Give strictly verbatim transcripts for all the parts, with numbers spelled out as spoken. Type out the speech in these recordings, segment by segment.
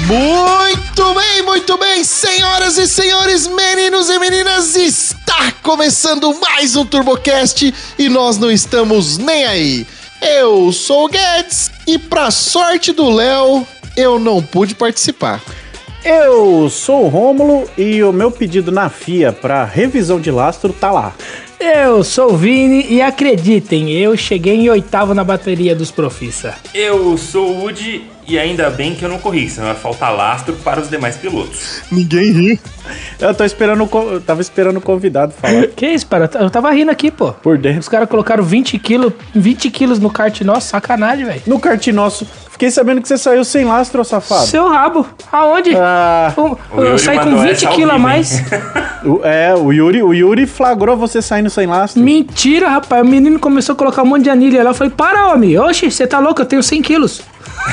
Muito bem, muito bem, senhoras e senhores, meninos e meninas, está começando mais um TurboCast e nós não estamos nem aí. Eu sou o Guedes e, pra sorte do Léo, eu não pude participar. Eu sou o Rômulo e o meu pedido na F I A para revisão de lastro tá lá. Eu sou o Vini e acreditem, eu cheguei em oitavo na bateria dos Profissa. Eu sou o Woody e ainda bem que eu não corri, senão vai faltar lastro para os demais pilotos. Ninguém riu. Eu tô esperando, eu tava esperando o convidado falar. Que isso, para? Eu tava rindo aqui, pô. Por dentro. Os caras colocaram vinte quilos, vinte quilos no kart nosso, sacanagem, velho. No kart nosso, fiquei sabendo que você saiu sem lastro, safado. Seu rabo, aonde? Ah, eu eu saí com vinte quilos a mais. o, é, o Yuri, o Yuri flagrou você saindo sem lastro. Mentira, rapaz. O menino começou a colocar um monte de anilha lá. Eu falei, para, homem. Oxe, você tá louco? Eu tenho cem quilos.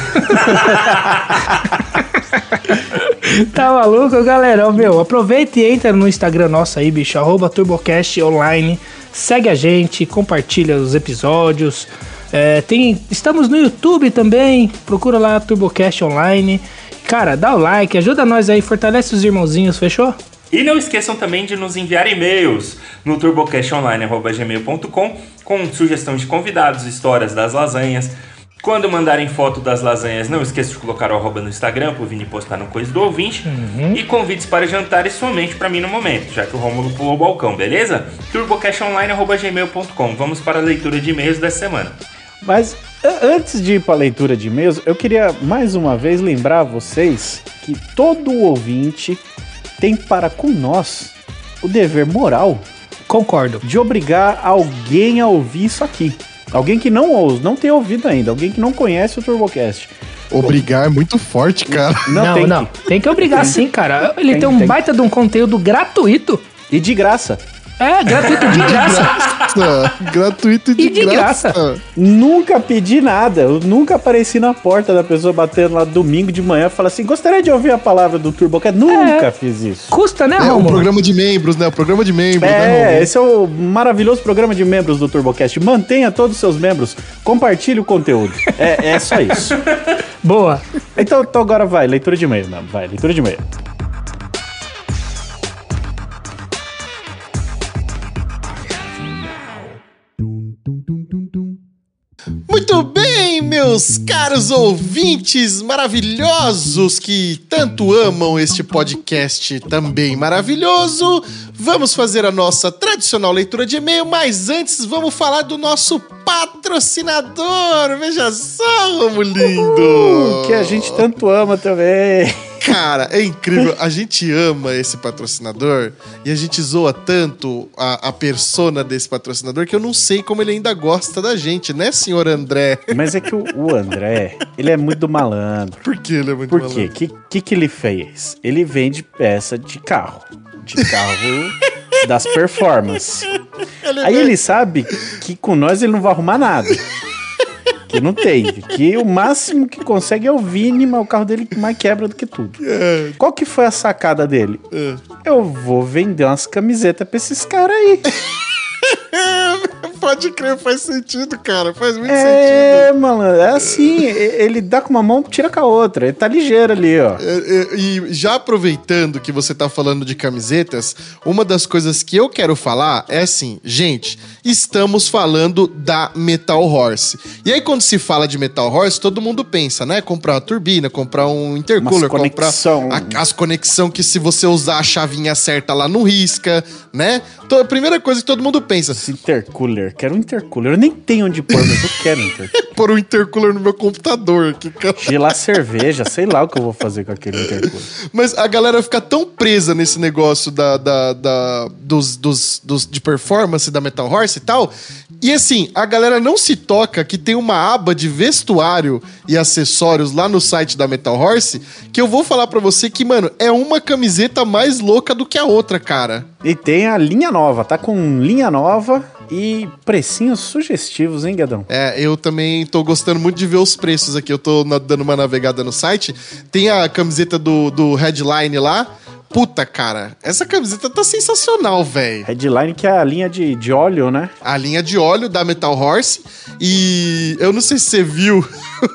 Tá maluco, galera? Meu, aproveita e entra no Instagram nosso aí, bicho. Arroba TurboCast Online. Segue a gente, compartilha os episódios. É, tem, estamos no YouTube também. Procura lá TurboCast Online. Cara, dá o like, ajuda nós aí, fortalece os irmãozinhos, fechou? E não esqueçam também de nos enviar e-mails no turbocastonline arroba gmail ponto com com sugestão de convidados, histórias das lasanhas. Quando mandarem foto das lasanhas, não esqueça de colocar o arroba no Instagram pro Vini postar no Coisa do Ouvinte. Uhum. E convites para jantares somente para mim no momento, já que o Rômulo pulou o balcão, beleza? turbocastonline arroba gmail ponto com. Vamos para a leitura de e-mails dessa semana. Mas antes de ir para a leitura de e-mails, eu queria mais uma vez lembrar a vocês que todo ouvinte tem para com nós o dever moral, concordo, de obrigar alguém a ouvir isso aqui. Alguém que não ouve, não tem ouvido ainda, alguém que não conhece o TurboCast. Obrigar é muito forte, cara. Não, não, tem, não. Que... tem que obrigar sim, cara. Ele tem, tem um tem. baita de um conteúdo gratuito. E de graça. É, gratuito de graça. Nossa, gratuito de, e de graça. graça. Nunca pedi nada. Eu nunca apareci na porta da pessoa batendo lá domingo de manhã e falar assim, gostaria de ouvir a palavra do TurboCast. Nunca é, fiz isso. Custa, né, É Romulo? o programa de membros, né? O programa de membros, é, né, É, esse é o maravilhoso programa de membros do TurboCast. Mantenha todos os seus membros. Compartilhe o conteúdo. É, é só isso. Boa. Então, então agora vai, leitura de e-mail. Não, vai, leitura de e-mail. Muito bem, meus caros ouvintes maravilhosos que tanto amam este podcast também maravilhoso. Vamos fazer a nossa tradicional leitura de e-mail, mas antes vamos falar do nosso patrocinador. Veja só, Romulindo! Uh, que a gente tanto ama também. Cara, é incrível. A gente ama esse patrocinador e a gente zoa tanto a, a persona desse patrocinador que eu não sei como ele ainda gosta da gente, né, senhor André? Mas é que o, o André, ele é muito malandro. Por que ele é muito Por malandro? Por quê? O que, que, que ele fez? Ele vende peça de carro. De carro das performances. Ele Aí vem... ele sabe que com nós ele não vai arrumar nada. Que não tem. Que o máximo que consegue é o Vini, mas o carro dele mais quebra do que tudo. É. Qual que foi a sacada dele? É. Eu vou vender umas camisetas pra esses caras aí. Pode crer, faz sentido, cara. Faz muito é, sentido. É, mano, é assim. Ele dá com uma mão, tira com a outra. Ele tá ligeiro ali, ó. É, é, e já aproveitando que você tá falando de camisetas, uma das coisas que eu quero falar é assim, gente, estamos falando da Metal Horse. E aí, quando se fala de Metal Horse, todo mundo pensa, né? Comprar uma turbina, comprar um intercooler, comprar a, as conexão que se você usar a chavinha certa lá não risca, né? Então, a primeira coisa que todo mundo pensa. Esse intercooler, quero um intercooler. Eu nem tenho onde pôr, mas eu quero um intercooler. Pôr um intercooler no meu computador aqui, cara. Gelar cerveja, sei lá o que eu vou fazer com aquele intercooler. Mas a galera fica tão presa nesse negócio da, da, da, dos, dos, dos, de performance da Metal Horse e tal. E assim, a galera não se toca que tem uma aba de vestuário e acessórios lá no site da Metal Horse, que eu vou falar pra você que, mano, é uma camiseta mais louca do que a outra, cara. E tem a linha nova, tá com linha nova e precinhos sugestivos, hein, Guedão? É, eu também tô gostando muito de ver os preços aqui. Eu tô na, dando uma navegada no site. Tem a camiseta do, do Headline lá. Puta, cara, essa camiseta tá sensacional, velho. Headline, que é a linha de, de óleo, né? A linha de óleo da Metal Horse. E eu não sei se você viu...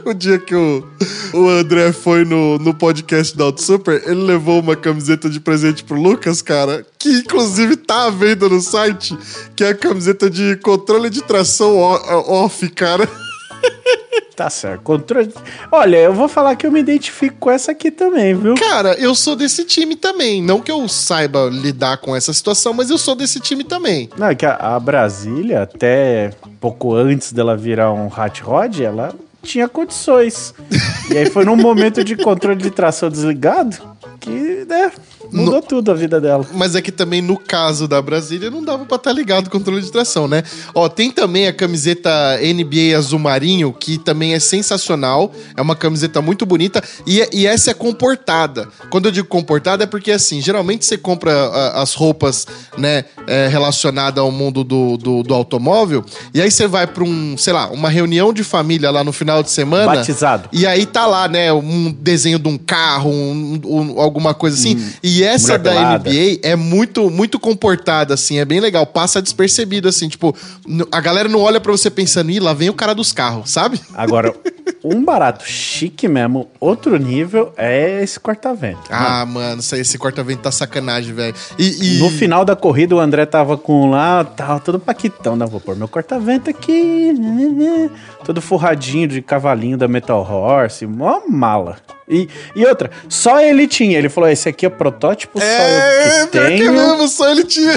O dia que o, o André foi no, no podcast da Auto Super, ele levou uma camiseta de presente pro Lucas, cara, que inclusive tá à venda no site, que é a camiseta de controle de tração off, cara. Tá certo. Controle... Olha, eu vou falar que eu me identifico com essa aqui também, viu? Cara, eu sou desse time também. Não que eu saiba lidar com essa situação, mas eu sou desse time também. Não, é que a, a Brasília, até pouco antes dela virar um hot rod, ela tinha condições. E aí foi num momento de controle de tração desligado que, né, mudou no... tudo a vida dela. Mas é que também no caso da Brasília não dava pra estar ligado o controle de tração, né? Ó, tem também a camiseta N B A azul marinho, que também é sensacional. É uma camiseta muito bonita. E, e essa é comportada. Quando eu digo comportada é porque, assim, geralmente você compra a, as roupas, né, é, relacionadas ao mundo do, do, do automóvel. E aí você vai pra um, sei lá, uma reunião de família lá no final de semana. Batizado. E aí tá lá, né, um desenho de um carro, um, um, alguma coisa assim. Hum. E essa da N B A é muito, muito comportada, assim, é bem legal, passa despercebido, assim, tipo, a galera não olha pra você pensando, ih, lá vem o cara dos carros, sabe? Agora, um barato chique mesmo, outro nível, é esse corta-vento. Ah, mano, mano esse corta-vento tá sacanagem, velho. E, e... No final da corrida, o André tava com lá, tava todo paquitão, não, vou pôr meu corta-vento aqui, todo forradinho de cavalinho da Metal Horse, mó mala. E, e outra, só ele tinha. Ele falou, esse aqui é protótipo, é, só eu que pior tenho. Que é mesmo, só ele tinha.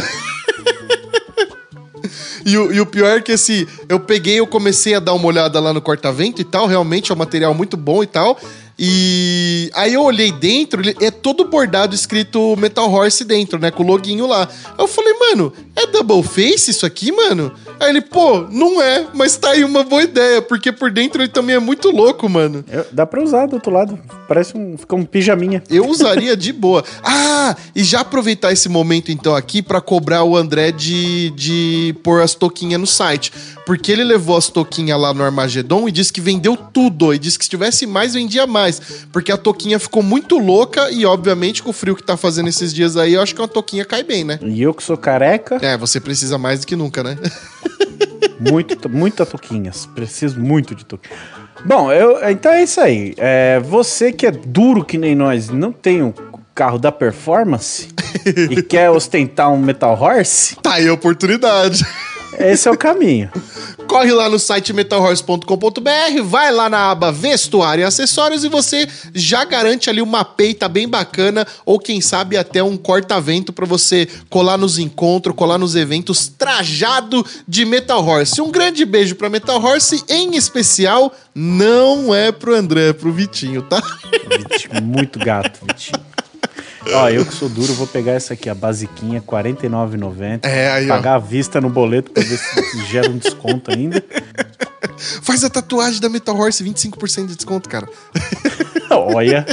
e, o, e o pior é que, assim, eu peguei, eu comecei a dar uma olhada lá no corta-vento e tal, realmente é um material muito bom e tal. E aí eu olhei dentro, ele é todo bordado escrito Metal Horse dentro, né, com o loginho lá. Aí eu falei, mano, é double face isso aqui, mano? Aí ele, pô, não é, mas tá aí uma boa ideia, porque por dentro ele também é muito louco, mano. Eu, dá pra usar do outro lado, parece um, fica um pijaminha. Eu usaria de boa. Ah, e já aproveitar esse momento então aqui pra cobrar o André de, de pôr as toquinhas no site. Porque ele levou as toquinhas lá no Armagedon e disse que vendeu tudo. E disse que se tivesse mais, vendia mais. Porque a toquinha ficou muito louca e, obviamente, com o frio que tá fazendo esses dias aí, eu acho que uma toquinha cai bem, né? E eu que sou careca... É, você precisa mais do que nunca, né? Muito, muita toquinhas. Preciso muito de toquinha. Bom, eu, então é isso aí. É, você que é duro que nem nós, não tem um carro da performance e quer ostentar um Metal Horse... Tá aí a oportunidade. Esse é o caminho. Corre lá no site metal horse ponto com ponto b r, vai lá na aba Vestuário e Acessórios e você já garante ali uma peita bem bacana ou quem sabe até um corta-vento pra você colar nos encontros, colar nos eventos trajado de Metal Horse. Um grande beijo pra Metal Horse, em especial não é pro André, é pro Vitinho, tá? Vitinho, muito gato, Vitinho. Ó, eu que sou duro, vou pegar essa aqui, a basiquinha, quarenta e nove reais e noventa centavos. É, aí, pagar ó. à vista no boleto pra ver se gera um desconto ainda. Faz a tatuagem da Metal Horse, vinte e cinco por cento de desconto, cara. Olha.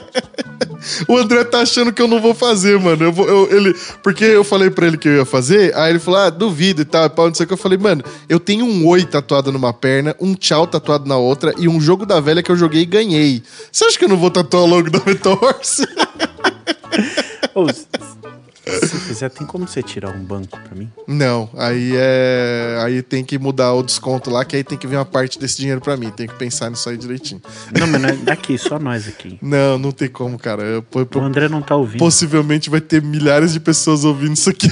O André tá achando que eu não vou fazer, mano. Eu vou, eu, ele, porque eu falei pra ele que eu ia fazer, aí ele falou, ah, duvido e tal, e pau, não sei o que. Eu falei, mano, eu tenho um oi tatuado numa perna, um tchau tatuado na outra e um jogo da velha que eu joguei e ganhei. Você acha que eu não vou tatuar o logo da Metal Horse? Ô, se quiser, tem como você tirar um banco pra mim? Não, aí é. Aí tem que mudar o desconto lá, que aí tem que vir uma parte desse dinheiro pra mim. Tem que pensar nisso aí direitinho. Não, mas não é daqui, só nós aqui. Não, não tem como, cara. Eu, eu, o André não tá ouvindo. Possivelmente vai ter milhares de pessoas ouvindo isso aqui.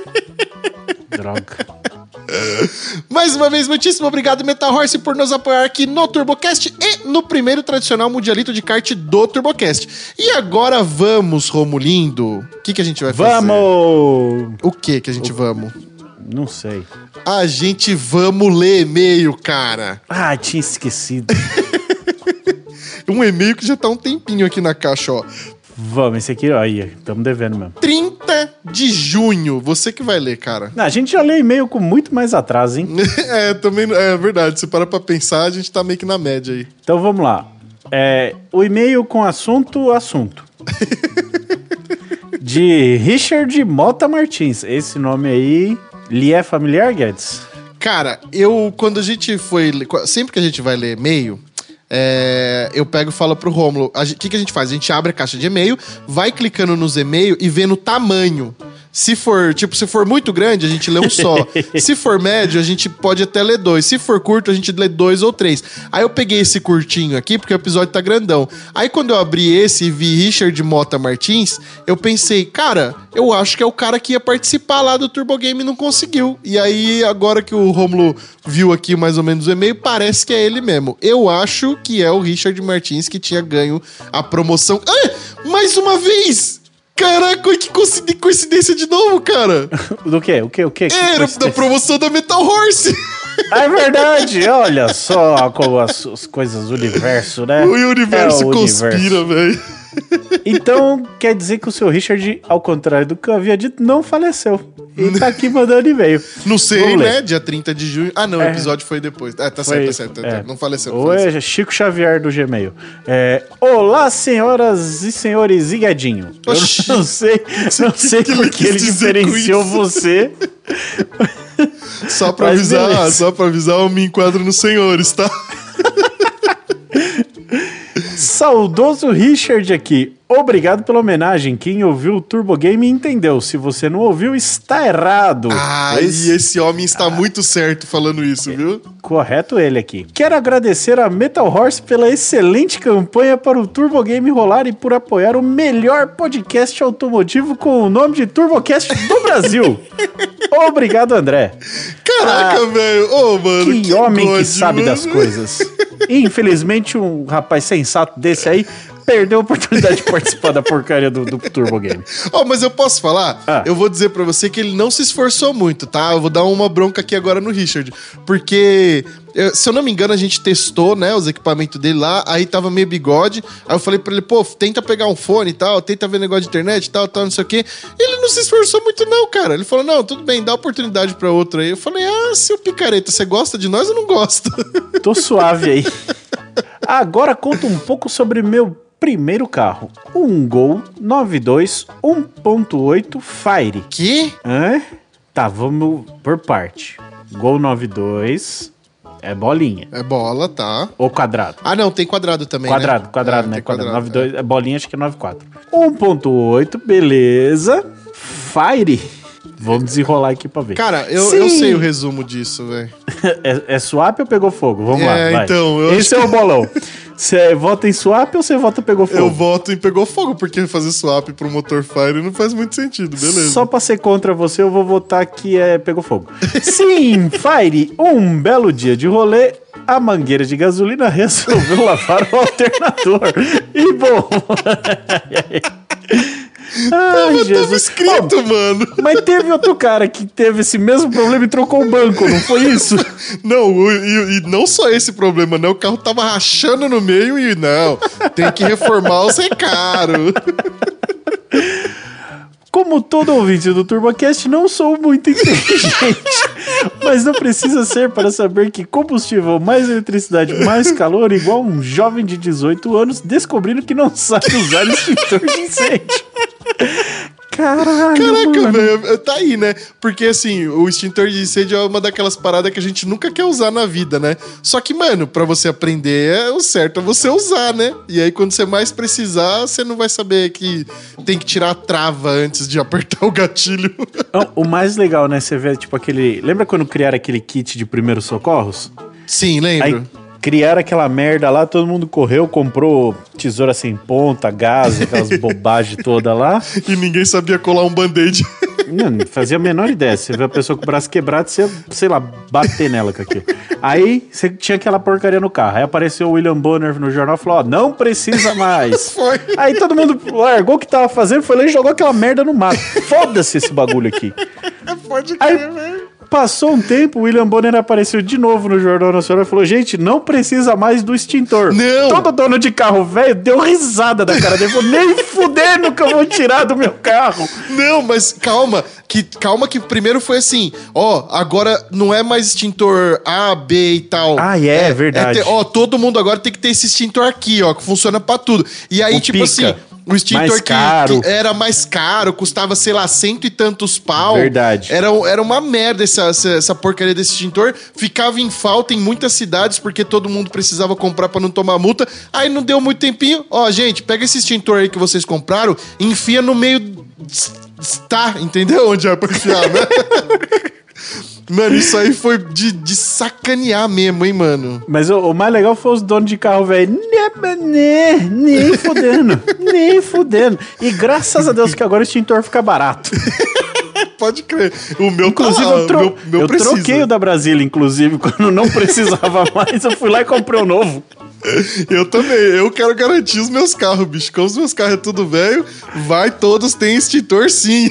Droga. Mais uma vez, muitíssimo obrigado, Metal Horse, por nos apoiar aqui no TurboCast e no primeiro tradicional mundialito de kart do TurboCast. E agora vamos, Romulindo. O que, que a gente vai fazer? Vamos! O que que a gente o... vamos? Não sei. A gente vamos ler e-mail, cara. Ah, tinha esquecido. Um e-mail que já tá um tempinho aqui na caixa, ó. Vamos, esse aqui, ó, aí, estamos devendo mesmo. trinta de junho, você que vai ler, cara. Não, a gente já lê e-mail com muito mais atraso, hein? É, também é verdade. Se para pra pensar, a gente tá meio que na média aí. Então vamos lá. É, o e-mail com assunto, assunto. De Richard Mota Martins. Esse nome aí lhe é familiar, Guedes? Cara, eu, quando a gente foi... Sempre que a gente vai ler e-mail... É, eu pego e falo pro Rômulo, o que, que a gente faz? A gente abre a caixa de e-mail, vai clicando nos e-mails e vê no tamanho Se for, tipo, se for muito grande, a gente lê um só. Se for médio, a gente pode até ler dois. Se for curto, a gente lê dois ou três. Aí eu peguei esse curtinho aqui, porque o episódio tá grandão. Aí quando eu abri esse e vi Richard Mota Martins, eu pensei, cara, eu acho que é o cara que ia participar lá do Turbo Game e não conseguiu. E aí, agora que o Rômulo viu aqui mais ou menos o e-mail, parece que é ele mesmo. Eu acho que é o Richard Martins que tinha ganho a promoção. Ah, mais uma vez! Caraca, que coincidência de novo, cara! Do quê? O quê? O quê? Era da promoção da Metal Horse! Ah, é verdade! Olha só como as, as coisas do universo, né? O universo é o conspira, velho. Então, quer dizer que o seu Richard, ao contrário do que eu havia dito, não faleceu. E tá aqui mandando e-mail. Não sei, né? Dia trinta de junho. Ah, não, o é. episódio foi depois. Ah, tá foi, certo, tá certo. É. Não faleceu. Não faleceu. Ou é Chico Xavier do Gmail. É, olá, senhoras e senhores Igadinho. Oxi. Eu não sei, não sei que porque ele diferenciou você. Só pra Mas avisar, beleza. só pra avisar, eu me enquadro nos senhores, tá? Saudoso Richard aqui. Obrigado pela homenagem. Quem ouviu o Turbo Game entendeu. Se você não ouviu, está errado. Ah, pois... e esse homem está ah. muito certo falando isso, viu? Correto ele aqui. Quero agradecer a Metal Horse pela excelente campanha para o Turbo Game rolar e por apoiar o melhor podcast automotivo com o nome de TurboCast do Brasil. Obrigado, André. Caraca, ah, velho. Ô, oh, mano. Que, que homem God, que sabe mano. das coisas. Infelizmente, um rapaz sensato desse aí perdeu a oportunidade de participar da porcaria do, do Turbo Game. Ó, oh, mas eu posso falar? Ah. Eu vou dizer pra você que ele não se esforçou muito, tá? Eu vou dar uma bronca aqui agora no Richard. Porque, eu, se eu não me engano, a gente testou, né, os equipamentos dele lá, aí tava meio bigode. Aí eu falei pra ele, pô, tenta pegar um fone e tal, tenta ver negócio de internet e tal, tal, não sei o quê. Ele não se esforçou muito não, cara. Ele falou, não, tudo bem, dá oportunidade pra outro aí. Eu falei, ah, seu picareta, você gosta de nós ou não gosta? Tô suave aí. Agora conta um pouco sobre meu primeiro carro, um Gol noventa e dois um ponto oito Fire. Que? Hã? Tá, vamos por parte. Gol noventa e dois é bolinha. É bola, tá. Ou quadrado? Ah, não, tem quadrado também, quadrado, né? Quadrado, é, né? Quadrado, quadrado. noventa e dois, é. é bolinha, acho que é noventa e quatro. um ponto oito, beleza. Fire. Vamos desenrolar aqui pra ver. Cara, eu, eu sei o resumo disso, velho. é, é swap ou pegou fogo? Vamos é, lá, vai. Então, eu Esse é o bolão. Você vota em swap ou você vota pegou fogo? Eu voto em pegou fogo, porque fazer swap pro motor Fire não faz muito sentido, beleza. Só pra ser contra você, eu vou votar que é pegou fogo. Sim, Fire, um belo dia de rolê, a mangueira de gasolina resolveu lavar o alternador. E bom... Ai, Pô, Jesus. Tava escrito, oh, mano. Mas teve outro cara que teve esse mesmo problema e trocou o banco, não foi isso? Não, e, e não só esse problema, né? O carro tava rachando no meio e não, tem que reformar os recaros. Como todo ouvinte do TurboCast, não sou muito inteligente, mas não precisa ser para saber que combustível mais eletricidade mais calor igual um jovem de dezoito anos descobrindo que não sabe usar extintor de incêndio. Caralho, Caraca, velho, tá aí, né? Porque, assim, o extintor de incêndio é uma daquelas paradas que a gente nunca quer usar na vida, né? Só que, mano, pra você aprender, o certo é você usar, né? E aí, quando você mais precisar, você não vai saber que tem que tirar a trava antes de apertar o gatilho. O mais legal, né? Você vê, tipo, aquele... Lembra quando criaram aquele kit de primeiros socorros? Sim, lembro. Aí criaram aquela merda lá, todo mundo correu, comprou tesoura sem ponta, gás, aquelas bobagens todas lá. E ninguém sabia colar um band-aid. Não, fazia a menor ideia. Você vê a pessoa com o braço quebrado, você, sei lá, bater nela com aquilo. Aí, você tinha aquela porcaria no carro. Aí apareceu o William Bonner no jornal e falou, ó, não precisa mais. Foi. Aí todo mundo largou o que tava fazendo, foi lá e jogou aquela merda no mato. Foda-se esse bagulho aqui. Pode crer, velho. Passou um tempo, o William Bonner apareceu de novo no Jornal Nacional e falou, gente, não precisa mais do extintor. Não. Todo dono de carro velho deu risada da cara dele. Falou, nem fudendo que eu vou tirar do meu carro. Não, mas calma, que, calma que primeiro foi assim, ó, agora não é mais extintor A, B e tal. Ah, é, é verdade. É ter, ó, todo mundo agora tem que ter esse extintor aqui, ó, que funciona pra tudo. E aí, o tipo pica. assim... O extintor mais que, caro. que era mais caro, custava, sei lá, cento e tantos pau. Verdade. Era, era uma merda essa, essa, essa porcaria desse extintor. Ficava em falta em muitas cidades, porque todo mundo precisava comprar pra não tomar multa. Aí não deu muito tempinho. Ó, gente, pega esse extintor aí que vocês compraram e enfia no meio... Tá, entendeu? Onde é pra enfiar, né? Mano, isso aí foi de, de sacanear mesmo, hein, mano? Mas o, o mais legal foi os donos de carro, velho. Nem, nem fudendo. Nem fudendo. E graças a Deus que agora o extintor fica barato. Pode crer. O meu, inclusive, tá, eu, tro meu, meu eu precisa. troquei o da Brasília, inclusive, quando não precisava mais. Eu fui lá e comprei o novo. Eu também. Eu quero garantir os meus carros, bicho. Como os meus carros é tudo velho, vai, todos têm extintor, sim.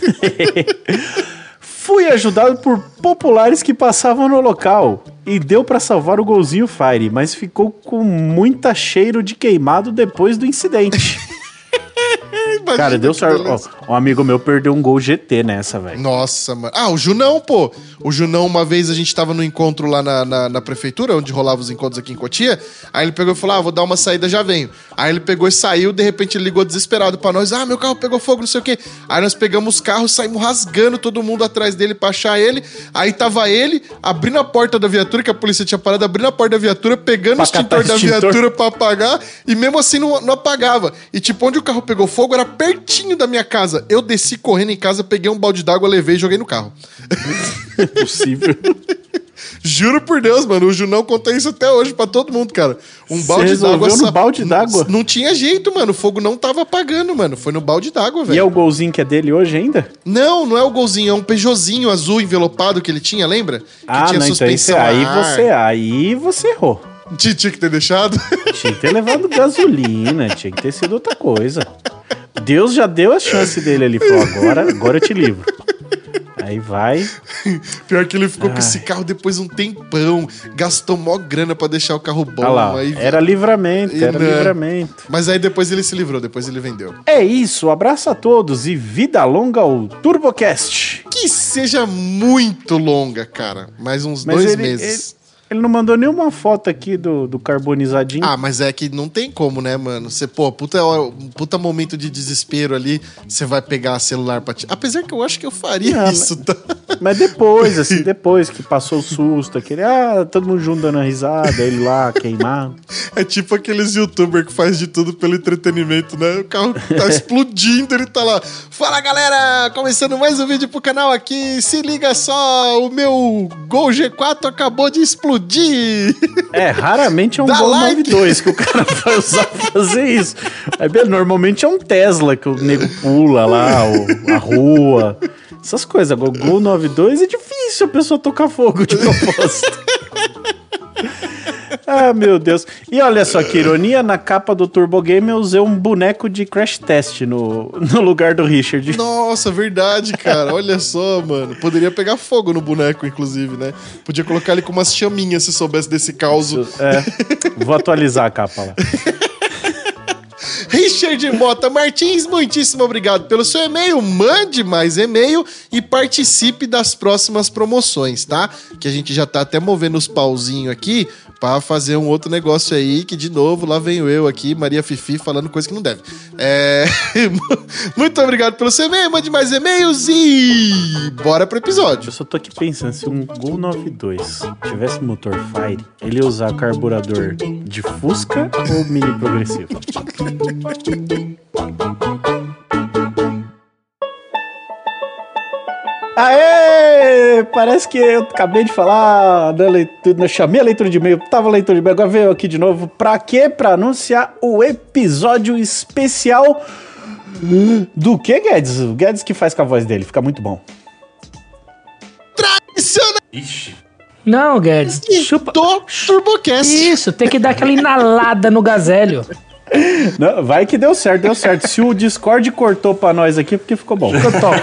Fui ajudado por populares que passavam no local e deu pra salvar o golzinho Fire, mas ficou com muita cheiro de queimado depois do incidente. Imagina, cara, deu que sorte. beleza. Ó, um amigo meu perdeu um Gol G T nessa, velho. Nossa, mano. Ah, o Junão, pô. O Junão, uma vez a gente tava no encontro lá na, na, na prefeitura, onde rolava os encontros aqui em Cotia. Aí ele pegou e falou: ah, vou dar uma saída, já venho. Aí ele pegou e saiu, de repente ele ligou desesperado pra nós: ah, meu carro pegou fogo, não sei o quê. Aí nós pegamos os carros, saímos rasgando todo mundo atrás dele pra achar ele. Aí tava ele abrindo a porta da viatura, que a polícia tinha parado, abrindo a porta da viatura, pegando Pra o extintor da extintor. viatura pra apagar. E mesmo assim não, não apagava. E tipo, onde o carro pegou fogo era pertinho da minha casa. Eu desci correndo em casa, peguei um balde d'água, levei e joguei no carro. É possível. Juro por Deus, mano. O Junão conta isso até hoje pra todo mundo, cara. Um Você balde d'água. resolveu no sa- balde d'água? Não tinha jeito, mano. O fogo não tava apagando, mano. Foi no balde d'água, E velho. é o golzinho que é dele hoje ainda? Não, não é o golzinho. É um Peugeotzinho azul envelopado que ele tinha, lembra? Que Ah, tinha não, então isso, a aí ar. você, aí você errou. Tinha tinha que ter deixado. Tinha que ter levado gasolina, tinha que ter sido outra coisa. Deus já deu a chance dele ali, falou, agora, agora eu te livro. Aí vai. Pior que ele ficou Ai. com esse carro depois um tempão. Gastou mó grana pra deixar o carro bom. Olha lá, aí... era livramento, E era não. livramento. Mas aí depois ele se livrou, depois ele vendeu. É isso, abraço a todos e vida longa ao TurboCast. Que seja muito longa, cara. Mais uns Mas dois ele, meses. Ele, ele não mandou nenhuma foto aqui do, do carbonizadinho. Ah, mas é que não tem como, né, mano? Você, pô, puta, puta momento de desespero ali, você vai pegar celular pra ti. Apesar que eu acho que eu faria Não, isso, tá? Mas depois, assim, depois que passou o susto, aquele, ah, todo mundo junto dando risada, ele lá queimado. É tipo aqueles youtubers que faz de tudo pelo entretenimento, né? O carro tá explodindo, ele tá lá. Fala, galera! Começando mais um vídeo pro canal aqui. Se liga só, o meu Gol G quatro acabou de explodir. É, raramente é um Dá Gol like. noventa e dois que o cara vai usar pra fazer isso. Aí, beleza, normalmente é um Tesla que o nego pula lá, o, a rua, essas coisas. Agora, o Gol noventa e dois é difícil a pessoa tocar fogo de propósito. Ah, meu Deus. E olha só que ironia, na capa do Turbo Game eu usei um boneco de Crash Test no, no lugar do Richard. Nossa, verdade, cara. Olha só, mano. Poderia pegar fogo no boneco, inclusive, né? Podia colocar ele com umas chaminhas se soubesse desse caos. É, vou atualizar a capa lá. Richard Mota Martins, muitíssimo obrigado pelo seu e-mail. Mande mais e-mail e participe das próximas promoções, tá? Que a gente já tá até movendo os pauzinhos aqui pra fazer um outro negócio aí, que de novo, lá venho eu aqui, Maria Fifi, falando coisa que não deve. É... Muito obrigado pelo seu e-mail, mande mais e-mails e bora pro episódio. Eu só tô aqui pensando, se um Gol noventa e dois tivesse motor Fire, ele ia usar carburador de Fusca ou mini progressivo? Aê! Parece que eu acabei de falar da leitura, chamei a leitura de e-mail, tava a leitura de e-mail, agora veio aqui de novo. Pra quê? Pra anunciar o episódio especial do que, Guedes? O Guedes que faz com a voz dele, fica muito bom. Tradicional Ixi. Não, Guedes, chupa. do TurboCast. Isso, tem que dar aquela inalada no gazélio. Não, vai que deu certo, deu certo. Se o Discord cortou pra nós aqui, porque ficou bom. Ficou top.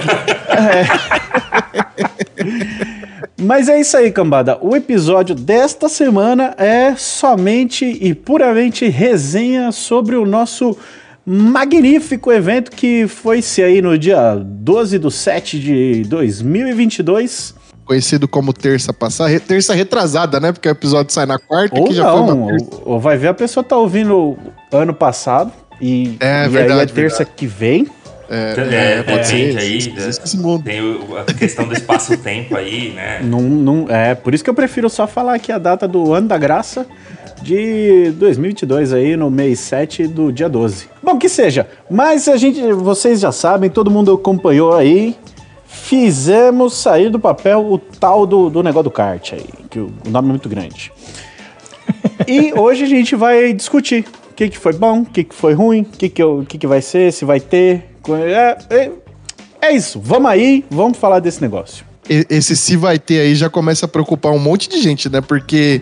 Mas é isso aí, cambada. O episódio desta semana é somente e puramente resenha sobre o nosso magnífico evento que foi-se aí no dia doze de setembro de dois mil e vinte e dois. Conhecido como terça passada, terça retrasada, né? Porque o episódio sai na quarta, Ou que já foi não, uma terça. ou, ou vai ver, a pessoa tá ouvindo ano passado, E, É, e verdade, aí é terça verdade. que vem. É, É, é, pode depende ser. aí. Existe da- esse mundo. Tem o- a questão do espaço-tempo aí, né? Não, não, é por isso que eu prefiro só falar aqui a data do ano da graça de dois mil e vinte e dois aí, no mês sete do dia doze. Bom, que seja. Mas a gente, vocês já sabem, todo mundo acompanhou aí. Fizemos sair do papel o tal do, do negócio do kart aí, que o, o nome é muito grande. E hoje a gente vai discutir o que, que foi bom, o que, que foi ruim, o que, que, eu- o que, que vai ser, se vai ter. É, é, é isso, vamos aí, vamos falar desse negócio. E- Esse se vai ter aí já começa a preocupar um monte de gente, né? Porque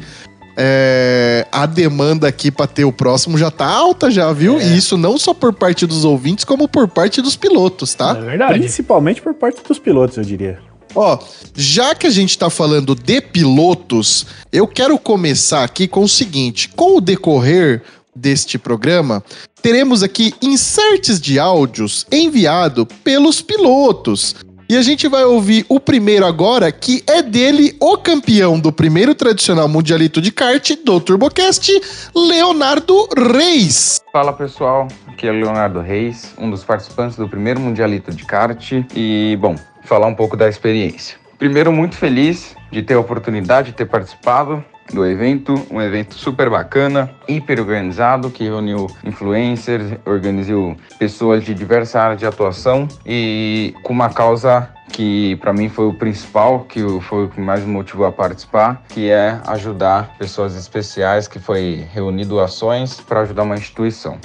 é, a demanda aqui pra ter o próximo já tá alta já, viu? E isso não só por parte dos ouvintes, como por parte dos pilotos, É tá? verdade. Principalmente por parte dos pilotos, eu diria. Ó, já que a gente tá falando de pilotos, eu quero começar aqui com o seguinte: com o decorrer deste programa, teremos aqui inserts de áudios enviados pelos pilotos. E a gente vai ouvir o primeiro agora, que é dele, o campeão do primeiro tradicional mundialito de kart do TurboCast, Leonardo Reis. Fala pessoal, aqui é o Leonardo Reis, um dos participantes do primeiro Mundialito de kart e, bom, falar um pouco da experiência. Primeiro, muito feliz de ter a oportunidade de ter participado do evento, um evento super bacana, hiper organizado, que reuniu influencers, organizou pessoas de diversas áreas de atuação e com uma causa que para mim foi o principal, que foi o que mais me motivou a participar, que é ajudar pessoas especiais, que foi reunir doações para ajudar uma instituição.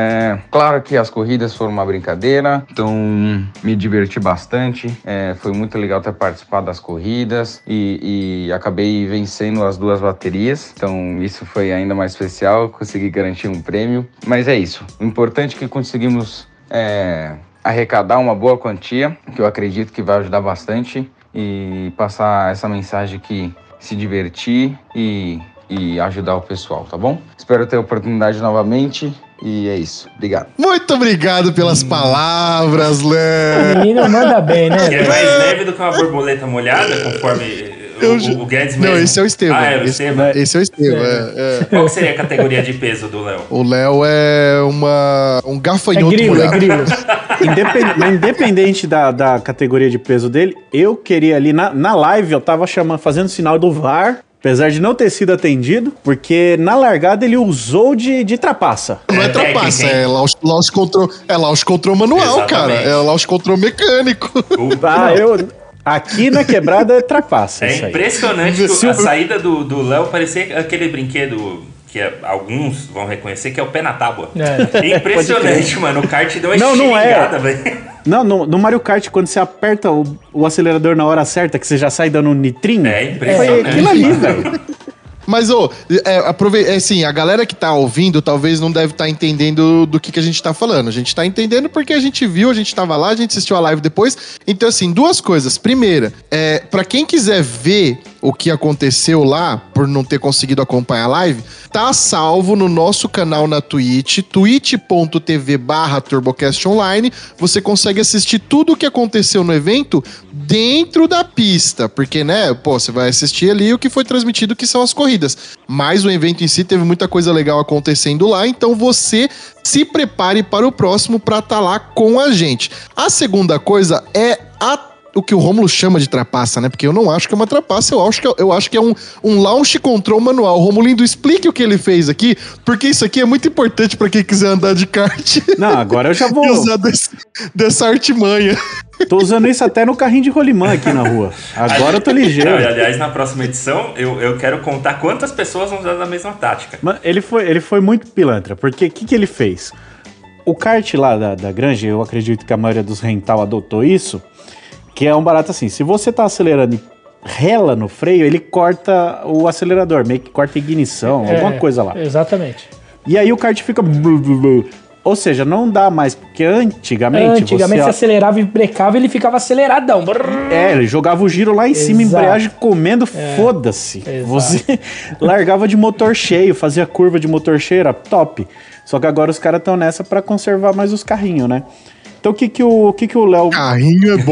É claro que as corridas foram uma brincadeira, então me diverti bastante, é, foi muito legal ter participado das corridas e, e acabei vencendo as duas baterias, então isso foi ainda mais especial, consegui garantir um prêmio, mas é isso, o importante é que conseguimos é, arrecadar uma boa quantia, que eu acredito que vai ajudar bastante, e passar essa mensagem que se divertir e, e ajudar o pessoal, tá bom? Espero ter a oportunidade novamente e é isso. Obrigado. Muito obrigado pelas palavras, O Léo. menino manda bem, né? Que é mais leve do que uma borboleta molhada, conforme Eu o, ju- o Guedes Não, mesmo. esse é o Estevam. Ah, é o esse, Estevam. esse é o Estevam, é, é. Qual que seria a categoria de peso do Léo? O Léo é uma, um É gafanhoto grilo, é molhado. grilo. Independ- mas independente da, da categoria de peso dele, eu queria ali na, na live, eu tava chamando, fazendo sinal do V A R, apesar de não ter sido atendido, porque na largada ele usou de, de trapaça. Não é É trapaça, técnica, hein? é launch, launch control, é launch control manual, Exatamente. cara. É launch control mecânico. O- Ah, eu. Aqui na quebrada é trapaça. É isso aí. impressionante que Se a o- saída do do Léo parecia aquele brinquedo que é- alguns vão reconhecer que é o pé na tábua. É. Impressionante, mano. O kart deu uma Não, não é. xingada, velho. Não, no, no Mario Kart, quando você aperta o, o acelerador na hora certa, que você já sai dando um nitrinho. É Foi impressionante. aquilo ali, velho. Mas, ô, é, aprove- é, assim, a galera que tá ouvindo talvez não deve estar entendendo do que, que a gente tá falando. A gente tá entendendo porque a gente viu, a gente tava lá, a gente assistiu a live depois. Então, assim, duas coisas. Primeira, é, para quem quiser ver o que aconteceu lá, por não ter conseguido acompanhar a live, tá salvo no nosso canal na Twitch, twitch.tv barra TurboCast Online. Você consegue assistir tudo o que aconteceu no evento dentro da pista, porque, né, pô, você vai assistir ali o que foi transmitido, que são as corridas. Mas o evento em si teve muita coisa legal acontecendo lá, então você se prepare para o próximo para estar lá com a gente. A segunda coisa é a o que o Rômulo chama de trapaça, né? Porque eu não acho que é uma trapaça, eu acho que, é- eu acho que é um, um launch control manual. Romulindo, explique o que ele fez aqui, porque isso aqui é muito importante para quem quiser andar de kart Não, agora eu já vou. e usar desse- dessa artimanha. Tô usando isso até no carrinho de rolimã aqui na rua. Agora eu tô ligeiro. Não, e, aliás, na próxima edição, eu, eu quero contar quantas pessoas vão usar a mesma tática. Mas ele foi, ele foi muito pilantra, porque o que, que ele fez? O kart lá da, da Granja, eu acredito que a maioria dos rental adotou isso, que é um barato assim, se você tá acelerando e rela no freio, ele corta o acelerador, meio que corta a ignição, alguma É, coisa lá. Exatamente. E aí o kart fica... blu, blu, blu. Ou seja, não dá mais, porque antigamente, Antigamente você... você acelerava e brecava e ele ficava aceleradão. Brrr. É, ele jogava o giro lá em cima, Exato. embreagem comendo, foda-se. Exato. Você largava de motor cheio, fazia curva de motor cheio, era top. Só que agora os caras estão nessa pra conservar mais os carrinhos, né? Então o que que o, o que que o Léo... Carrinho é bom.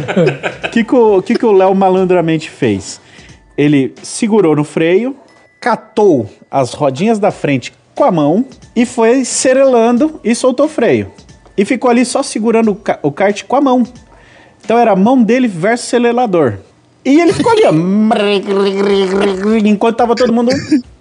O que que o, o que que o Léo malandramente fez? Ele segurou no freio, catou as rodinhas da frente com a mão e foi serelando e soltou o freio. E ficou ali só segurando o, ca- o kart com a mão. Então era a mão dele versus o acelerador. E ele ficou ali, ó. Enquanto tava todo mundo...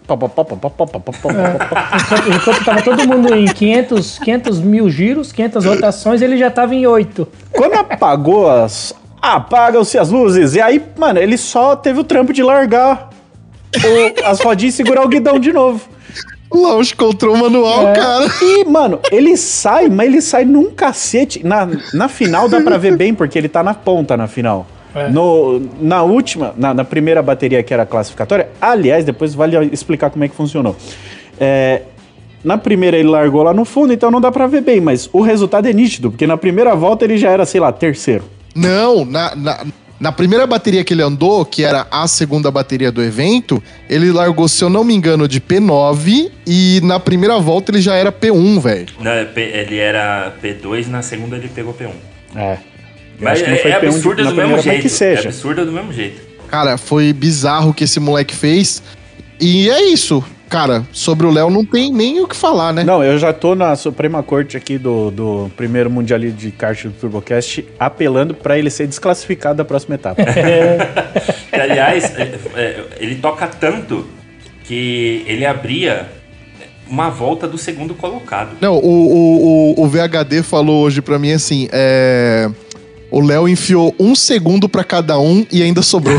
Enquanto, enquanto tava todo mundo em quinhentos, quinhentos mil giros, quinhentas rotações, ele já tava em oito. Quando apagou as... Apagam-se as luzes. E aí, mano, ele só teve o trampo de largar o- as rodinhas e segurar o guidão de novo. Launch Control manual, É. cara. E, mano, ele sai, mas ele sai num cacete. Na, na final dá pra ver bem, porque ele tá na ponta na final. É. No, na última, na, na primeira bateria que era classificatória, aliás, depois vale explicar como é que funcionou. É, na primeira ele largou lá no fundo, então não dá pra ver bem, mas o resultado é nítido, porque na primeira volta ele já era, sei lá, terceiro. Não, na, na, na primeira bateria que ele andou, que era a segunda bateria do evento, ele largou, se eu não me engano, de P nove e na primeira volta ele já era P um, velho. Não, P- ele era P dois, na segunda ele pegou P um. É. Eu Mas acho que não é, foi é P um de- absurdo na do mesmo primeira, mas jeito. que seja. É absurdo do mesmo jeito. Cara, foi bizarro o que esse moleque fez. E é isso. Cara, sobre o Léo não tem nem o que falar, né? Não, eu já tô na Suprema Corte aqui do, do primeiro Mundialito de kart do TurboCast apelando pra ele ser desclassificado da próxima etapa. Que, aliás, é, é, ele toca tanto que ele abria uma volta do segundo colocado. Não, o, o, o, o V H D falou hoje pra mim assim, é... O Léo enfiou um segundo pra cada um e ainda sobrou.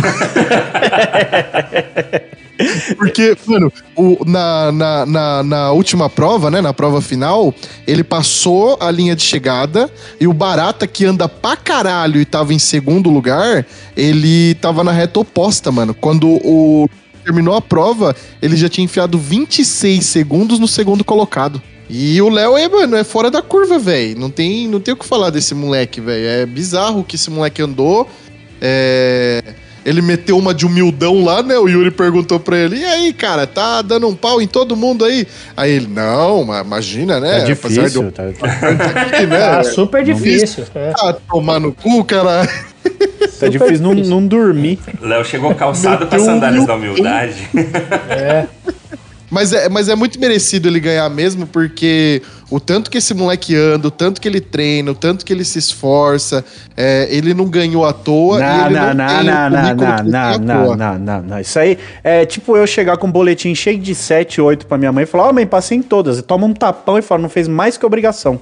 Porque, mano, o, na, na, na, na última prova, né, na prova final, ele passou a linha de chegada e o Barata, que anda pra caralho e tava em segundo lugar, ele tava na reta oposta, mano. Quando o terminou a prova, ele já tinha enfiado vinte e seis segundos no segundo colocado. E o Léo é, mano, é fora da curva, velho. Não tem, não tem o que falar desse moleque, velho. É bizarro que esse moleque andou. É... Ele meteu uma de humildão lá, né? O Yuri perguntou pra ele, e aí, cara, tá dando um pau em todo mundo aí? Aí ele, não, mas imagina, né? Tá difícil, Apesar de eu- tá, aqui, né? Tá super difícil. É. Ah, tomar no cu, cara. tá difícil não, não dormir. Léo chegou calçado com Meteu as sandálias um- da humildade. É. Mas é, mas é muito merecido ele ganhar mesmo, porque o tanto que esse moleque anda, o tanto que ele treina, o tanto que ele se esforça, é, ele não ganhou à toa e Não, ele não, não, não, tem não, o não, currículo que ele não, tem à não, toa. não, não, não. Isso aí é tipo eu chegar com um boletim cheio de sete, oito pra minha mãe e falar, ó, mãe, passei em todas. E toma um tapão e fala, não fez mais que obrigação.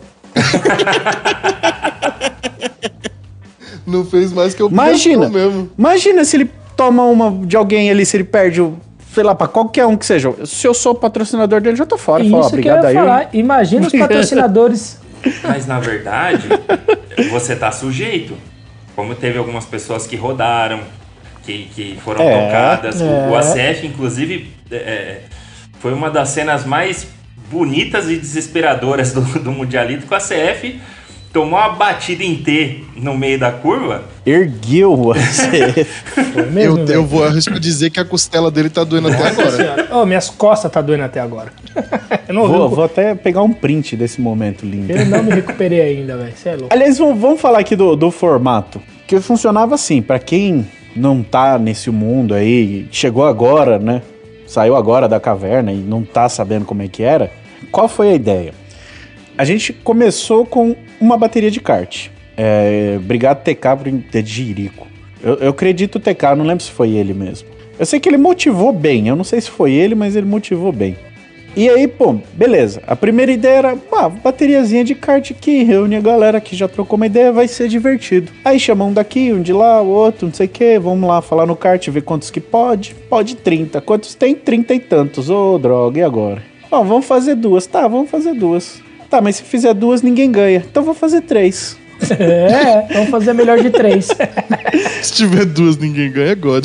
Não fez mais que eu Imagina, mesmo. imagina se ele toma uma de alguém ali, se ele perde o, sei lá, pra qualquer um que seja. Se eu sou patrocinador dele, já tô fora. Fala, ó, Isso que eu obrigado ia aí. falar. Imagina os patrocinadores. Mas, na verdade, você tá sujeito. Como teve algumas pessoas que rodaram, que, que foram É, tocadas. O- é. O A C F, inclusive, é, foi uma das cenas mais bonitas e desesperadoras do, do Mundialito, que o A C F tomou uma batida em T no meio da curva. Ergueu você. Foi mesmo, Eu, velho? eu vou arriscar dizer que a costela dele tá doendo até agora. Senhora. Oh, minhas costas tá doendo até agora. eu, não, vou, eu, vou até pegar um print desse momento lindo. eu não me recuperei ainda, velho. Você é louco. Aliás, vamos, vamos falar aqui do, do formato. Que funcionava assim, pra quem não tá nesse mundo aí, chegou agora, né? Saiu agora da caverna e não tá sabendo como é que era. Qual foi a ideia? A gente começou com uma bateria de kart. É, obrigado, T K, por ter de Jirico. Eu, eu acredito o T K, não lembro se foi ele mesmo. Eu sei que ele motivou bem, eu não sei se foi ele, mas ele motivou bem. E aí, pô, beleza. A primeira ideia era uma bateriazinha de kart que reúne a galera que já trocou uma ideia, vai ser divertido. Aí chama um daqui, um de lá, o outro, não sei o que, vamos lá falar no kart, ver quantos que pode. Pode trinta. Quantos tem? trinta e tantos. Ô, droga, e agora? Ó, vamos fazer duas. Tá, vamos fazer duas. Tá, mas se fizer duas, ninguém ganha. Então vou fazer três. É, vamos fazer melhor de três. Se tiver duas, ninguém ganha, God.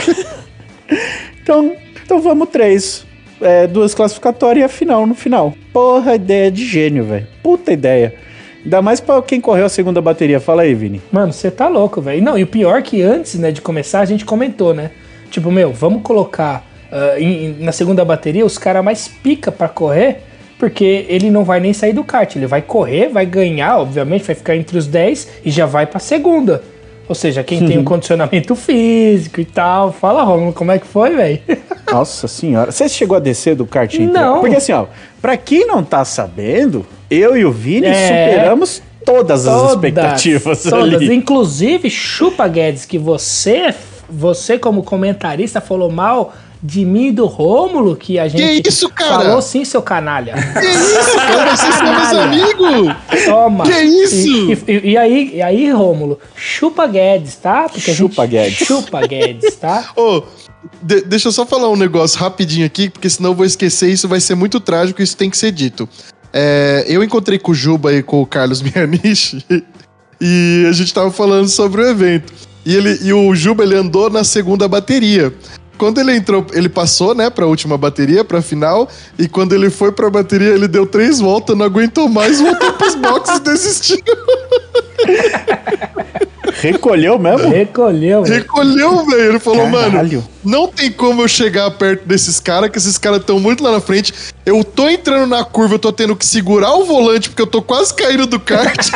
Então, então vamos três. É, duas classificatórias e a final no final. Porra, ideia de gênio, velho. Puta ideia. Ainda mais pra quem correu a segunda bateria. Fala aí, Vini. Mano, você tá louco, velho. Não, e o pior que antes, né, de começar, a gente comentou, né? Tipo, meu, vamos colocar uh, em- na segunda bateria os caras mais pica pra correr, porque ele não vai nem sair do kart. Ele vai correr, vai ganhar, obviamente, vai ficar entre os dez e já vai pra segunda. Ou seja, quem tem um condicionamento físico e tal. Fala, Romulo, como é que foi, velho? Nossa senhora. Você chegou a descer do kart inteiro? Não. Porque assim, ó, pra quem não tá sabendo, eu e o Vini É. superamos todas as Todas, expectativas todas. ali. Inclusive, chupa, Guedes, que você, você como comentarista falou mal de mim e do Rômulo, que a gente Que isso, cara? falou sim, seu canalha. Que isso, cara? Vocês são meus Canalha. amigos? Toma. Que isso? E, e- e aí, e aí, Rômulo, chupa Guedes, tá? Porque a Chupa gente Guedes. Chupa Guedes, tá? Ô, de- deixa eu só falar um negócio rapidinho aqui, porque senão eu vou esquecer, isso vai ser muito trágico, isso tem que ser dito. É, eu encontrei com o Juba e com o Carlos Mianiche e a gente tava falando sobre o evento. E, ele, e o Juba, ele andou na segunda bateria. Quando ele entrou, ele passou, né, pra última bateria, pra final, e quando ele foi pra bateria, ele deu três voltas, não aguentou mais, voltou pros boxes e desistiu. Recolheu mesmo? Recolheu, velho. Recolheu, velho. Ele falou, Caralho. mano, não tem como eu chegar perto desses caras, que esses caras estão muito lá na frente. Eu tô entrando na curva, eu tô tendo que segurar o volante, porque eu tô quase caindo do kart.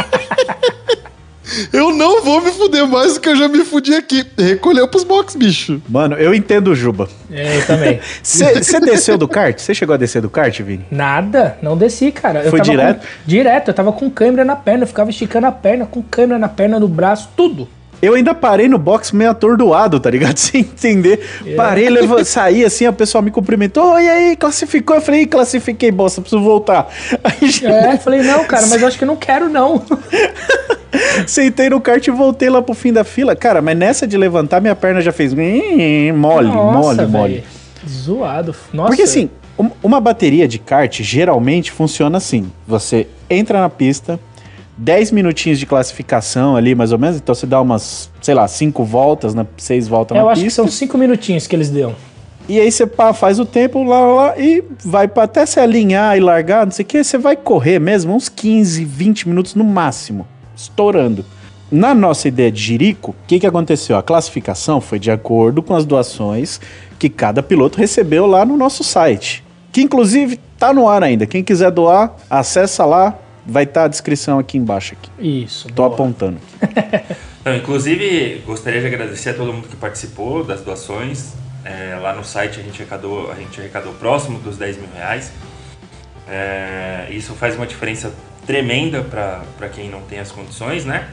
Eu não vou me fuder mais do que eu já me fudi aqui. Recolheu pros box, bicho. Mano, eu entendo o Juba. É, eu também. Você desceu do kart? Você chegou a descer do kart, Vini? Nada, não desci, cara. Eu Foi tava direto? com- direto, eu tava com câimbra na perna, eu ficava esticando a perna, com câimbra na perna, no braço, tudo. Eu ainda parei no box meio atordoado, tá ligado? Sem entender. Parei, levo... saí assim, a pessoa me cumprimentou. E aí, classificou? Eu falei, "Ih, classifiquei, bosta, preciso voltar." Aí já- É, falei, não, cara, mas eu acho que eu não quero, não. sentei no kart e voltei lá pro fim da fila. Cara, mas nessa de levantar, minha perna já fez mole, mole, Nossa, mole. velho. Zoado. Nossa. Porque assim, um- uma bateria de kart geralmente funciona assim. Você entra na pista, dez minutinhos de classificação ali, mais ou menos. Então você dá umas, sei lá, cinco voltas, né, seis voltas eu na acho que pista. são cinco minutinhos que eles deu. E aí você pá, faz o tempo lá, lá, lá e vai pra até se alinhar e largar, não sei o que. Você vai correr mesmo uns quinze, vinte minutos no máximo, estourando. Na nossa ideia de Jerico, o que, que aconteceu? A classificação foi de acordo com as doações que cada piloto recebeu lá no nosso site. Que inclusive tá no ar ainda. Quem quiser doar, acessa lá, vai estar a descrição aqui embaixo. Aqui. Isso. Tô boa. apontando. Então, inclusive, gostaria de agradecer a todo mundo que participou das doações. É, lá no site a gente arrecadou, a gente arrecadou próximo dos dez mil reais. É, isso faz uma diferença tremenda para quem não tem as condições, né?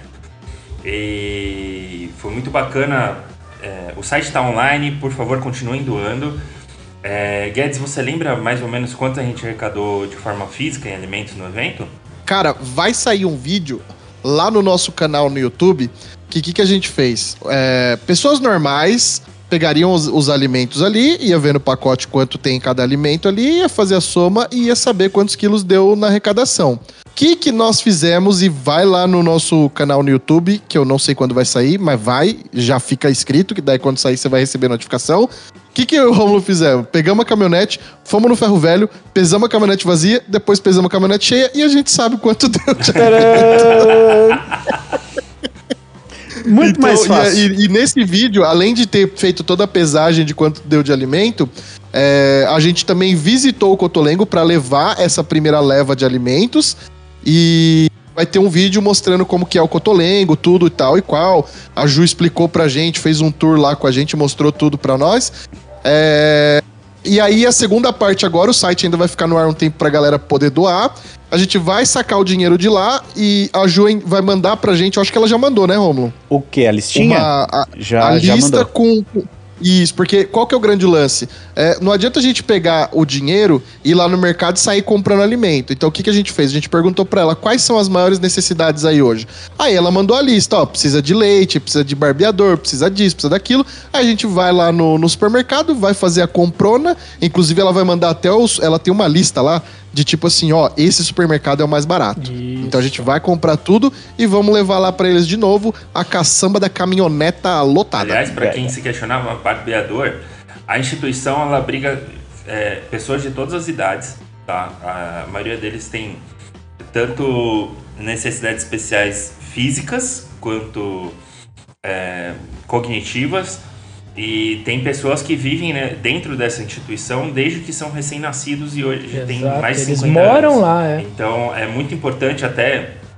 E foi muito bacana. É, o site está online, por favor, continuem doando. É, Guedes, você lembra mais ou menos quanto a gente arrecadou de forma física em alimentos no evento? Cara, vai sair um vídeo lá no nosso canal no YouTube. Que que, que a gente fez? É, pessoas normais pegariam os, os alimentos ali, ia ver no pacote quanto tem em cada alimento ali, ia fazer a soma e ia saber quantos quilos deu na arrecadação. O que que nós fizemos, e vai lá no nosso canal no YouTube, que eu não sei quando vai sair, mas vai, já fica escrito, que daí quando sair você vai receber notificação. O que que eu e o Romulo fizemos? Pegamos a caminhonete, fomos no ferro velho, pesamos a caminhonete vazia, depois pesamos a caminhonete cheia e a gente sabe quanto deu. Muito Então, mais fácil. E, e- e nesse vídeo, além de ter feito toda a pesagem de quanto deu de alimento, é, a gente também visitou o Cotolengo para levar essa primeira leva de alimentos e vai ter um vídeo mostrando como que é o Cotolengo, tudo e tal e qual. A Ju explicou pra gente, fez um tour lá com a gente, mostrou tudo pra nós. É, E aí a segunda parte agora, o site ainda vai ficar no ar um tempo pra galera poder doar. A gente vai sacar o dinheiro de lá e a Ju vai mandar pra gente, eu acho que ela já mandou, né, Rômulo? O que? A listinha? Uma, a, Já- a já lista mandou. com, com- Isso, porque qual que é o grande lance? É, não adianta a gente pegar o dinheiro, ir lá no mercado e sair comprando alimento. Então o que, que a gente fez? A gente perguntou pra ela quais são as maiores necessidades aí hoje. Aí ela mandou a lista, ó, precisa de leite, precisa de barbeador, precisa disso, precisa daquilo. Aí a gente vai lá no, no supermercado, vai fazer a comprona, inclusive ela vai mandar até os... Ela tem uma lista lá de tipo assim, ó, esse supermercado é o mais barato. Isso. Então a gente vai comprar tudo e vamos levar lá pra eles de novo a caçamba da caminhoneta lotada. Aliás, para quem se questionava, barbeador, a instituição ela abriga é, pessoas de todas as idades, tá? A maioria deles tem tanto necessidades especiais físicas quanto é, cognitivas, e tem pessoas que vivem, né, dentro dessa instituição desde que são recém-nascidos e hoje tem Exato, mais de eles cinquenta moram anos. lá, é. Então é muito importante até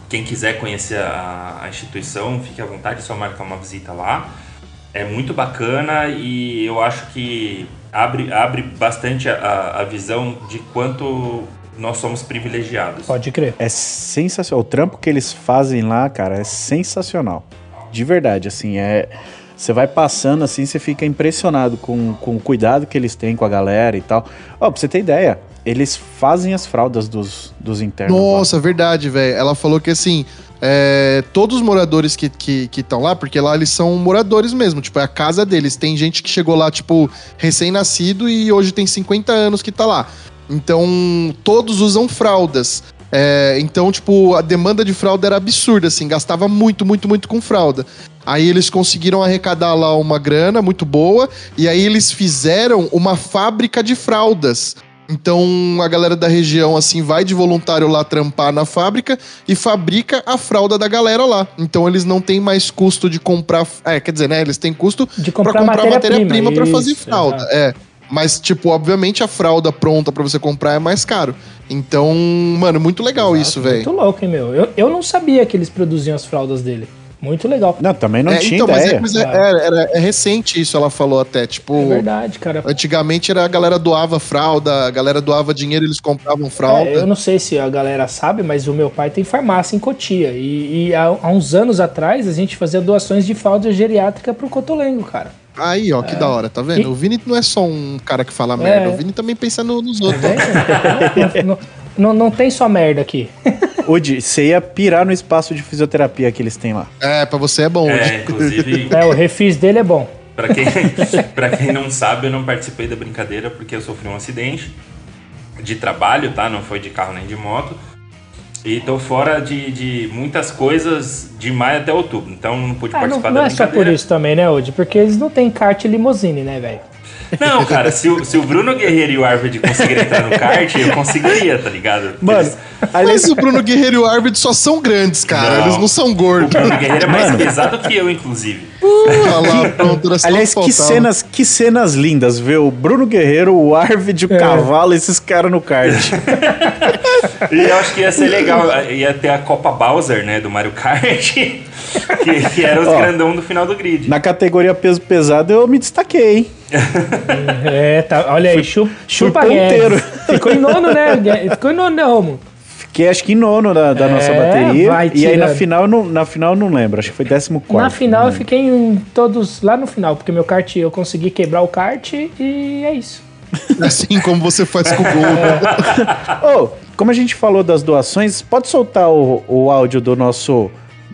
quem quiser conhecer a, a instituição, fique à vontade, é só marcar uma visita lá. É muito bacana e eu acho que abre, abre bastante a, a visão de quanto nós somos privilegiados. Pode crer. É sensacional. O trampo que eles fazem lá, cara, é sensacional. De verdade, assim, é... Você vai passando assim, você fica impressionado com, com o cuidado que eles têm com a galera e tal. Ó, pra você ter ideia, eles fazem as fraldas dos, dos internos. Nossa, lá. Verdade, velho. Ela falou que assim, é, todos os moradores que estão que, que lá, porque lá eles são moradores mesmo, tipo, é a casa deles. Tem gente que chegou lá, tipo, recém-nascido e hoje tem cinquenta anos que tá lá. Então, todos usam fraldas. É, então, tipo, a demanda de fralda era absurda, assim, gastava muito, muito, muito com fralda. Aí eles conseguiram arrecadar lá uma grana muito boa, e aí eles fizeram uma fábrica de fraldas. Então a galera da região, assim, vai de voluntário lá trampar na fábrica e fabrica a fralda da galera lá. Então eles não têm mais custo de comprar... É, quer dizer, né, eles têm custo de comprar, pra comprar matéria-prima matéria pra fazer fralda. Exato. É. Mas, tipo, obviamente a fralda pronta pra você comprar é mais caro. Então, mano, muito legal Exato, isso, velho. Muito louco, hein, meu? Eu, eu não sabia que eles produziam as fraldas dele. Muito legal. Não, também não é, tinha então, ideia. Mas, é, mas é, é, é, é recente isso, ela falou até, tipo... É verdade, cara. Antigamente era a galera doava fralda, a galera doava dinheiro, eles compravam fralda. É, eu não sei se a galera sabe, mas o meu pai tem farmácia em Cotia. E, e há, há uns anos atrás, a gente fazia doações de fralda geriátrica pro Cotolengo, cara. Aí, ó, que é. da hora, tá vendo? E... O Vini não é só um cara que fala é. merda, o Vini também pensa no, nos outros. É, não, não, não tem só merda aqui. Udi, você ia pirar no espaço de fisioterapia que eles têm lá. É, pra você é bom, Udi. É, inclusive... É, o refis dele é bom. Pra quem, pra quem não sabe, eu não participei da brincadeira porque eu sofri um acidente de trabalho, tá? Não foi de carro nem de moto. E tô fora de, de muitas coisas de maio até outubro, então não pude ah, participar não, da não brincadeira. Não é só por isso também, né, Udi? Porque eles não têm kart e limousine, né, velho? Não, cara, se o, se o Bruno Guerreiro e o Arvid conseguirem entrar no kart, eu conseguiria, tá ligado? Mano, eles... aliás, o Bruno Guerreiro e o Arvid só são grandes, cara. Não, eles não são gordos. O Bruno Guerreiro é mais Mano. pesado que eu, inclusive. Uh, lá, pronto, aliás, que cenas, que cenas lindas, ver o Bruno Guerreiro, o Arvid, o é. cavalo, esses caras no kart. E eu acho que ia ser legal, ia ter a Copa Bowser, né, do Mario Kart, que, que era os Ó, grandão do final do grid. Na categoria peso pesado eu me destaquei, hein? É, tá, olha aí, chupa, chupa ponteiro. Ficou em nono, né? Ficou em nono, né, Romo? Fiquei acho que em nono da, da é, nossa bateria. Vai, e aí na final, eu não, na final eu não lembro, acho que foi décimo quarto. Na final eu fiquei em todos lá no final, porque meu kart, eu consegui quebrar o kart e é isso. Assim como você faz com o gol. É. Oh, como a gente falou das doações, pode soltar o, o áudio do nosso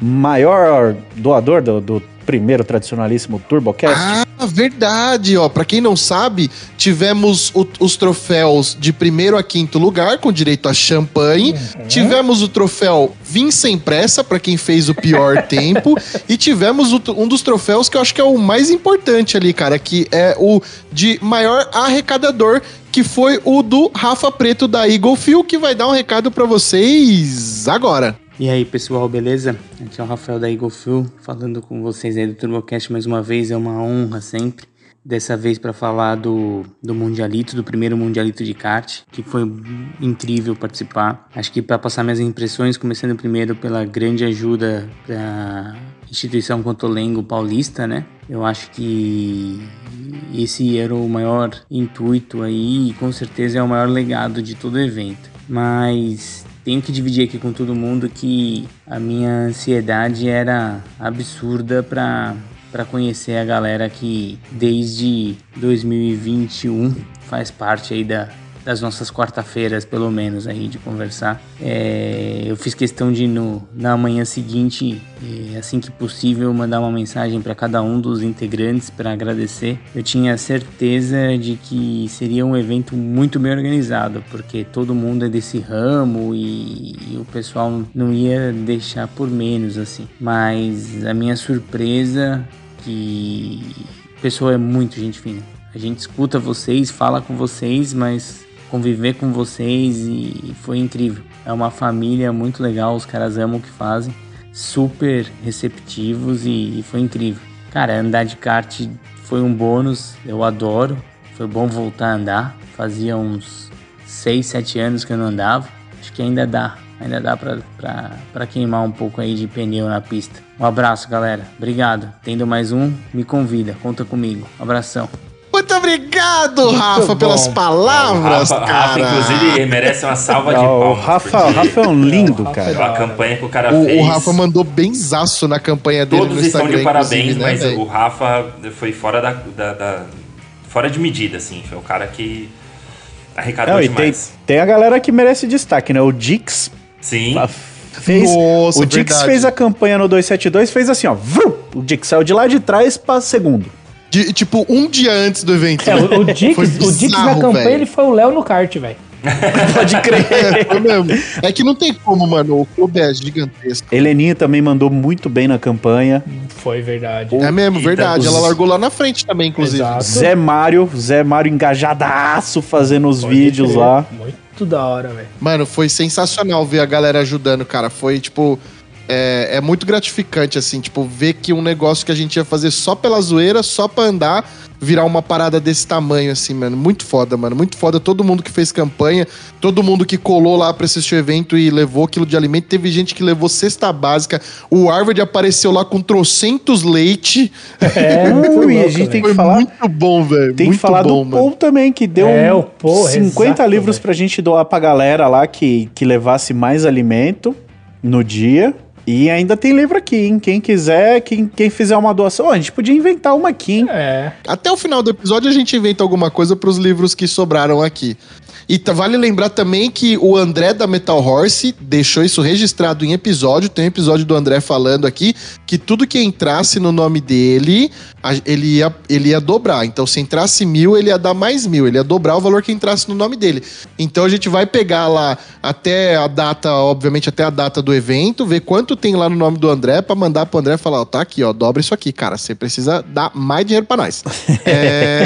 maior doador do, do primeiro tradicionalíssimo TurboCast? Ah, verdade, ó. Pra quem não sabe, tivemos o, os troféus de primeiro a quinto lugar, com direito a champanhe. Uhum. Tivemos o troféu Vim Sem Pressa, pra quem fez o pior tempo. E tivemos o, um dos troféus que eu acho que é o mais importante ali, cara, que é o de maior arrecadador, que foi o do Rafa Preto da Eagle Fuel, que vai dar um recado pra vocês agora. E aí, pessoal, beleza? Aqui é o Rafael da Eagle Fuel, falando com vocês aí do TurboCast mais uma vez, é uma honra sempre. Dessa vez para falar do, do Mundialito, do primeiro Mundialito de kart, que foi incrível participar. Acho que para passar minhas impressões, começando primeiro pela grande ajuda da instituição Cotolengo Paulista, né? Eu acho que esse era o maior intuito aí e com certeza é o maior legado de todo o evento. Mas tenho que dividir aqui com todo mundo que a minha ansiedade era absurda para para conhecer a galera que desde dois mil e vinte e um faz parte aí da, das nossas quarta-feiras, pelo menos, aí de conversar. É, eu fiz questão de, no, na manhã seguinte, assim que possível, mandar uma mensagem para cada um dos integrantes para agradecer. Eu tinha certeza de que seria um evento muito bem organizado, porque todo mundo é desse ramo e, e o pessoal não ia deixar por menos, assim. Mas a minha surpresa que a pessoa é muito gente fina. A gente escuta vocês, fala com vocês, mas conviver com vocês e foi incrível. É uma família muito legal, os caras amam o que fazem, super receptivos e, e foi incrível. Cara, andar de kart foi um bônus, eu adoro, foi bom voltar a andar. Fazia uns seis, sete anos que eu não andava, acho que ainda dá, Ainda dá pra, pra, pra queimar um pouco aí de pneu na pista. Um abraço, galera. Obrigado. Tendo mais um, me convida. Conta comigo. Um abração. Muito obrigado, Rafa, bom. pelas palavras, Rafa, cara. Rafa, inclusive, merece uma salva de Não, o palmas. Rafa, o porque Rafa é um lindo, Rafa é cara. A campanha que o cara O, fez. o Rafa mandou benzaço na campanha dele Todos no estão Instagram. de parabéns, inclusive, mas né, velho? o Rafa foi fora da, da- da- fora de medida, assim. Foi o cara que arrecadou Não, e tem, demais. tem a galera que merece destaque, né? O Dix Sim. fez. Nossa, o Dix verdade. fez a campanha no duzentos e setenta e dois, fez assim, ó. Vrum, o Dix saiu de lá de trás pra segundo. De- tipo, um dia antes do evento. É, né? o, o Dix, Foi o Dix na bizarro, campanha, velho. ele foi o Léo no kart, velho. Pode crer. É, foi mesmo. É que não tem como, mano. O clube é gigantesco. Heleninha também mandou muito bem na campanha. Foi verdade. É mesmo, Eita, verdade. os- Ela largou lá na frente também, inclusive. Exato. Zé Mário, Zé Mário engajadaço fazendo os Pode vídeos crer. lá. Muito da hora, velho. Mano, foi sensacional ver a galera ajudando, cara. Foi, tipo... É, é muito gratificante, assim, tipo, ver que um negócio que a gente ia fazer só pela zoeira, só pra andar, virar uma parada desse tamanho, assim, mano. Muito foda, mano. Muito foda. Todo mundo que fez campanha, todo mundo que colou lá pra assistir o evento e levou quilo de alimento. Teve gente que levou cesta básica. O Harvard apareceu lá com trocentos leite. É, muito Uh, e a louco, gente tem velho. que Foi falar. muito bom, velho. Tem muito que falar bom, do mano. Paul também, que deu É, um o Paul, cinquenta exato, livros velho. pra gente doar pra galera lá que, que levasse mais alimento no dia. E ainda tem livro aqui, hein? Quem quiser, quem, quem fizer uma doação, ó, a gente podia inventar uma aqui, hein? É. Até o final do episódio a gente inventa alguma coisa pros livros que sobraram aqui. E tá- vale lembrar também que o André da Metal Horse deixou isso registrado em episódio. Tem um episódio do André falando aqui que tudo que entrasse no nome dele, a- ele ia, ele ia dobrar. Então, se entrasse mil, ele ia dar mais mil. Ele ia dobrar o valor que entrasse no nome dele. Então, a gente vai pegar lá até a data, obviamente, até a data do evento, ver quanto tem lá no nome do André pra mandar pro André falar, ó, tá aqui, ó, dobra isso aqui, cara. Você precisa dar mais dinheiro pra nós. É...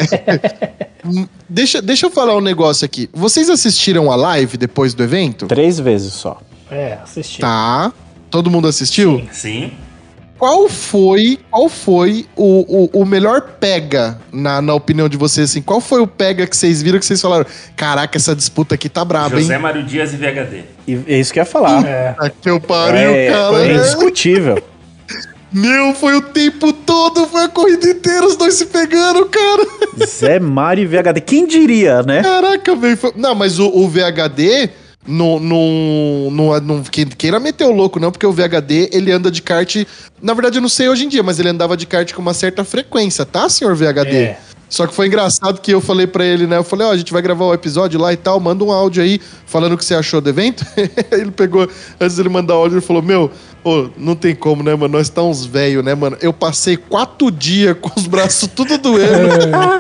Deixa, deixa eu falar um negócio aqui. Vocês assistiram a live depois do evento? Três vezes só. É, assisti. Tá. Todo mundo assistiu? Sim. Qual foi, qual foi o, o, o melhor pega, na, na opinião de vocês, assim? Qual foi o pega que vocês viram que vocês falaram? Caraca, essa disputa aqui tá braba, José hein? Mário Dias e V H D. E é isso que eu ia falar. É. Aqui eu pariu, é, cara. é indiscutível. Meu, foi o tempo todo, foi a corrida inteira, os dois se pegando, cara. Zé Mário e V H D. Quem diria, né? Caraca, velho. foi- Não, mas o, o V H D... Não, não, não, não que- queira meter o louco, não, porque o V H D, ele anda de kart... Na verdade, eu não sei hoje em dia, mas ele andava de kart com uma certa frequência, tá, senhor V H D? É. Só que foi engraçado que eu falei pra ele, né? Eu falei, ó, a gente vai gravar o episódio lá e tal, manda um áudio aí falando o que você achou do evento. Ele pegou, antes dele mandar o áudio, ele falou, meu, ô, não tem como, né, mano? Nós tá uns velhos, né, mano? Eu passei quatro dias com os braços tudo doendo.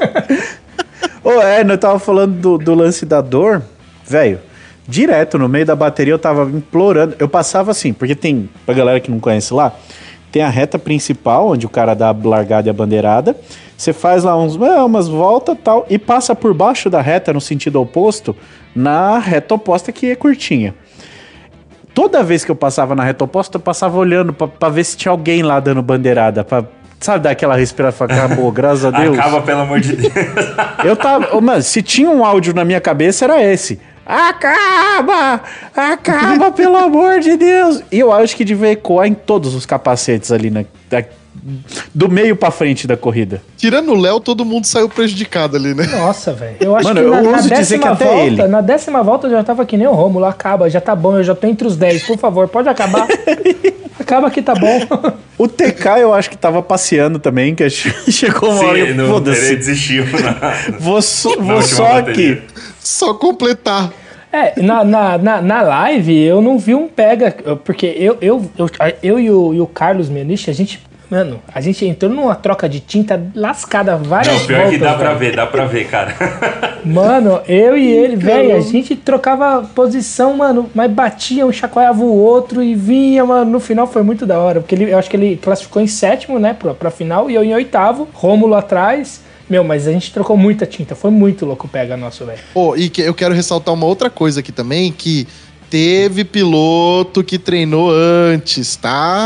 Ô, é, eu tava falando do, do lance da dor, velho. Direto, no meio da bateria, eu tava implorando. Eu passava assim, porque tem, pra galera que não conhece lá, tem a reta principal, onde o cara dá a largada e a bandeirada. Você faz lá uns, ah, umas voltas e tal, e passa por baixo da reta, no sentido oposto, na reta oposta, que é curtinha. Toda vez que eu passava na reta oposta, eu passava olhando pra, pra ver se tinha alguém lá dando bandeirada, pra, sabe, dar aquela respiração, acabou, graças a Deus. Acaba, pelo amor de Deus. Eu tava. Ô, mano, se tinha um áudio na minha cabeça, era esse. Acaba! Acaba, pelo amor de Deus! E eu acho que devia ecoar em todos os capacetes ali, na, da- do meio pra frente da corrida. Tirando o Léo, todo mundo saiu prejudicado ali, né? Nossa, velho. Eu acho Mano, que eu na, na ouso dizer décima que até volta, ele. na décima volta eu já tava que nem o Rômulo. Acaba, já tá bom, eu já tô entre os dez. Por favor, pode acabar. Acaba que tá bom. O T K eu acho que tava passeando também, que chegou uma hora Sim, e não, ele foda-se. desistiu. Na, Vou, so- na vou última só bateria. aqui. Só completar. É, na, na, na, na live eu não vi um pega, porque eu, eu, eu, eu e, o, e o Carlos Menich, a gente, mano, a gente entrou numa troca de tinta lascada várias Não, pior voltas. que dá pra velho. ver, dá pra ver, cara. Mano, eu e ele, velho, a gente trocava posição, mano, mas batia, um chacoalhava o outro e vinha, mano, no final foi muito da hora, porque ele, eu acho que ele classificou em sétimo, né, pra, pra final, e eu em oitavo, Rômulo atrás. Meu, mas a gente trocou muita tinta, foi muito louco o pega nosso, velho. Pô, e que eu quero ressaltar uma outra coisa aqui também, que teve piloto que treinou antes, tá?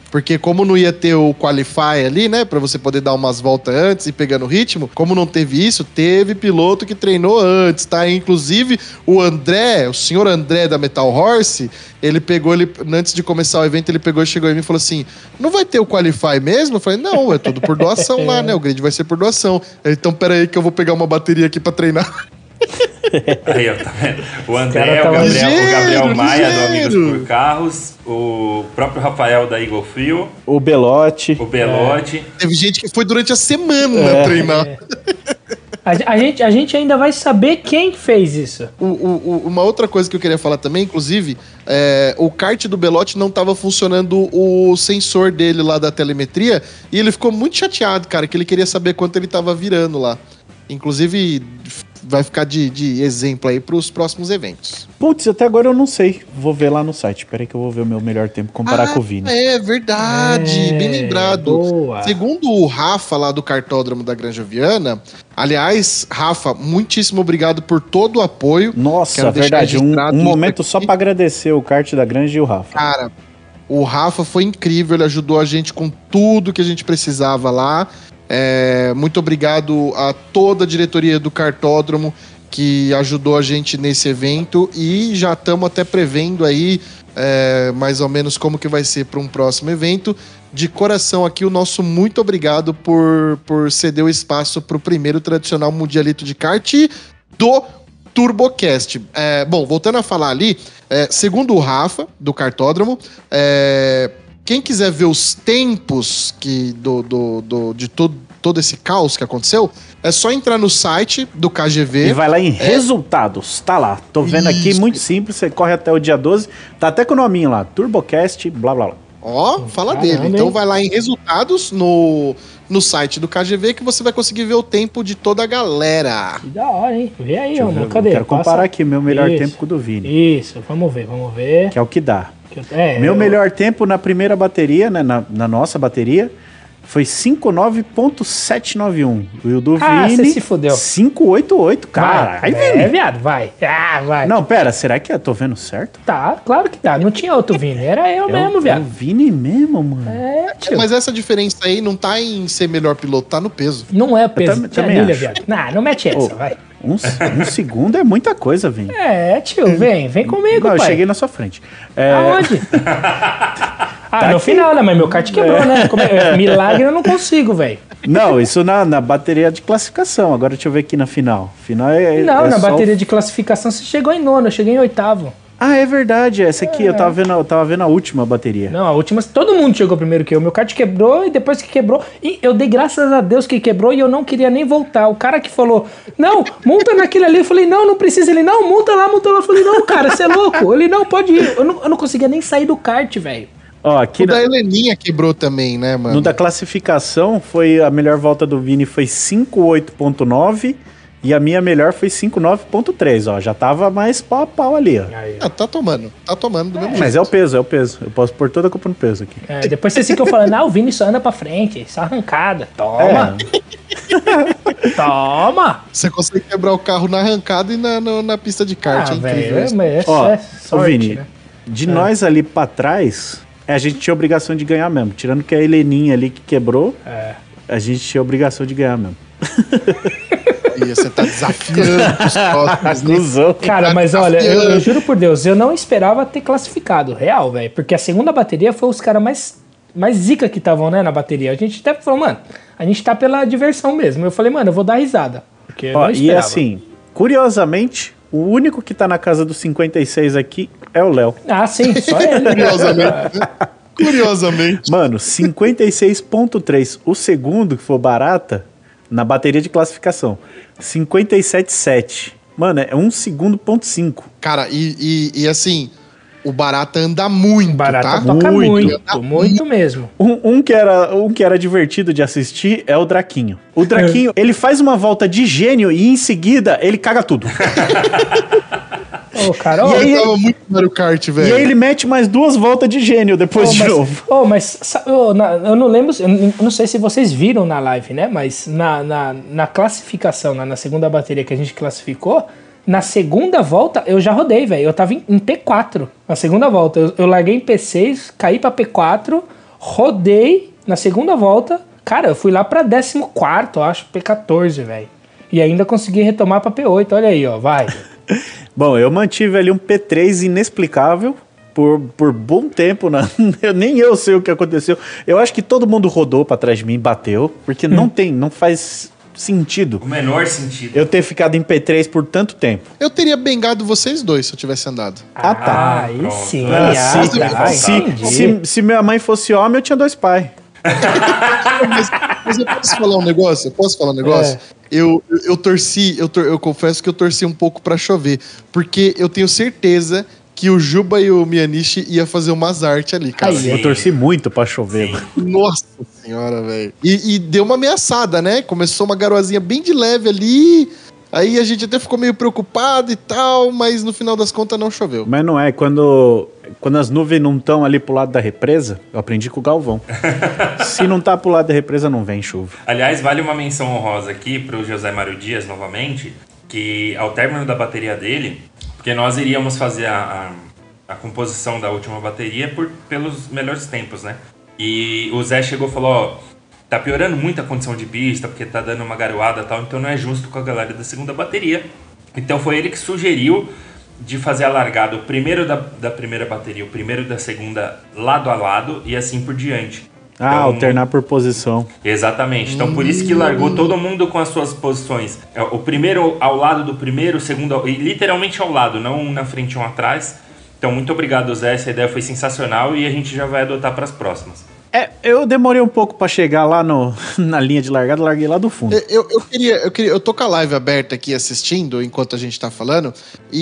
porque como não ia ter o Qualify ali, né, pra você poder dar umas voltas antes e pegando ritmo, como não teve isso, teve piloto que treinou antes, tá? Inclusive, o André, o senhor André da Metal Horse, ele pegou, ele, antes de começar o evento, ele pegou e chegou em mim e falou assim, não vai ter o Qualify mesmo? Eu falei, não, é tudo por doação lá, né, o grid vai ser por doação. Então, pera aí que eu vou pegar uma bateria aqui pra treinar. Aí, ó, tá vendo? O André, o Gabriel, ligeiro, o Gabriel Maia ligeiro. do Amigos por Carros, o próprio Rafael da Eagle Fuel, o Belotti. O Belotti. É. Teve gente que foi durante a semana é. treinar. É. A, a, gente, a gente ainda vai saber quem fez isso. O, o, uma outra coisa que eu queria falar também, inclusive, é, o kart do Belotti não estava funcionando o sensor dele lá da telemetria e ele ficou muito chateado, cara, que ele queria saber quanto ele estava virando lá. Inclusive, vai ficar de, de exemplo aí para os próximos eventos. Putz, até agora eu não sei. Vou ver lá no site. Peraí que eu vou ver o meu melhor tempo, comparar ah, com o Vini. É verdade, é, bem lembrado. Boa. Segundo o Rafa lá do Kartódromo da Granja Viana, aliás, Rafa, muitíssimo obrigado por todo o apoio. Nossa, verdade. Um, um momento só para agradecer o kart da Granja e o Rafa. Cara, o Rafa foi incrível, ele ajudou a gente com tudo que a gente precisava lá. É, muito obrigado a toda a diretoria do Kartódromo que ajudou a gente nesse evento e já estamos até prevendo aí é, mais ou menos como que vai ser para um próximo evento. De coração aqui o nosso muito obrigado por, por ceder o espaço para o primeiro tradicional mundialito de kart do TurboCast. É, bom, voltando a falar ali, é, segundo o Rafa do Kartódromo, é, quem quiser ver os tempos que do, do, do, de todo, todo esse caos que aconteceu, é só entrar no site do K G V. E vai lá em é... resultados, tá lá. Tô vendo Isso. aqui, muito simples, você corre até o dia doze, tá até com o nominho lá, TurboCast, blá blá blá. Ó, fala Caramba, dele. Então hein? vai lá em resultados no, no site do K G V que você vai conseguir ver o tempo de toda a galera. Que da hora, hein? Vê aí, ó, cadê? Quero Passa. comparar aqui meu melhor Isso. tempo com o do Vini. Isso, vamos ver, vamos ver. Que é o que dá. É, Meu eu... melhor tempo na primeira bateria, né, na, na nossa bateria, foi cinco nove ponto sete nove um. E o do ah, Vini, você se fudeu. cinco oito oito, cara. Vai, é, viado, vai. Ah, vai. Não, pera, será que eu tô vendo certo? Tá, claro que tá. Não tinha outro Vini, era eu é mesmo, o, viado. É o Vini mesmo, mano. É, tio. Mas essa diferença aí não tá em ser melhor piloto, tá no peso. Não é o peso. Eu também Anilha, acho. viado. Não, não mete essa, oh, vai. Um, um segundo é muita coisa, Vini. É, tio, vem, vem comigo, não, pai. Eu cheguei na sua frente. É... Aonde? Ah, tá no aqui. final, né? Mas meu kart quebrou, é. né? Como é? Milagre eu não consigo, velho. Não, isso na, na bateria de classificação. Agora deixa eu ver aqui na final. Final é. Não, é na só... bateria de classificação você chegou em nono, eu cheguei em oitavo. Ah, é verdade. Essa aqui é. eu, tava vendo, eu tava vendo a última bateria. Não, a última, todo mundo chegou primeiro que eu. Meu kart quebrou e depois que quebrou. E eu dei graças a Deus que quebrou e eu não queria nem voltar. O cara que falou, não, multa naquele ali. Eu falei, não, não precisa. Ele, não, multa lá, multa lá. Eu falei, não, cara, você é louco. Ele, não, pode ir. Eu não, eu não conseguia nem sair do kart, velho. Ó, aqui o na... da Heleninha quebrou também, né, mano? No da classificação, foi a melhor volta do Vini foi cinco oito ponto nove e a minha melhor foi cinco nove ponto três, ó. Já tava mais pau a pau ali, ó. Ah, tá tomando, tá tomando do é. mesmo Mas jeito. é o peso, é o peso. Eu posso pôr toda a culpa no peso aqui. É, depois vocês ficam falando, ah, o Vini só anda pra frente, só arrancada. Toma! É. Toma! Você consegue quebrar o carro na arrancada e na, na, na pista de kart, ah, é incrível. Véio, é, ó, é sorte, Vini, né? de é. nós ali pra trás... A gente tinha obrigação de ganhar mesmo. Tirando que a Heleninha ali que quebrou, é. a gente tinha obrigação de ganhar mesmo. E você tá desafiando os próximos. Né? Cara, tá mas olha, eu, eu juro por Deus, eu não esperava ter classificado, real, velho. Porque a segunda bateria foi os caras mais, mais zica que estavam, né, na bateria. A gente até falou, mano, a gente tá pela diversão mesmo. Eu falei, mano, eu vou dar risada. Porque eu Ó, não esperava. E assim, curiosamente, o único que tá na casa dos cinquenta e seis aqui é o Léo. Ah, sim, só ele. Curiosamente. Curiosamente. Mano, cinquenta e seis ponto três. O segundo, que for barata, na bateria de classificação, cinquenta e sete ponto sete. Mano, é um segundo ponto cinco. Cara, e, e, e assim, o Barata anda muito, Barata tá? toca muito, muito, muito, muito mesmo. Um, um, que era, um que era divertido de assistir é o Draquinho. O Draquinho, ele faz uma volta de gênio e em seguida ele caga tudo. Ô, cara, e ó, aí tava muito Mario Kart, velho. E aí ele mete mais duas voltas de gênio depois oh, de mas, novo. Oh, mas oh, na, eu não lembro, eu não sei se vocês viram na live, né? Mas na, na, na classificação, na, na segunda bateria que a gente classificou, na segunda volta eu já rodei, velho. Eu tava em, em P quatro na segunda volta. Eu, eu larguei em P seis, caí pra P quatro, Rodei na segunda volta. Cara, eu fui lá pra décimo quarto, acho, P quatorze, velho. E ainda consegui retomar pra P oito, olha aí, ó, vai. Bom, eu mantive ali um P três inexplicável por, por bom tempo, né? eu, nem eu sei o que aconteceu. Eu acho que todo mundo rodou pra trás de mim e bateu, porque hum. não tem, não faz sentido. O menor sentido. Eu ter ficado em P três por tanto tempo. Eu teria bengado vocês dois se eu tivesse andado. Ah, tá. Ah, aí sim. Ah, ah, se, tá, se, se, se minha mãe fosse homem, eu tinha dois pais. mas, mas eu posso falar um negócio? Eu posso falar um negócio? É. Eu, eu, eu torci, eu, tor, eu confesso que eu torci um pouco pra chover, porque eu tenho certeza que o Juba e o Mianishi ia fazer umas artes ali, cara. Aí, eu torci muito pra chover. Nossa senhora, velho. E, e deu uma ameaçada, né? Começou uma garoazinha bem de leve ali. Aí a gente até ficou meio preocupado e tal, mas no final das contas não choveu. Mas não é, quando, quando as nuvens não estão ali pro lado da represa, eu aprendi com o Galvão. Se não tá pro lado da represa, não vem chuva. Aliás, vale uma menção honrosa aqui pro José Mário Dias, novamente, que ao término da bateria dele, porque nós iríamos fazer a, a, a composição da última bateria por, pelos melhores tempos, né? E o Zé chegou e falou, ó, tá piorando muito a condição de pista, porque tá dando uma garoada e tal, então não é justo com a galera da segunda bateria. Então foi ele que sugeriu de fazer a largada, o primeiro da, da primeira bateria, o primeiro da segunda, lado a lado, e assim por diante. Ah, então, alternar por posição. Exatamente. Então por isso que largou todo mundo com as suas posições. O primeiro ao lado do primeiro, o segundo, ao, e literalmente ao lado, não um na frente e um atrás. Então muito obrigado, Zé, essa ideia foi sensacional e a gente já vai adotar para as próximas. É, eu demorei um pouco pra chegar lá no, na linha de largada, larguei lá do fundo. Eu, eu, queria, eu queria, eu tô com a live aberta aqui assistindo enquanto a gente tá falando,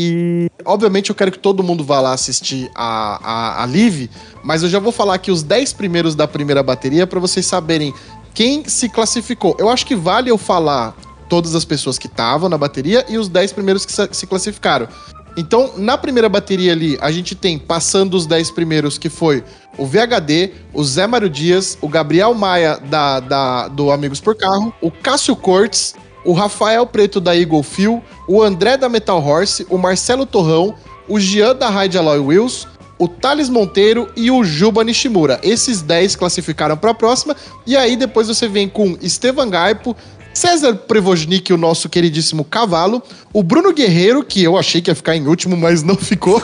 e obviamente eu quero que todo mundo vá lá assistir a, a, a live, mas eu já vou falar aqui os dez primeiros da primeira bateria pra vocês saberem quem se classificou. Eu acho que vale eu falar todas as pessoas que estavam na bateria e os dez primeiros que se classificaram. Então, na primeira bateria ali, a gente tem, passando os dez primeiros, que foi o V H D, o Zé Mário Dias, o Gabriel Maia, da, da, do Amigos por Carro, o Cássio Cortes, o Rafael Preto, da Eagle Fuel, o André, da Metal Horse, o Marcelo Torrão, o Jean, da Ride Alloy Wheels, o Thales Monteiro e o Juba Nishimura. Esses dez classificaram para a próxima, e aí depois você vem com Estevan Gaipo, César Prevoznik, o nosso queridíssimo cavalo, o Bruno Guerreiro, que eu achei que ia ficar em último, mas não ficou,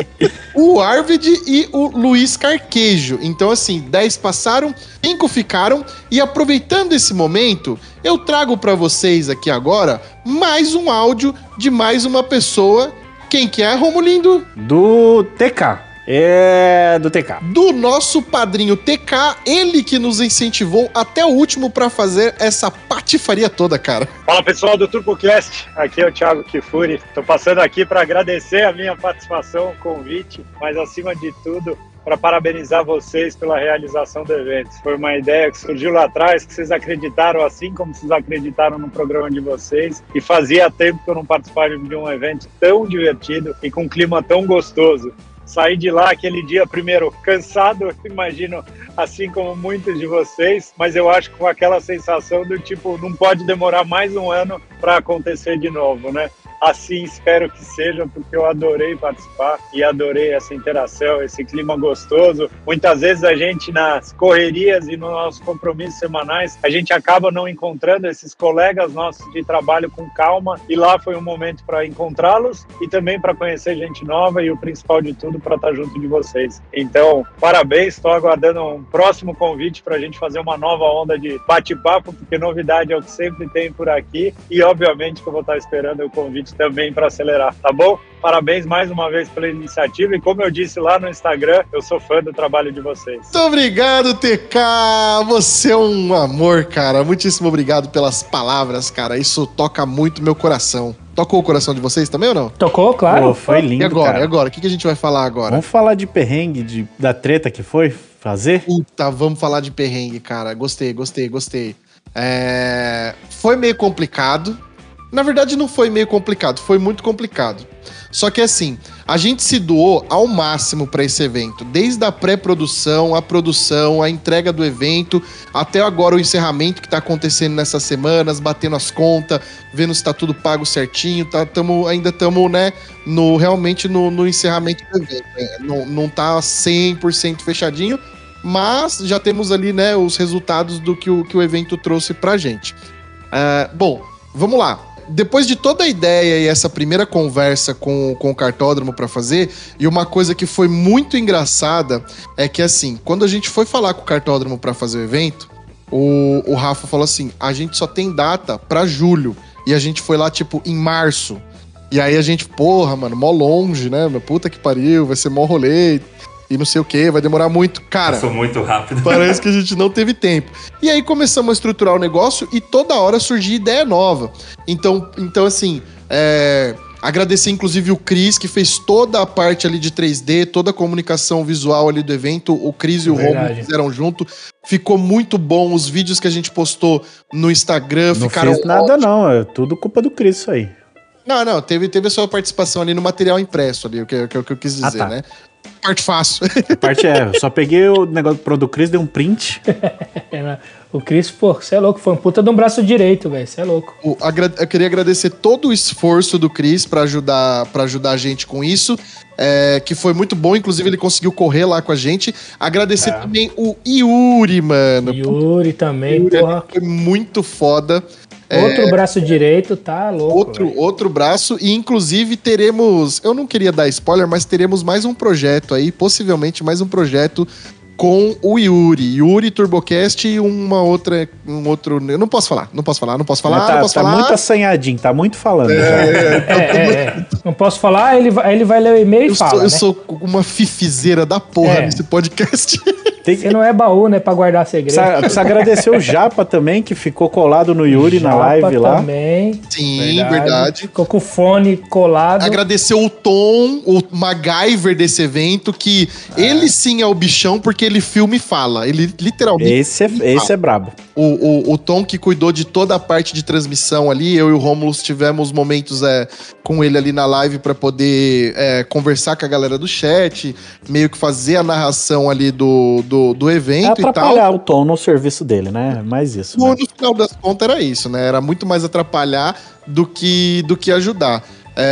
o Arvid e o Luiz Carquejo. Então, assim, dez passaram, cinco ficaram, e aproveitando esse momento, eu trago para vocês aqui agora mais um áudio de mais uma pessoa. Quem que é, Romulindo? Do T K. É do T K. Do nosso padrinho T K, ele que nos incentivou até o último pra fazer essa patifaria toda, cara. Fala pessoal do TurboCast, aqui é o Thiago Kifuri. Tô passando aqui para agradecer a minha participação, o convite, mas acima de tudo, para parabenizar vocês pela realização do evento. Foi uma ideia que surgiu lá atrás, que vocês acreditaram assim como vocês acreditaram no programa de vocês, e fazia tempo que eu não participava de um evento tão divertido e com um clima tão gostoso. Saí de lá aquele dia, primeiro, cansado, imagino, assim como muitos de vocês, mas eu acho que com aquela sensação do tipo, não pode demorar mais um ano para acontecer de novo, né? Assim espero que seja, porque eu adorei participar e adorei essa interação, esse clima gostoso. Muitas vezes a gente, nas correrias e nos nossos compromissos semanais, a gente acaba não encontrando esses colegas nossos de trabalho com calma, e lá foi um momento para encontrá-los e também para conhecer gente nova, e o principal de tudo, para estar junto de vocês. Então, parabéns, estou aguardando um próximo convite para a gente fazer uma nova onda de bate-papo, porque novidade é o que sempre tem por aqui, e obviamente que eu vou estar esperando o convite também para acelerar, tá bom? Parabéns mais uma vez pela iniciativa, e como eu disse lá no Instagram, eu sou fã do trabalho de vocês. Muito obrigado, T K! Você é um amor, cara. Muitíssimo obrigado pelas palavras, cara. Isso toca muito meu coração. Tocou o coração de vocês também ou não? Tocou, claro. Pô, foi lindo, E agora? cara. E agora? O que, que a gente vai falar agora? Vamos falar de perrengue, de, da treta que foi fazer? Puta, vamos falar de perrengue, cara. Gostei, gostei, gostei. É... Foi meio complicado. Na verdade, não foi meio complicado, foi muito complicado. Só que assim, a gente se doou ao máximo para esse evento, desde a pré-produção, a produção, a entrega do evento, até agora o encerramento que tá acontecendo nessas semanas, batendo as contas, vendo se tá tudo pago certinho, tá, tamo, ainda estamos, né, no, realmente no, no encerramento do evento. Né? Não, não tá cem por cento fechadinho, mas já temos ali, né, os resultados do que o, que o evento trouxe pra gente. Uh, bom, vamos lá. Depois de toda a ideia e essa primeira conversa com, com o cartódromo para fazer, e uma coisa que foi muito engraçada é que, assim, quando a gente foi falar com o cartódromo para fazer o evento, o, o Rafa falou assim, a gente só tem data para julho, e a gente foi lá, tipo, em março. E aí a gente, porra, mano, mó longe, né? Puta que pariu, vai ser mó rolê e não sei o que, vai demorar muito. Cara, passou muito rápido. Parece que a gente não teve tempo. E aí começamos a estruturar o negócio e toda hora surgia ideia nova. Então, então assim, é, agradecer inclusive o Cris, que fez toda a parte ali de três D, toda a comunicação visual ali do evento. O Cris e o Romulo fizeram junto. Ficou muito bom. Os vídeos que a gente postou no Instagram não ficaram fez nada ótimos. Não, é tudo culpa do Cris isso aí. Não, não, teve, teve a sua participação ali no material impresso ali, o que, o que, o que eu quis dizer, ah, tá. né? Parte fácil. A parte é, eu só peguei o negócio do produto Cris, dei um print. O Cris, pô, você é louco, foi um puta de um braço direito, velho, você é louco. O, agra- eu queria agradecer todo o esforço do Cris pra ajudar, pra ajudar a gente com isso, é, que foi muito bom, inclusive ele conseguiu correr lá com a gente. Agradecer é. também o Yuri, mano. Yuri também, Yuri porra. Foi muito foda. Outro é, braço direito, tá louco. Outro, outro braço, e inclusive teremos, eu não queria dar spoiler, mas teremos mais um projeto aí, possivelmente mais um projeto com o Yuri. Yuri, Turbocast e uma outra, um outro, eu não posso falar, não posso falar, não posso falar, tá, não posso tá falar. muito assanhadinho, tá muito falando. É, é, é, é, não posso falar, ele vai, ele vai ler o e-mail eu e fala, sou, né? Eu sou uma fifizeira da porra é. nesse podcast. Tem... Você não é baú, né, pra guardar segredo. Precisa, precisa agradecer o Japa também, que ficou colado no Yuri Japa na live lá. também. Sim, verdade. verdade. Ficou com o fone colado. Agradecer o Tom, o MacGyver desse evento, que ah. ele sim é o bichão, porque ele filma e fala. Ele literalmente... Esse é, esse é brabo. O, o, o Tom que cuidou de toda a parte de transmissão ali, eu e o Rômulo tivemos momentos é, com ele ali na live pra poder é, conversar com a galera do chat, meio que fazer a narração ali do, do, do evento é e tal. Atrapalhar o Tom no serviço dele, né? Mais isso. No, né? no final das contas era isso, né? Era muito mais atrapalhar do que, do que ajudar.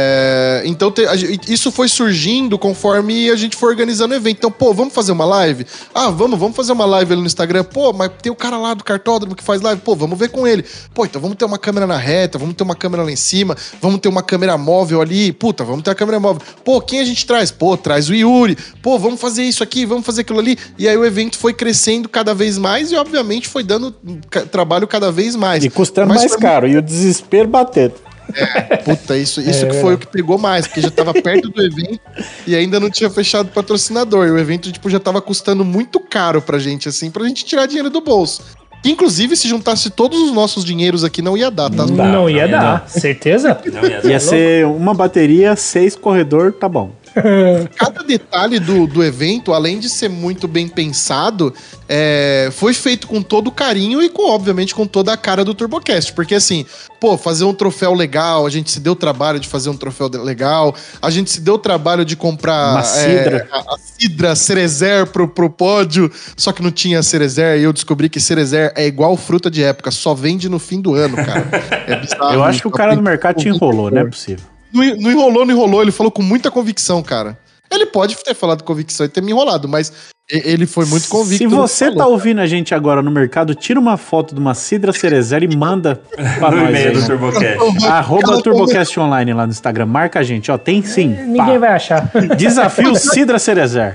É, então te, a, isso foi surgindo conforme a gente foi organizando o evento. Então, pô, vamos fazer uma live? Ah, vamos, vamos fazer uma live ali no Instagram. Pô, mas tem o cara lá do cartódromo que faz live. Pô, vamos ver com ele. Pô, então vamos ter uma câmera na reta, vamos ter uma câmera lá em cima, vamos ter uma câmera móvel ali. Puta, vamos ter a câmera móvel. Pô, quem a gente traz? Pô, traz o Yuri. Pô, vamos fazer isso aqui, vamos fazer aquilo ali. E aí o evento foi crescendo cada vez mais e, obviamente, foi dando ca- trabalho cada vez mais. E custando mas mais caro. Muito... E o desespero batendo. É, puta, isso, isso é, que foi o que pegou mais, porque já tava perto do evento e ainda não tinha fechado o patrocinador. E o evento, tipo, já tava custando muito caro pra gente, assim, pra gente tirar dinheiro do bolso. Inclusive, se juntasse todos os nossos dinheiros aqui, não ia dar, tá? Não, não ia não, dar, não. Certeza? Não ia dar. Ia ser uma bateria, seis corredor, tá bom. Cada detalhe do, do evento, além de ser muito bem pensado, é, foi feito com todo carinho e, com, obviamente, com toda a cara do Turbocast. Porque, assim, pô, fazer um troféu legal, a gente se deu o trabalho de fazer um troféu legal, a gente se deu o trabalho de comprar uma cidra. É, a, a cidra Cerezer pro, pro pódio, só que não tinha Cerezer e eu descobri que Cerezer é igual fruta de época, só vende no fim do ano, cara. É bizarro. Eu acho que o cara do mercado te enrolou, não é possível. Não, não enrolou, não enrolou. Ele falou com muita convicção, cara. Ele pode ter falado convicção e ter me enrolado, mas ele foi muito convicto. Se você tá ouvindo a gente agora no mercado, tira uma foto de uma cidra Cerezer e manda pra no nós. E-mail aí, do né? Turbocast. Arroba Turbocast Online lá no Instagram. Marca a gente, ó. Tem sim. É, ninguém vai achar. Desafio Cidra Cerezer.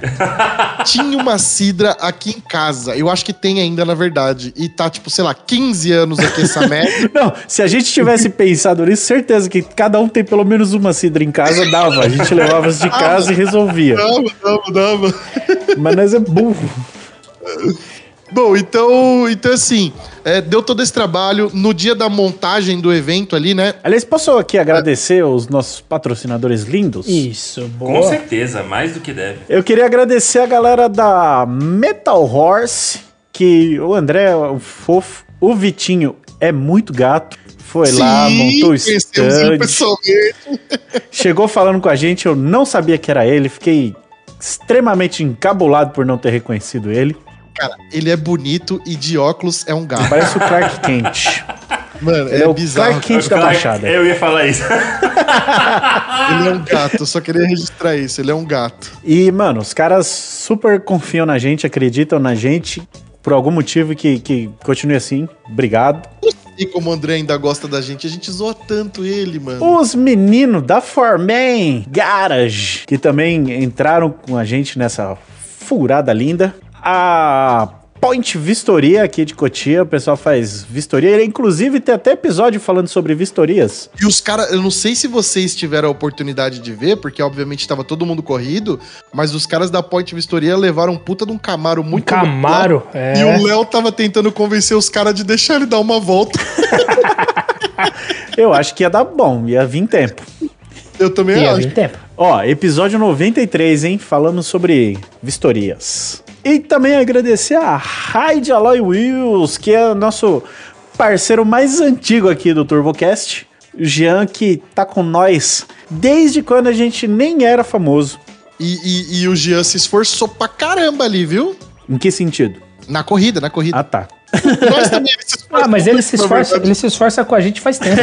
Tinha uma cidra aqui em casa. Eu acho que tem ainda, na verdade. E tá, tipo, sei lá, quinze anos aqui essa merda. Não, se a gente tivesse pensado nisso, certeza que cada um tem pelo menos uma cidra em casa, dava. A gente levava as de casa e resolvia. Dava, dava, dava. Mas nós é burro. Bom, então, então assim, é, deu todo esse trabalho no dia da montagem do evento ali, né? Aliás, posso aqui agradecer os nossos patrocinadores lindos? Isso, boa. Com certeza, mais do que deve. Eu queria agradecer a galera da Metal Horse, que o André, o fofo, o Vitinho é muito gato. Foi Sim, lá, montou o stand. Chegou falando com a gente, eu não sabia que era ele, fiquei extremamente encabulado por não ter reconhecido ele. Cara, ele é bonito e de óculos é um gato. Parece o Clark Kent. Mano, Ele é, é o bizarro. Clark Kent da Clark- Baixada. Eu ia falar isso. Ele é um gato, eu só queria registrar isso. Ele é um gato. E, mano, os caras super confiam na gente, acreditam na gente, por algum motivo que, que continue assim. Obrigado. E como o André ainda gosta da gente, a gente zoa tanto ele, mano. Os meninos da Forman Garage, que também entraram com a gente nessa furada linda. A Point Vistoria aqui de Cotia, o pessoal faz vistoria. Inclusive, tem até episódio falando sobre vistorias. E os caras, eu não sei se vocês tiveram a oportunidade de ver, porque obviamente estava todo mundo corrido, mas os caras da Point Vistoria levaram um puta de um Camaro muito Camaro, bom. é. E o Léo tava tentando convencer os caras de deixar ele dar uma volta. Eu acho que ia dar bom, ia vir tempo. Eu também Ia acho. vir tempo. Ó, episódio noventa e três, hein? Falamos sobre vistorias. E também agradecer a Hyde Alloy Wheels, que é o nosso parceiro mais antigo aqui do TurboCast. O Jean, que tá com nós desde quando a gente nem era famoso. E, e- e o Jean se esforçou pra caramba ali, viu? Em que sentido? Na corrida, na corrida. Ah, tá. Nós também, ele se esforçou Ah, mas ele muito, se na esforça, verdade. ele se esforça com a gente faz tempo.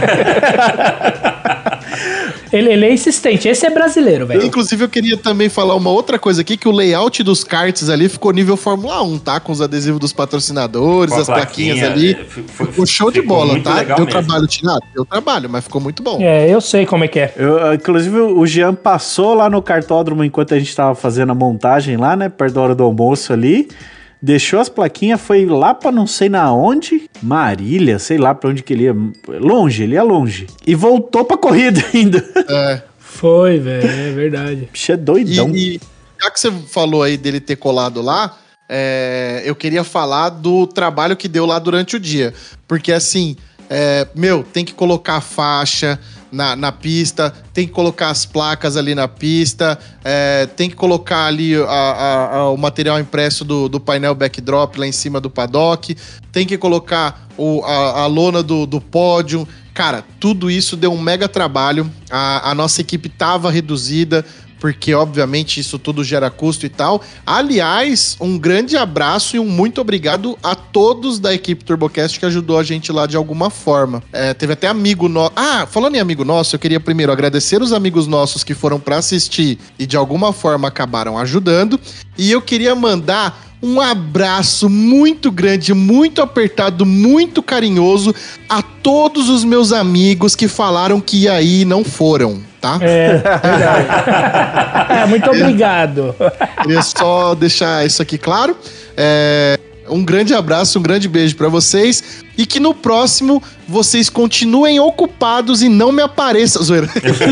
ele, ele é insistente. Esse é brasileiro, velho. Inclusive, eu queria também falar uma outra coisa aqui, que o layout dos karts ali ficou nível Fórmula um, tá? Com os adesivos dos patrocinadores, Com a as plaquinhas plaquinha, ali. é, fi- foi- Ficou show de ficou bola, muito tá? legal Deu mesmo. trabalho, tirado? Deu trabalho, mas ficou muito bom. É, eu sei como é que é. Eu, inclusive, o Jean passou lá no cartódromo enquanto a gente tava fazendo a montagem lá, né? Perto da hora do almoço ali. Deixou as plaquinhas, foi lá pra não sei na onde. Marília, sei lá pra onde que ele ia. Longe, ele ia longe. E voltou pra corrida ainda. É. Foi, velho, é verdade. Bicho é doidão. E, e já que você falou aí dele ter colado lá, é, eu queria falar do trabalho que deu lá durante o dia. Porque assim, é, meu, tem que colocar a faixa na, na pista, tem que colocar as placas ali na pista, é, tem que colocar ali a- a- a- o material impresso do, do painel backdrop lá em cima do paddock, tem que colocar o, a, a lona do, do pódio. Cara, tudo isso deu um mega trabalho. A, a nossa equipe tava reduzida, porque obviamente isso tudo gera custo e tal. Aliás, um grande abraço e um muito obrigado a todos da equipe TurboCast que ajudou a gente lá de alguma forma. É, teve até amigo nosso. Ah, falando em amigo nosso, eu queria primeiro agradecer os amigos nossos que foram pra assistir e de alguma forma acabaram ajudando. E eu queria mandar um abraço muito grande, muito apertado, muito carinhoso a todos os meus amigos que falaram que ia ir e não foram, tá? É, verdade. É, muito obrigado. Queria só deixar isso aqui claro. É, um grande abraço, um grande beijo pra vocês e que no próximo vocês continuem ocupados e não me apareçam. Zoeira.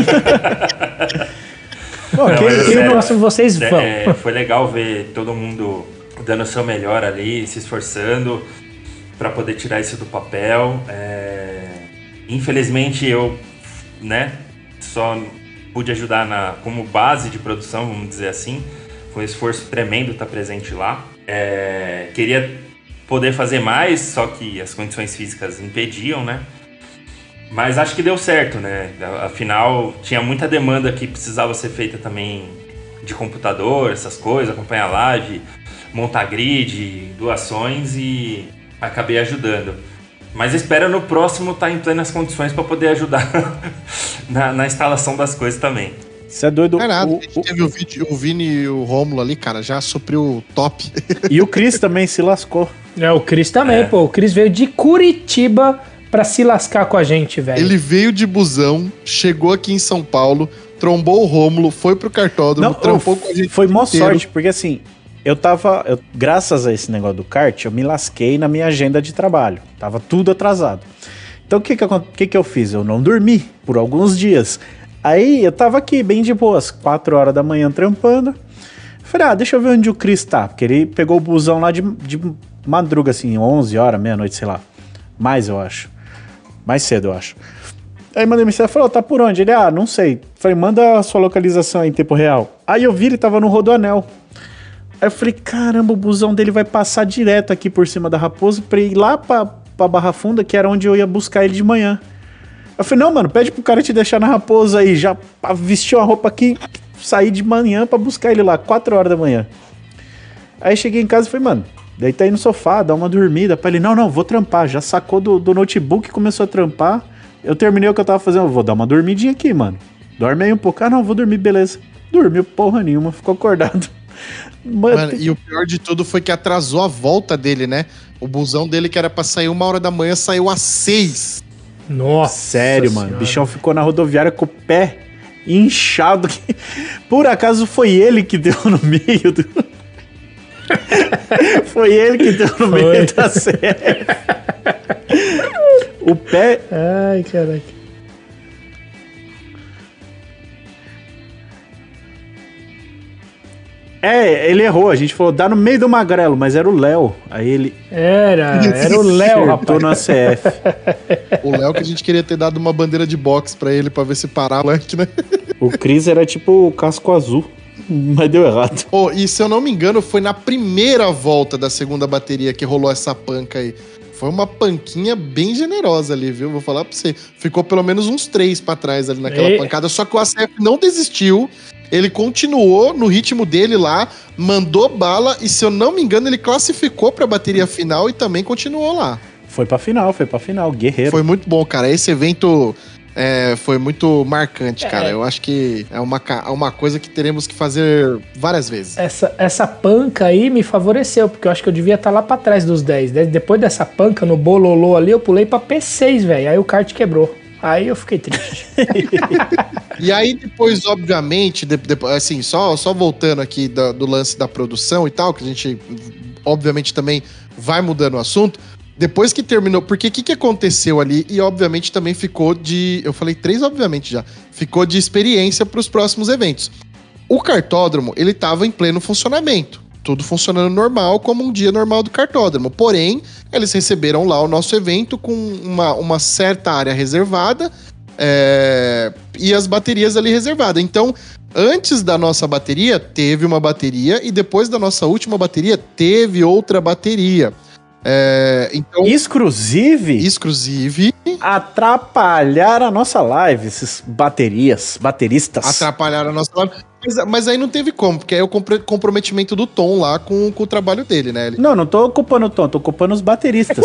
Pô, Não, quem- mas é E no sério. próximo vocês vão. É, foi legal ver todo mundo dando o seu melhor ali, se esforçando para poder tirar isso do papel. É, infelizmente eu, né, só pude ajudar na, como base de produção, vamos dizer assim. Foi um esforço tremendo estar presente lá. É, queria poder fazer mais, só que as condições físicas impediam, né? Mas acho que deu certo, né? Afinal, tinha muita demanda que precisava ser feita também de computador, essas coisas, acompanhar live, montar grid, doações e acabei ajudando. Mas espero no próximo estar em plenas condições para poder ajudar na, na instalação das coisas também. Você é doido. Não é nada, O- a gente o- teve o, vídeo, o Vini e o Rômulo ali, cara, já supriu top. e o Chris também se lascou. É, o Cris também, É. pô. O Cris veio de Curitiba pra se lascar com a gente, velho. Ele veio de busão, chegou aqui em São Paulo, trombou o Rômulo, foi pro cartódromo, trampou com a gente. Foi mó inteiro. sorte, porque assim, eu tava. eu- graças a esse negócio do kart, eu me lasquei na minha agenda de trabalho. Tava tudo atrasado. Então o que que, acon- que que eu fiz? Eu não dormi por alguns dias. Aí eu tava aqui, bem de boas, quatro horas da manhã trampando. Falei, ah, deixa eu ver onde o Chris tá. Porque ele pegou o busão lá de, de madruga, assim, onze horas, meia-noite, sei lá. Mais, eu acho. Mais cedo, eu acho. Aí mandei mensagem, falou, tá por onde? Ele, ah, não sei. Falei, manda a sua localização aí em tempo real. Aí eu vi, ele tava no Rodoanel. Aí eu falei, caramba, o busão dele vai passar direto aqui por cima da Raposa pra ir lá pra, pra Barra Funda, que era onde eu ia buscar ele de manhã. Eu falei, não, mano, pede pro cara te deixar na Raposa aí, já pá, vestiu a roupa aqui, saí de manhã pra buscar ele lá, quatro horas da manhã. Aí cheguei em casa e falei, mano, Deita aí no sofá, dá uma dormida. Pra ele, não, não, vou trampar. Já sacou do, do notebook e começou a trampar. Eu terminei o que eu tava fazendo, eu vou dar uma dormidinha aqui, mano. Dorme aí um pouco. Ah, não, vou dormir, beleza. Dormiu porra nenhuma, ficou acordado. Mano, e o pior de tudo foi que atrasou a volta dele, né? O busão dele, que era pra sair uma hora da manhã, saiu às seis. Nossa. Sério, mano. O bichão ficou na rodoviária com o pé inchado. Que... Por acaso foi ele que deu no meio do... Foi ele que deu no foi. meio da série. O pé... Ai, caraca. É, ele errou. A gente falou, dá no meio do magrelo, mas era o Léo. Aí ele... Era, era o Léo, rapaz. Tô no A C F. O Léo que a gente queria ter dado uma bandeira de boxe pra ele, pra ver se parava, né? O Cris era tipo o casco azul, mas deu errado. Oh, e se eu não me engano, foi na primeira volta da segunda bateria que rolou essa panca aí. Foi uma panquinha bem generosa ali, viu? Vou falar pra você. Ficou pelo menos uns três pra trás ali naquela e... pancada. Só que o A C F não desistiu. Ele continuou no ritmo dele lá, mandou bala e, se eu não me engano, ele classificou pra bateria final e também continuou lá. Foi pra final, foi pra final. Guerreiro. Foi muito bom, cara. Esse evento... É, foi muito marcante, é. cara. Eu acho que é uma, uma coisa que teremos que fazer várias vezes. Essa, essa panca aí me favoreceu, porque eu acho que eu devia estar lá pra trás dos dez. Depois dessa panca, no bololô ali, eu pulei pra P seis, velho. Aí o kart quebrou. Aí eu fiquei triste. E aí depois, obviamente, de, de, assim, só, só voltando aqui do, do lance da produção e tal, que a gente, obviamente, também vai mudando o assunto. Depois que terminou, porque o que, que aconteceu ali? E obviamente também ficou de... Eu falei três, obviamente já. Ficou de experiência para os próximos eventos. O cartódromo, ele estava em pleno funcionamento. Tudo funcionando normal, como um dia normal do cartódromo. Porém, eles receberam lá o nosso evento com uma, uma certa área reservada é, e as baterias ali reservadas. Então, antes da nossa bateria, teve uma bateria e depois da nossa última bateria, teve outra bateria. É, então, exclusive exclusive atrapalhar a nossa live, esses baterias, bateristas atrapalharam a nossa live, mas, mas aí não teve como, porque aí é o comprometimento do Tom lá com, com o trabalho dele, né? Ele... Não, não tô culpando o Tom, tô culpando os bateristas.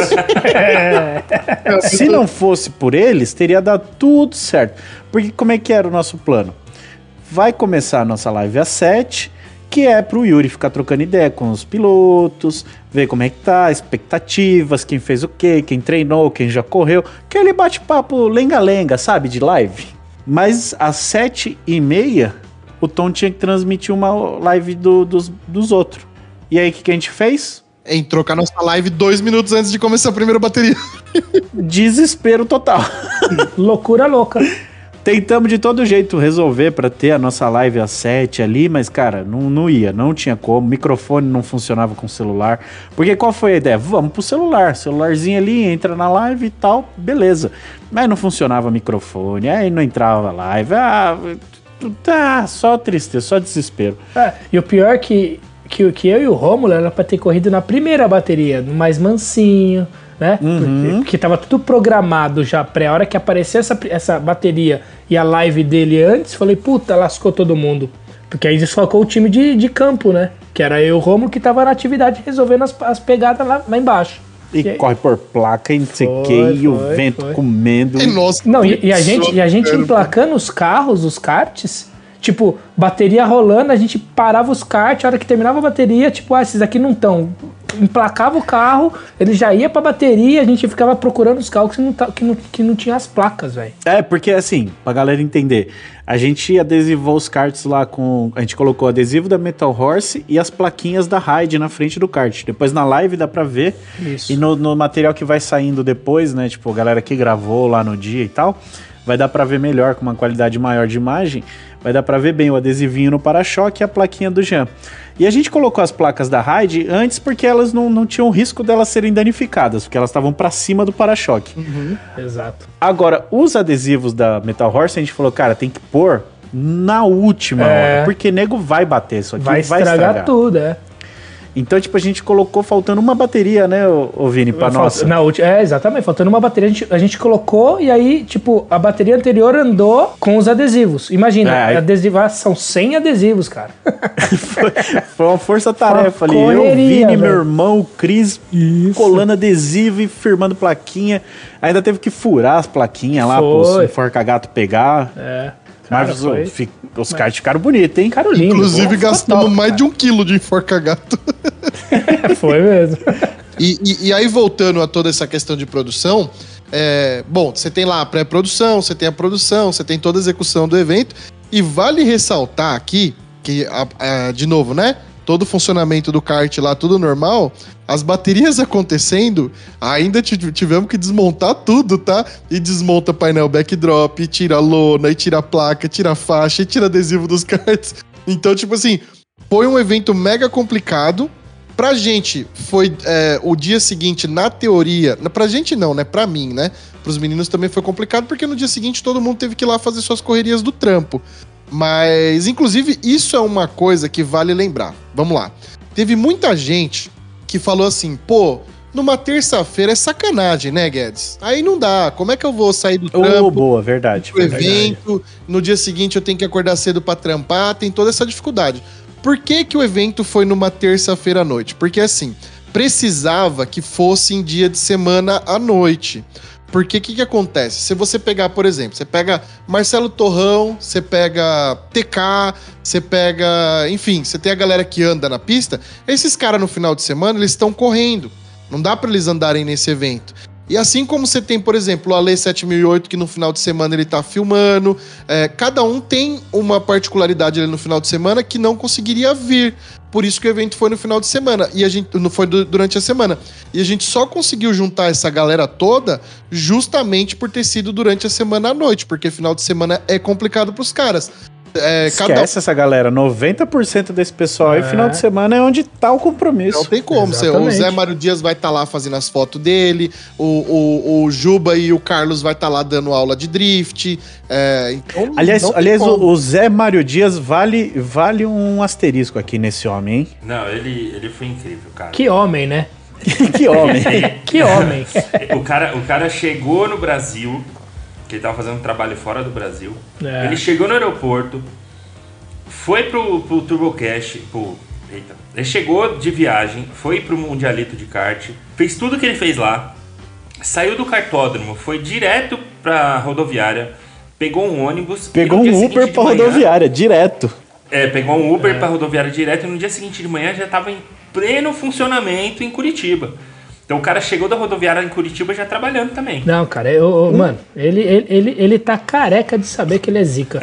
Se não fosse por eles, teria dado tudo certo. Porque como é que era o nosso plano? Vai começar a nossa live às sete, que é pro Yuri ficar trocando ideia com os pilotos, ver como é que tá, expectativas, quem fez o quê, quem treinou, quem já correu. Aquele bate-papo lenga-lenga, sabe, de live. Mas às sete e meia, o Tom tinha que transmitir uma live do, dos, dos outros. E aí, o que, que a gente fez? Entrou com a nossa live dois minutos antes de começar a primeira bateria. Desespero total. Loucura louca. Tentamos de todo jeito resolver pra ter a nossa live às sete ali, mas, cara, não, não ia, não tinha como. O microfone não funcionava com o celular. Porque qual foi a ideia? Vamos pro celular. Celularzinho ali, entra na live e tal, beleza. Mas não funcionava o microfone, aí não entrava a live. Ah, tá, só tristeza, só desespero. É, e o pior é que, que, que eu e o Rômulo era pra ter corrido na primeira bateria, mais mansinho, né? Uhum. Porque, porque tava tudo programado já pré. A hora que apareceu essa, essa bateria e a live dele antes, falei, puta, lascou todo mundo. Porque aí desfalcou o time de, de campo, né? Que era eu e o Rômulo que tava na atividade resolvendo as, as pegadas lá, lá embaixo. E, e corre por placa e não sei o que, e o vento foi. comendo. E nossa, não, e, e a gente, e a gente emplacando os carros, os karts, tipo, bateria rolando, a gente parava os karts, a hora que terminava a bateria, tipo, ah, esses aqui não estão. Emplacava o carro, ele já ia pra bateria, a gente ficava procurando os carros que não, que não, que não tinha as placas, velho. É, porque assim, pra galera entender, a gente adesivou os karts lá com... A gente colocou o adesivo da Metal Horse e as plaquinhas da Hyde na frente do kart. Depois na live dá pra ver. Isso. E no, no material que vai saindo depois, né, tipo, a galera que gravou lá no dia e tal, vai dar pra ver melhor, com uma qualidade maior de imagem, vai dar pra ver bem o adesivinho no para-choque e a plaquinha do Jean. E a gente colocou as placas da Hyde antes porque elas não, não tinham risco delas serem danificadas, porque elas estavam pra cima do para-choque. Uhum, exato. Agora, os adesivos da Metal Horse, a gente falou, cara, tem que pôr na última é. hora, porque nego vai bater isso aqui, vai, vai estragar, estragar tudo, é. Então, tipo, a gente colocou faltando uma bateria, né, ô, ô Vini, pra Falta- nossa. Na última, é, exatamente. Faltando uma bateria, a gente, a gente colocou e aí, tipo, a bateria anterior andou com os adesivos. Imagina, É, aí- adesivar são cem adesivos, cara. Foi, foi uma força-tarefa ali. Uma Eu, correria, Vini, meu velho. irmão, o Cris, colando adesivo e firmando plaquinha. Ainda teve que furar as plaquinhas lá Foi. pro enforca-gato pegar. É. Cara, Mas foi- o- fi- os cards ficaram bonitos, hein? Ficaram lindos. Inclusive, Ficou gastamos top, mais cara. de um quilo de enforca-gato. Foi mesmo. E, e- e aí, voltando a toda essa questão de produção, é, bom, você tem lá a pré-produção, você tem a produção, você tem toda a execução do evento, e vale ressaltar aqui, que, a- a- de novo, né? Todo o funcionamento do kart lá, tudo normal, as baterias acontecendo, ainda tive- tivemos que desmontar tudo, tá? E desmonta painel backdrop, e tira a lona, e tira a placa, tira a faixa, e tira adesivo dos karts. Então, tipo assim, foi um evento mega complicado. Pra gente, foi é, o dia seguinte, na teoria... Pra gente não, né? Pra mim, né? Pros meninos também foi complicado, porque no dia seguinte todo mundo teve que ir lá fazer suas correrias do trampo. Mas, inclusive, isso é uma coisa que vale lembrar. Vamos lá. Teve muita gente que falou assim, pô, numa terça-feira é sacanagem, né, Guedes? Aí não dá. Como é que eu vou sair do Ô, trampo, boa, verdade. pro verdade. evento, no dia seguinte eu tenho que acordar cedo pra trampar, tem toda essa dificuldade. Por que que o evento foi numa terça-feira à noite? Porque, assim, precisava que fosse em dia de semana à noite. Porque o que que acontece? Se você pegar, por exemplo, você pega Marcelo Torrão, você pega T K, você pega... Enfim, você tem a galera que anda na pista, esses caras no final de semana, eles estão correndo. Não dá pra eles andarem nesse evento. E assim como você tem, por exemplo, o Ale sete mil e oito, que no final de semana ele tá filmando, é, cada um tem uma particularidade ali no final de semana que não conseguiria vir. Por isso que o evento foi no final de semana, e a gente não foi du- durante a semana. E a gente só conseguiu juntar essa galera toda justamente por ter sido durante a semana à noite, porque final de semana é complicado pros caras. É, Esquece cada essa galera. noventa por cento desse pessoal aí, É. final de semana, é onde tá o compromisso. Não tem como. Você- o Exatamente. Zé Mário Dias vai estar lá fazendo as fotos dele, o, o, o Juba e o Carlos vai estar lá dando aula de drift. É, então, Aliás, não tem aliás o, como. o Zé Mário Dias vale, vale um asterisco aqui nesse homem, hein? Não, ele, ele foi incrível, cara. Que homem, né? Que homem. Que homem. O cara, o cara chegou no Brasil, que ele tava fazendo um trabalho fora do Brasil. É. Ele chegou no aeroporto, foi pro, pro TurboCast, pro, eita, ele chegou de viagem, foi pro Mundialito de kart, fez tudo que ele fez lá, saiu do kartódromo, foi direto pra rodoviária, pegou um ônibus... Pegou e no dia um seguinte Uber de pra manhã- rodoviária, direto. É, pegou um Uber pra rodoviária direto e no dia seguinte de manhã já tava em pleno funcionamento em Curitiba. Então o cara chegou da rodoviária em Curitiba já trabalhando também. Não, cara, eu, eu- mano, ele, ele, ele, ele tá careca de saber que ele é zica.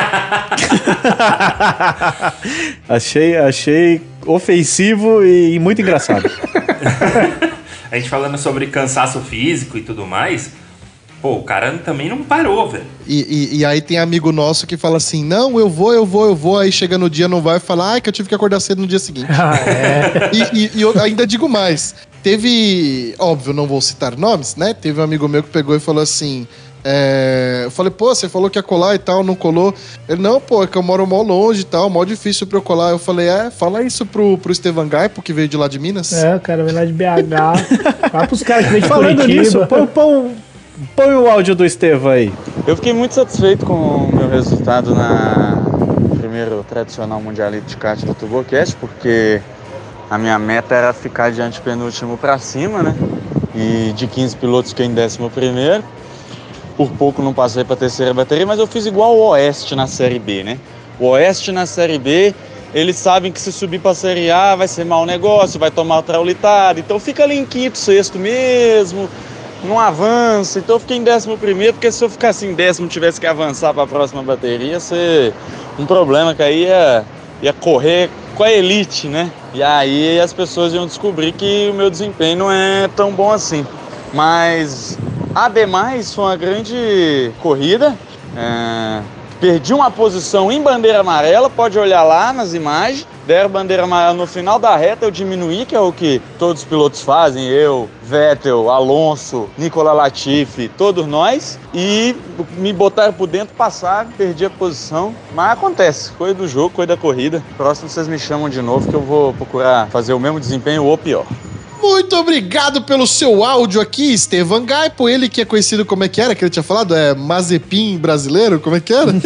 achei, achei ofensivo e muito engraçado. A gente falando sobre cansaço físico e tudo mais, pô, o cara também não parou, velho. E, e- e aí tem amigo nosso que fala assim, não, eu vou, eu vou, eu vou, aí chega no dia, não vai, fala, ai, que eu tive que acordar cedo no dia seguinte. Ah, é. E, e- e eu ainda digo mais, teve, óbvio, não vou citar nomes, né? Teve um amigo meu que pegou e falou assim, é, eu falei, pô, você falou que ia colar e tal, não colou. Ele, não, pô, é que eu moro mó longe e tal, mó difícil pra eu colar. Eu falei, é, fala isso pro, pro Estevan Gaipo, que veio de lá de Minas. É, o cara vem lá de B H. Fala pros caras que vem de Falando Curitiba. nisso, põe, põe, põe o áudio do Estevão aí. Eu fiquei muito satisfeito com o meu resultado na primeiro tradicional mundialito de kart do TurboCast, porque a minha meta era ficar de antepenúltimo para cima, né? E de quinze pilotos fiquei em décimo primeiro. Por pouco não passei para a terceira bateria, mas eu fiz igual o Oeste na Série B, né? O Oeste na Série B, eles sabem que se subir para a Série A vai ser mau negócio, vai tomar traulitada, então fica ali em quinto, sexto mesmo, não avança. Então eu fiquei em décimo primeiro, porque se eu ficasse em décimo e tivesse que avançar para a próxima bateria, ia ser um problema, que aí ia, ia correr com a elite, né? E aí as pessoas iam descobrir que o meu desempenho não é tão bom assim. Mas, ademais, foi uma grande corrida, é, Perdi uma posição em bandeira amarela, pode olhar lá nas imagens. Deram bandeira amarela no final da reta, eu diminuí, que é o que todos os pilotos fazem, eu, Vettel, Alonso, Nicolas Latifi, todos nós. E me botaram por dentro, passaram, perdi a posição. Mas acontece, coisa do jogo, coisa da corrida. Próximo vocês me chamam de novo que eu vou procurar fazer o mesmo desempenho ou pior. Muito obrigado pelo seu áudio aqui, Estevan Gaipo. Ele que é conhecido, como é que era que ele tinha falado? É Mazepin brasileiro? Como é que era?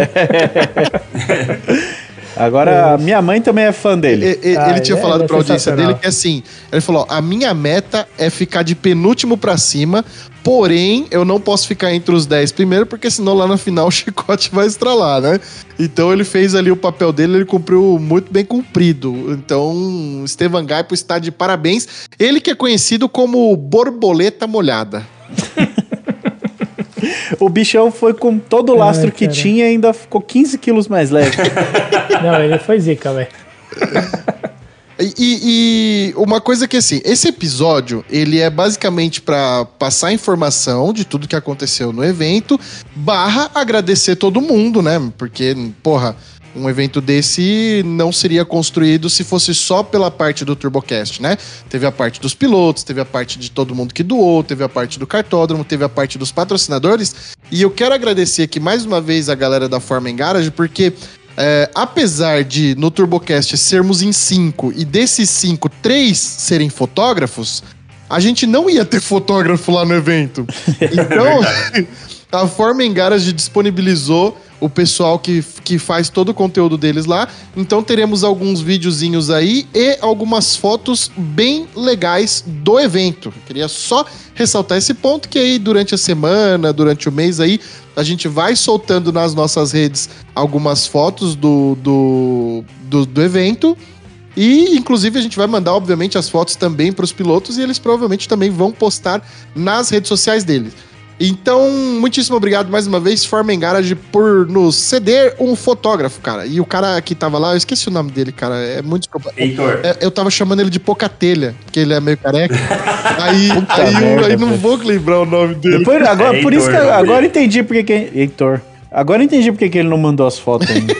Agora, é. minha mãe também é fã dele. E, e, ah, ele tinha é, falado é pra audiência dele que assim, ele falou, a minha meta é ficar de penúltimo pra cima, porém, eu não posso ficar entre os dez primeiro, porque senão lá na final o chicote vai estralar, né? Então ele fez ali o papel dele, ele cumpriu muito bem cumprido. Então, Estevan Gaipo está de parabéns. Ele que é conhecido como borboleta molhada. O bichão foi com todo o lastro Ai, que tinha e ainda ficou quinze quilos mais leve. Não, ele foi zica, velho. E, e uma coisa que assim, esse episódio, ele é basicamente pra passar informação de tudo que aconteceu no evento, barra agradecer todo mundo, né? Porque, porra, um evento desse não seria construído se fosse só pela parte do TurboCast, né? Teve a parte dos pilotos, teve a parte de todo mundo que doou, teve a parte do cartódromo, teve a parte dos patrocinadores. E eu quero agradecer aqui mais uma vez a galera da Formen Garage, porque é, apesar de no TurboCast sermos em cinco e desses cinco, três serem fotógrafos, a gente não ia ter fotógrafo lá no evento. Então, a Formen Garage disponibilizou o pessoal que, que faz todo o conteúdo deles lá. Então teremos alguns videozinhos aí e algumas fotos bem legais do evento. Eu queria só ressaltar esse ponto, que aí durante a semana, durante o mês aí, a gente vai soltando nas nossas redes algumas fotos do, do, do, do evento. E, inclusive, a gente vai mandar, obviamente, as fotos também para os pilotos e eles provavelmente também vão postar nas redes sociais deles. Então, muitíssimo obrigado mais uma vez, Formen Garage, por nos ceder um fotógrafo, cara. E o cara que tava lá, eu esqueci o nome dele, cara, é muito desculpa. Heitor. É, eu tava chamando ele de Pocatelha, porque ele é meio careca. aí aí, merda, eu, aí não vou lembrar o nome dele. Depois, agora, é por Heitor, isso que eu, agora eu entendi porque que... Heitor. Agora eu entendi porque que ele não mandou as fotos ainda.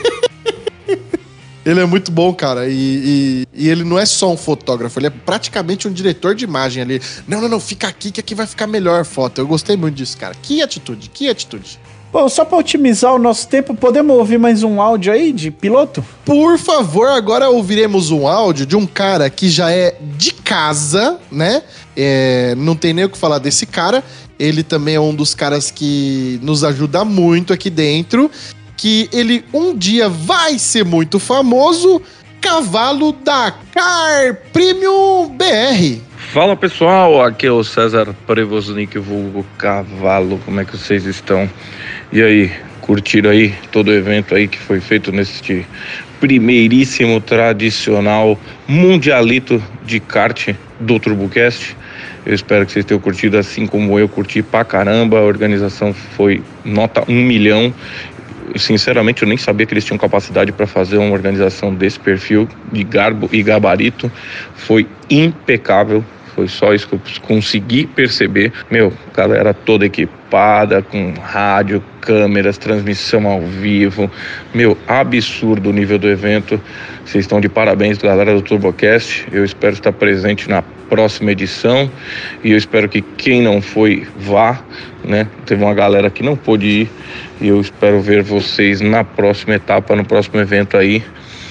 Ele é muito bom, cara, e, e, e ele não é só um fotógrafo, ele é praticamente um diretor de imagem ali. Não, não, não, fica aqui que aqui vai ficar melhor a foto. Eu gostei muito disso, cara. Que atitude, que atitude. Bom, só pra otimizar o nosso tempo, podemos ouvir mais um áudio aí de piloto? Por favor, agora ouviremos um áudio de um cara que já é de casa, né? É, não tem nem o que falar desse cara. Ele também é um dos caras que nos ajuda muito aqui dentro. Que ele um dia vai ser muito famoso, cavalo da Car Premium B R. Fala pessoal, aqui é o César Prevosnik, vulgo Cavalo, como é que vocês estão? E aí, curtiram aí todo o evento aí que foi feito neste primeiríssimo tradicional mundialito de kart do TurboCast? Eu espero que vocês tenham curtido assim como eu curti pra caramba, a organização foi nota um milhão. Sinceramente, eu nem sabia que eles tinham capacidade para fazer uma organização desse perfil, de garbo e gabarito. Foi impecável, foi só isso que eu consegui perceber. Meu, galera toda equipada, com rádio, câmeras, transmissão ao vivo. Meu, absurdo o nível do evento. Vocês estão de parabéns, galera do TurboCast. Eu espero estar presente na próxima edição e eu espero que quem não foi, vá, né? Teve uma galera que não pôde ir e eu espero ver vocês na próxima etapa, no próximo evento aí.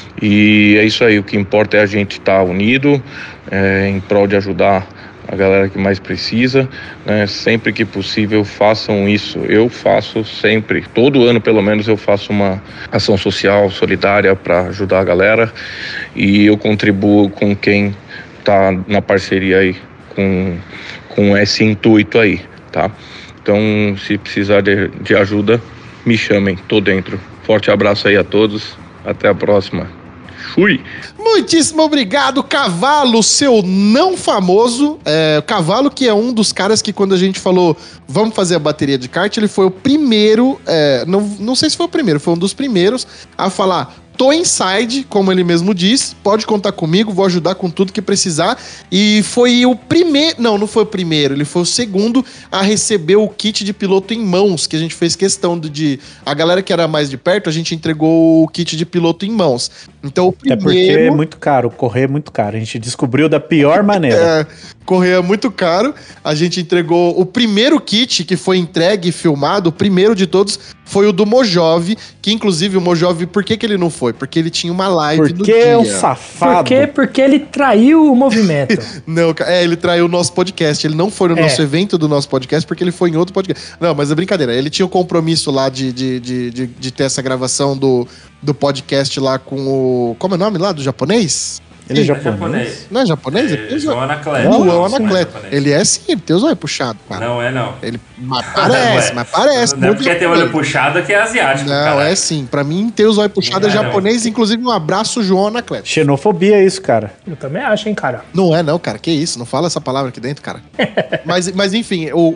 E é isso aí, o que importa é a gente estar unido, é, em prol de ajudar a galera que mais precisa, né? Sempre que possível façam isso. Eu faço sempre, todo ano pelo menos eu faço uma ação social solidária para ajudar a galera e eu contribuo com quem tá na parceria aí com, com esse intuito aí, tá? Então, se precisar de, de ajuda, me chamem, tô dentro. Forte abraço aí a todos, até a próxima. Fui! Muitíssimo obrigado, Cavalo, seu não famoso. É, Cavalo que é um dos caras que quando a gente falou vamos fazer a bateria de kart, ele foi o primeiro, é, não, não sei se foi o primeiro, foi um dos primeiros a falar, Tô inside, como ele mesmo diz, pode contar comigo, vou ajudar com tudo que precisar. E foi o primeiro, não, não foi o primeiro, ele foi o segundo a receber o kit de piloto em mãos, que a gente fez questão de, de a galera que era mais de perto, a gente entregou o kit de piloto em mãos. Então o primeiro... É porque é muito caro, correr é muito caro, a gente descobriu da pior maneira. É, correr é muito caro, a gente entregou o primeiro kit que foi entregue e filmado, o primeiro de todos, foi o do Mojove, que inclusive o Mojove, por que que ele não foi? Porque ele tinha uma live porque no dia. Porque é um safado. Por quê? Porque ele traiu o movimento. Não, é, ele traiu o nosso podcast. Ele não foi no é. nosso evento do nosso podcast porque ele foi em outro podcast. Não, mas é brincadeira. Ele tinha o um compromisso lá de, de, de, de, de ter essa gravação do, do podcast lá com o... Como é o nome lá? Do japonês? Ele é japonês. japonês? Não é japonês? É, é João Anacleto. Não, João Anacleto. Ele é sim, ele tem os olhos puxados, cara. Não é, não. Ele mas parece, mas parece. Não é porque tem olho puxado que é asiático, Não, caralho. é sim. Pra mim, ter os olhos puxados é, é japonês. Não. Inclusive, um abraço, João Anacleto. Xenofobia é isso, cara. Eu também acho, hein, cara. Não é, não, cara. Que isso? Não fala essa palavra aqui dentro, cara. mas, mas, enfim, o...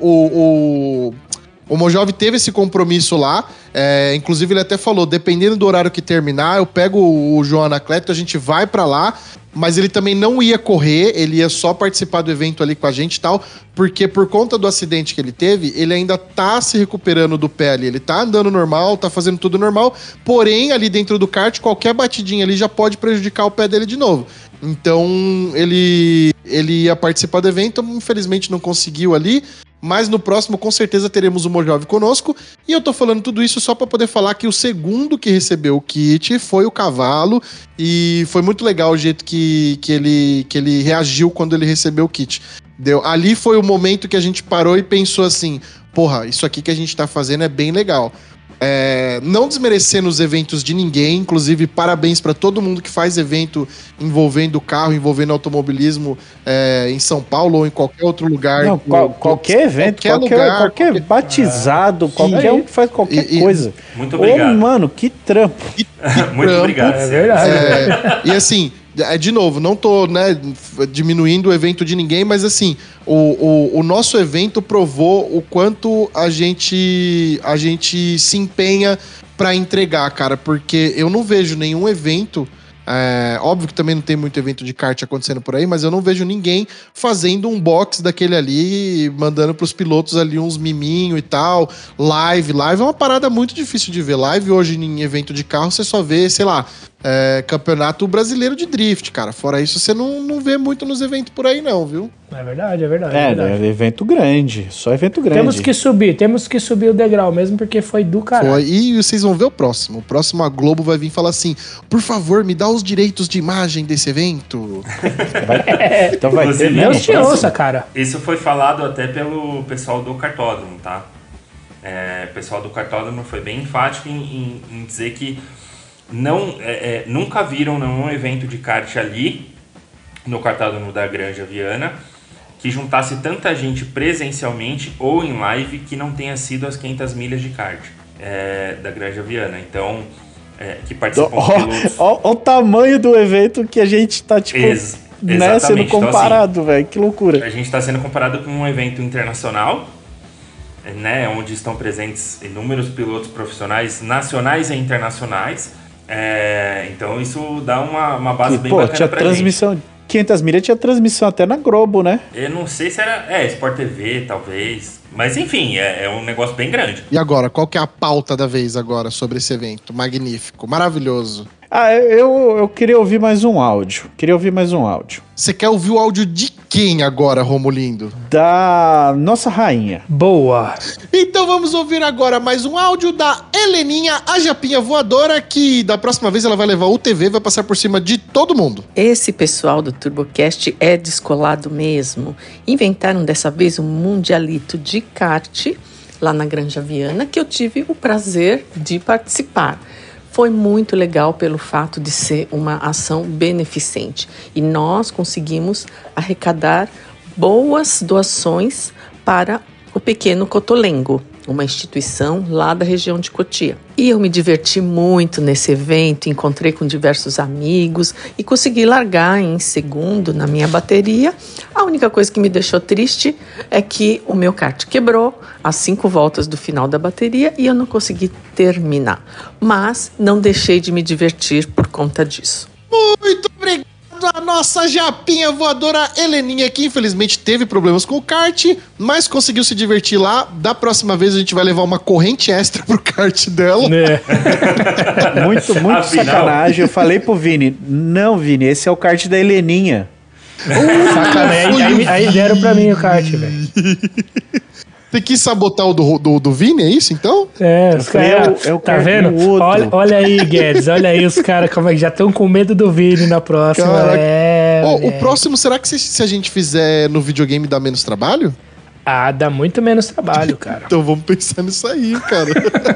o, o... O Mojove teve esse compromisso lá, é, inclusive ele até falou, dependendo do horário que terminar, eu pego o João Anacleto, a gente vai pra lá, mas ele também não ia correr, ele ia só participar do evento ali com a gente e tal, porque por conta do acidente que ele teve, ele ainda tá se recuperando do pé ali, ele tá andando normal, tá fazendo tudo normal, porém ali dentro do kart, qualquer batidinha ali já pode prejudicar o pé dele de novo. Então ele, ele ia participar do evento, infelizmente não conseguiu ali, mas no próximo com certeza teremos o Mojove conosco. E eu tô falando tudo isso só pra poder falar que o segundo que recebeu o kit foi o Cavalo. E foi muito legal o jeito que, que, ele, que ele reagiu quando ele recebeu o kit. Deu, ali foi o momento que a gente parou e pensou assim, porra, isso aqui que a gente tá fazendo é bem legal. É, não desmerecendo os eventos de ninguém, inclusive parabéns para todo mundo que faz evento envolvendo carro, envolvendo automobilismo é, em São Paulo ou em qualquer outro lugar. Não, qual, qualquer evento, qualquer, qualquer, lugar, qualquer, qualquer batizado, é, qualquer um que faz qualquer e, E, coisa. Muito obrigado. Ô, mano, que trampo. Que, que muito trampo. obrigado. É verdade. É, e assim, é, de novo, não tô né, diminuindo o evento de ninguém, mas assim, o, o, o nosso evento provou o quanto a gente, a gente se empenha pra entregar, cara, porque eu não vejo nenhum evento. É, óbvio que também não tem muito evento de kart acontecendo por aí, mas eu não vejo ninguém fazendo um box daquele ali, mandando pros pilotos ali uns miminho e tal, live, live é uma parada muito difícil de ver, live hoje em evento de carro você só vê, sei lá, é, campeonato brasileiro de drift, cara, fora isso você não, não vê muito nos eventos por aí não, viu? É verdade, é verdade. É, é, verdade. é evento grande, só evento grande. Temos que subir, temos que subir o degrau mesmo, porque foi do caralho. Foi, e vocês vão ver o próximo. O próximo a Globo vai vir falar assim: por favor, me dá os direitos de imagem desse evento. Vai, então vai ter. Deus te ouça, cara. Isso foi falado até pelo pessoal do cartódromo, tá? É, o pessoal do cartódromo foi bem enfático em, em, em dizer que não, é, é, nunca viram nenhum evento de kart ali, no cartódromo da Granja Viana, que juntasse tanta gente presencialmente ou em live que não tenha sido as quinhentas milhas de kart é, da Granja Viana. Então, é, que participam oh, pilotos... Olha o tamanho do evento que a gente tá, tipo, Ex né, sendo comparado, então, assim, velho. Que loucura. A gente está sendo comparado com um evento internacional, né, onde estão presentes inúmeros pilotos profissionais nacionais e internacionais. É, então, isso dá uma, uma base que, bem pô, bacana tinha pra transmissão... gente. quinhentas milhas tinha transmissão até na Globo, né? Eu não sei se era... É, Sport T V, talvez. Mas, enfim, é, é um negócio bem grande. E agora, qual que é a pauta da vez agora sobre esse evento? Magnífico, maravilhoso. Ah, eu, eu queria ouvir mais um áudio. Queria ouvir mais um áudio. Você quer ouvir o áudio de quem agora, Romulindo? Da nossa rainha. Boa. Então vamos ouvir agora mais um áudio da Heleninha, a japinha voadora, que da próxima vez ela vai levar o T V e vai passar por cima de todo mundo. Esse pessoal do TurboCast é descolado mesmo. Inventaram dessa vez um mundialito de kart lá na Granja Viana, que eu tive o prazer de participar. Foi muito legal pelo fato de ser uma ação beneficente e nós conseguimos arrecadar boas doações para o Pequeno Cotolengo, uma instituição lá da região de Cotia. E eu me diverti muito nesse evento, encontrei com diversos amigos e consegui largar em segundo na minha bateria. A única coisa que me deixou triste é que o meu kart quebrou às cinco voltas do final da bateria e eu não consegui terminar. Mas não deixei de me divertir por conta disso. Muito obrigado a nossa japinha voadora Heleninha, que infelizmente teve problemas com o kart, mas conseguiu se divertir lá. Da próxima vez a gente vai levar uma corrente extra pro kart dela. É. muito, muito Afinal. sacanagem. Eu falei pro Vini, não, Vini, esse é o kart da Heleninha. Uh, sacanagem. Aí, aí deram pra mim o kart, velho. Você quis sabotar o do, do, do Vini, é isso então? É, os caras. É, tá vendo? Olha, olha aí, Guedes, olha aí os caras como é que já estão com medo do Vini na próxima. É, oh, o próximo, será que se, se a gente fizer no videogame dá menos trabalho? Ah, dá muito menos trabalho, cara. Então vamos pensar nisso aí, cara.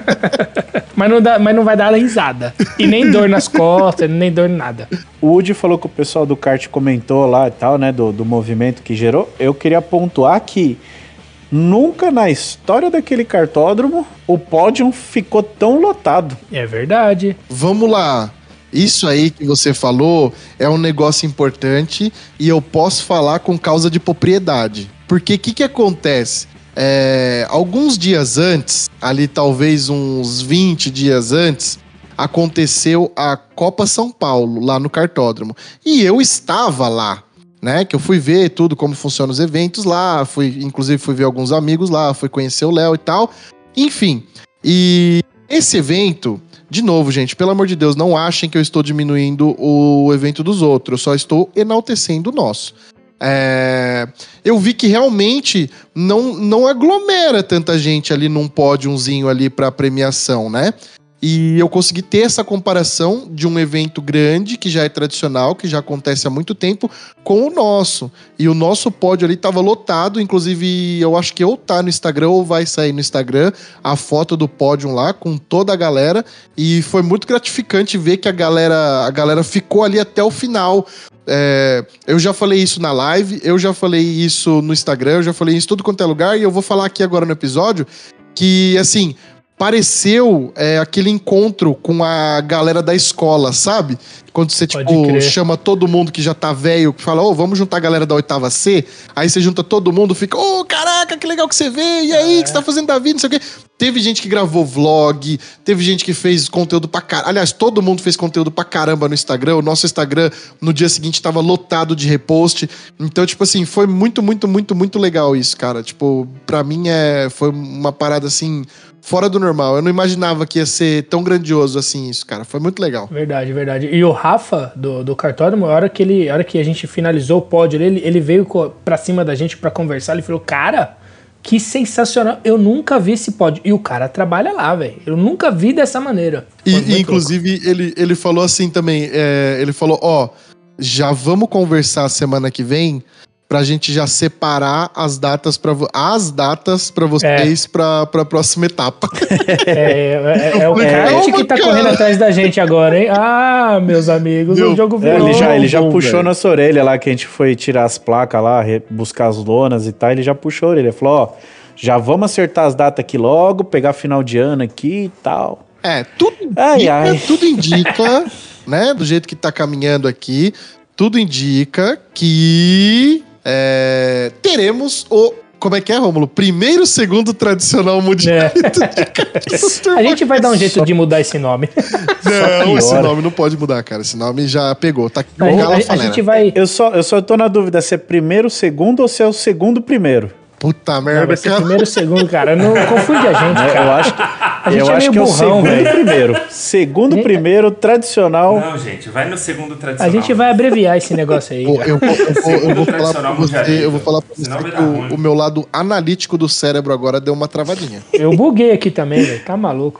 mas, não dá, mas não vai dar risada. E nem dor nas costas, nem dor em nada. O Woody falou que o pessoal do kart comentou lá e tal, né, do, do movimento que gerou. Eu queria pontuar que nunca na história daquele kartódromo o pódio ficou tão lotado. É verdade. Vamos lá. Isso aí que você falou é um negócio importante e eu posso falar com causa de propriedade. Porque o que, que acontece? É, alguns dias antes, ali talvez uns vinte dias antes, aconteceu a Copa São Paulo, lá no kartódromo. E eu estava lá. Né, que eu fui ver tudo, como funcionam os eventos lá, fui, inclusive fui ver alguns amigos lá, fui conhecer o Léo e tal, enfim. E esse evento, de novo, gente, pelo amor de Deus, não achem que eu estou diminuindo o evento dos outros, eu só estou enaltecendo o nosso. É, eu vi que realmente não, não aglomera tanta gente ali num pódiozinho ali pra premiação, né? E eu consegui ter essa comparação de um evento grande, que já é tradicional, que já acontece há muito tempo, com o nosso. E o nosso pódio ali estava lotado, inclusive eu acho que ou tá no Instagram ou vai sair no Instagram a foto do pódio lá, com toda a galera. E foi muito gratificante ver que a galera, a galera ficou ali até o final. É, eu já falei isso na live, eu já falei isso no Instagram, eu já falei isso em tudo quanto é lugar, e eu vou falar aqui agora no episódio, que assim... pareceu é, aquele encontro com a galera da escola, sabe? Quando você, tipo, chama todo mundo que já tá velho, que fala, ô, oh, vamos juntar a galera da oitava C, aí você junta todo mundo, fica, ô, oh, caraca, que legal que você veio, e aí, o é. que você tá fazendo da vida, não sei o quê. Teve gente que gravou vlog, teve gente que fez conteúdo pra caramba, aliás, todo mundo fez conteúdo pra caramba no Instagram, o nosso Instagram no dia seguinte tava lotado de repost, então, tipo assim, foi muito, muito, muito, muito legal isso, cara, tipo, pra mim é, foi uma parada, assim... fora do normal. Eu não imaginava que ia ser tão grandioso assim isso, cara. Foi muito legal. Verdade, verdade. E o Rafa, do, do kartódromo, a hora que, ele, a hora que a gente finalizou o pódio, ele, ele veio pra cima da gente pra conversar, ele falou, cara, que sensacional. Eu nunca vi esse pódio. E o cara trabalha lá, velho. Eu nunca vi dessa maneira. E, e inclusive, ele, ele falou assim também, é, ele falou, ó, já vamos conversar semana que vem... pra gente já separar as datas para as datas para vocês é. pra, pra próxima etapa. É, é, é o kart que tá cara. correndo atrás da gente agora, hein? Ah, meus amigos, Meu, o jogo virou. É, ele já, ele já puxou velho. nossa orelha lá, que a gente foi tirar as placas lá, buscar as lonas e tal, ele já puxou a orelha, falou, ó, já vamos acertar as datas aqui logo, pegar final de ano aqui e tal. É, tudo indica, ai, ai. tudo indica, né, do jeito que tá caminhando aqui, tudo indica que... É, teremos o... Como é que é, Rômulo? Primeiro, segundo tradicional mundial. É. A gente vai dar um jeito de mudar esse nome. Não, esse nome não pode mudar, cara. Esse nome já pegou. Tá aqui a, a, a gente vai... Eu só, eu só tô na dúvida se é primeiro, segundo ou se é o segundo, primeiro. Puta merda, não, cara. Primeiro, segundo, cara. Não confunde a gente, cara. Eu acho que, a gente eu é acho que burrão, é o segundo véio. primeiro. Segundo, primeiro, tradicional. Não, gente, vai no segundo tradicional. A gente vai abreviar esse negócio aí. Pô, eu, vou, eu, vou, eu, vou falar pra você, eu vou falar pra você que o, o meu lado analítico do cérebro agora deu uma travadinha. Eu buguei aqui também, velho. Tá maluco.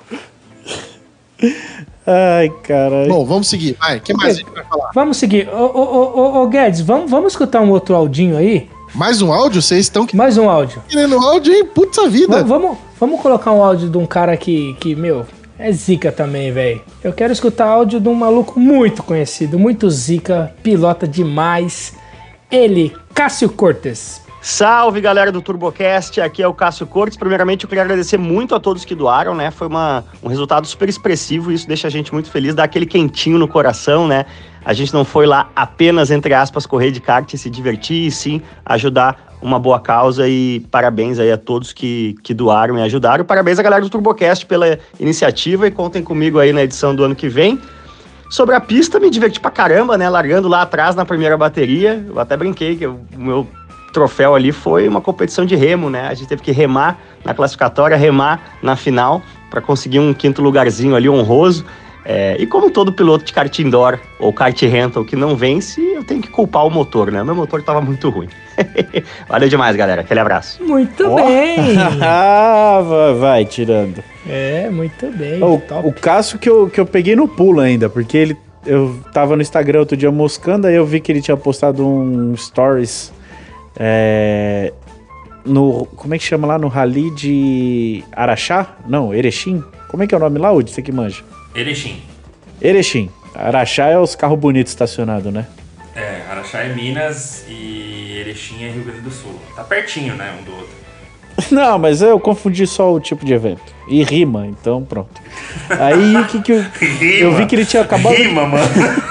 Ai, caralho. Bom, vamos seguir. Vai, o que mais a gente vai falar? Vamos seguir. Ô, ô, ô, ô Guedes, vamos, vamos escutar um outro audinho aí? Mais um áudio? Vocês estão... Mais um áudio. Querendo áudio, hein? Puta vida. V vamos, vamos colocar um áudio de um cara que, que meu, é zica também, velho. Eu quero escutar áudio de um maluco muito conhecido, muito zica, pilota demais. Ele, Cássio Cortes. Salve, galera do TurboCast, aqui é o Cássio Cortes. Primeiramente, eu queria agradecer muito a todos que doaram, né? Foi uma, um resultado super expressivo, isso deixa a gente muito feliz, dá aquele quentinho no coração, né? A gente não foi lá apenas, entre aspas, correr de kart e se divertir, e sim ajudar uma boa causa, e parabéns aí a todos que, que doaram e ajudaram. Parabéns à galera do TurboCast pela iniciativa, e contem comigo aí na edição do ano que vem. Sobre a pista, me diverti pra caramba, né? Largando lá atrás na primeira bateria, eu até brinquei que o meu troféu ali foi uma competição de remo, né? A gente teve que remar na classificatória, remar na final para conseguir um quinto lugarzinho ali honroso. É, e como todo piloto de kart indoor ou kart rental que não vence, eu tenho que culpar o motor, né? Meu motor tava muito ruim. Valeu demais, galera. Aquele abraço. Muito Oh. bem. Ah, vai, vai, tirando. É, muito bem. O, top. o Cássio que eu, que eu peguei no pulo ainda, porque ele, eu tava no Instagram outro dia moscando, aí eu vi que ele tinha postado um stories é, no, como é que chama lá, no Rally de Araxá? Não, Erechim? Como é que é o nome lá, Udi? Você que manja? Erechim. Erechim. Araxá é os carros bonitos estacionados, né? É, Araxá é Minas e Erechim é Rio Grande do Sul. Tá pertinho, né, um do outro. Não, mas eu confundi só o tipo de evento. E rima, então pronto. Aí o que que eu... Rima. Eu vi que ele tinha acabado... Rima, mano.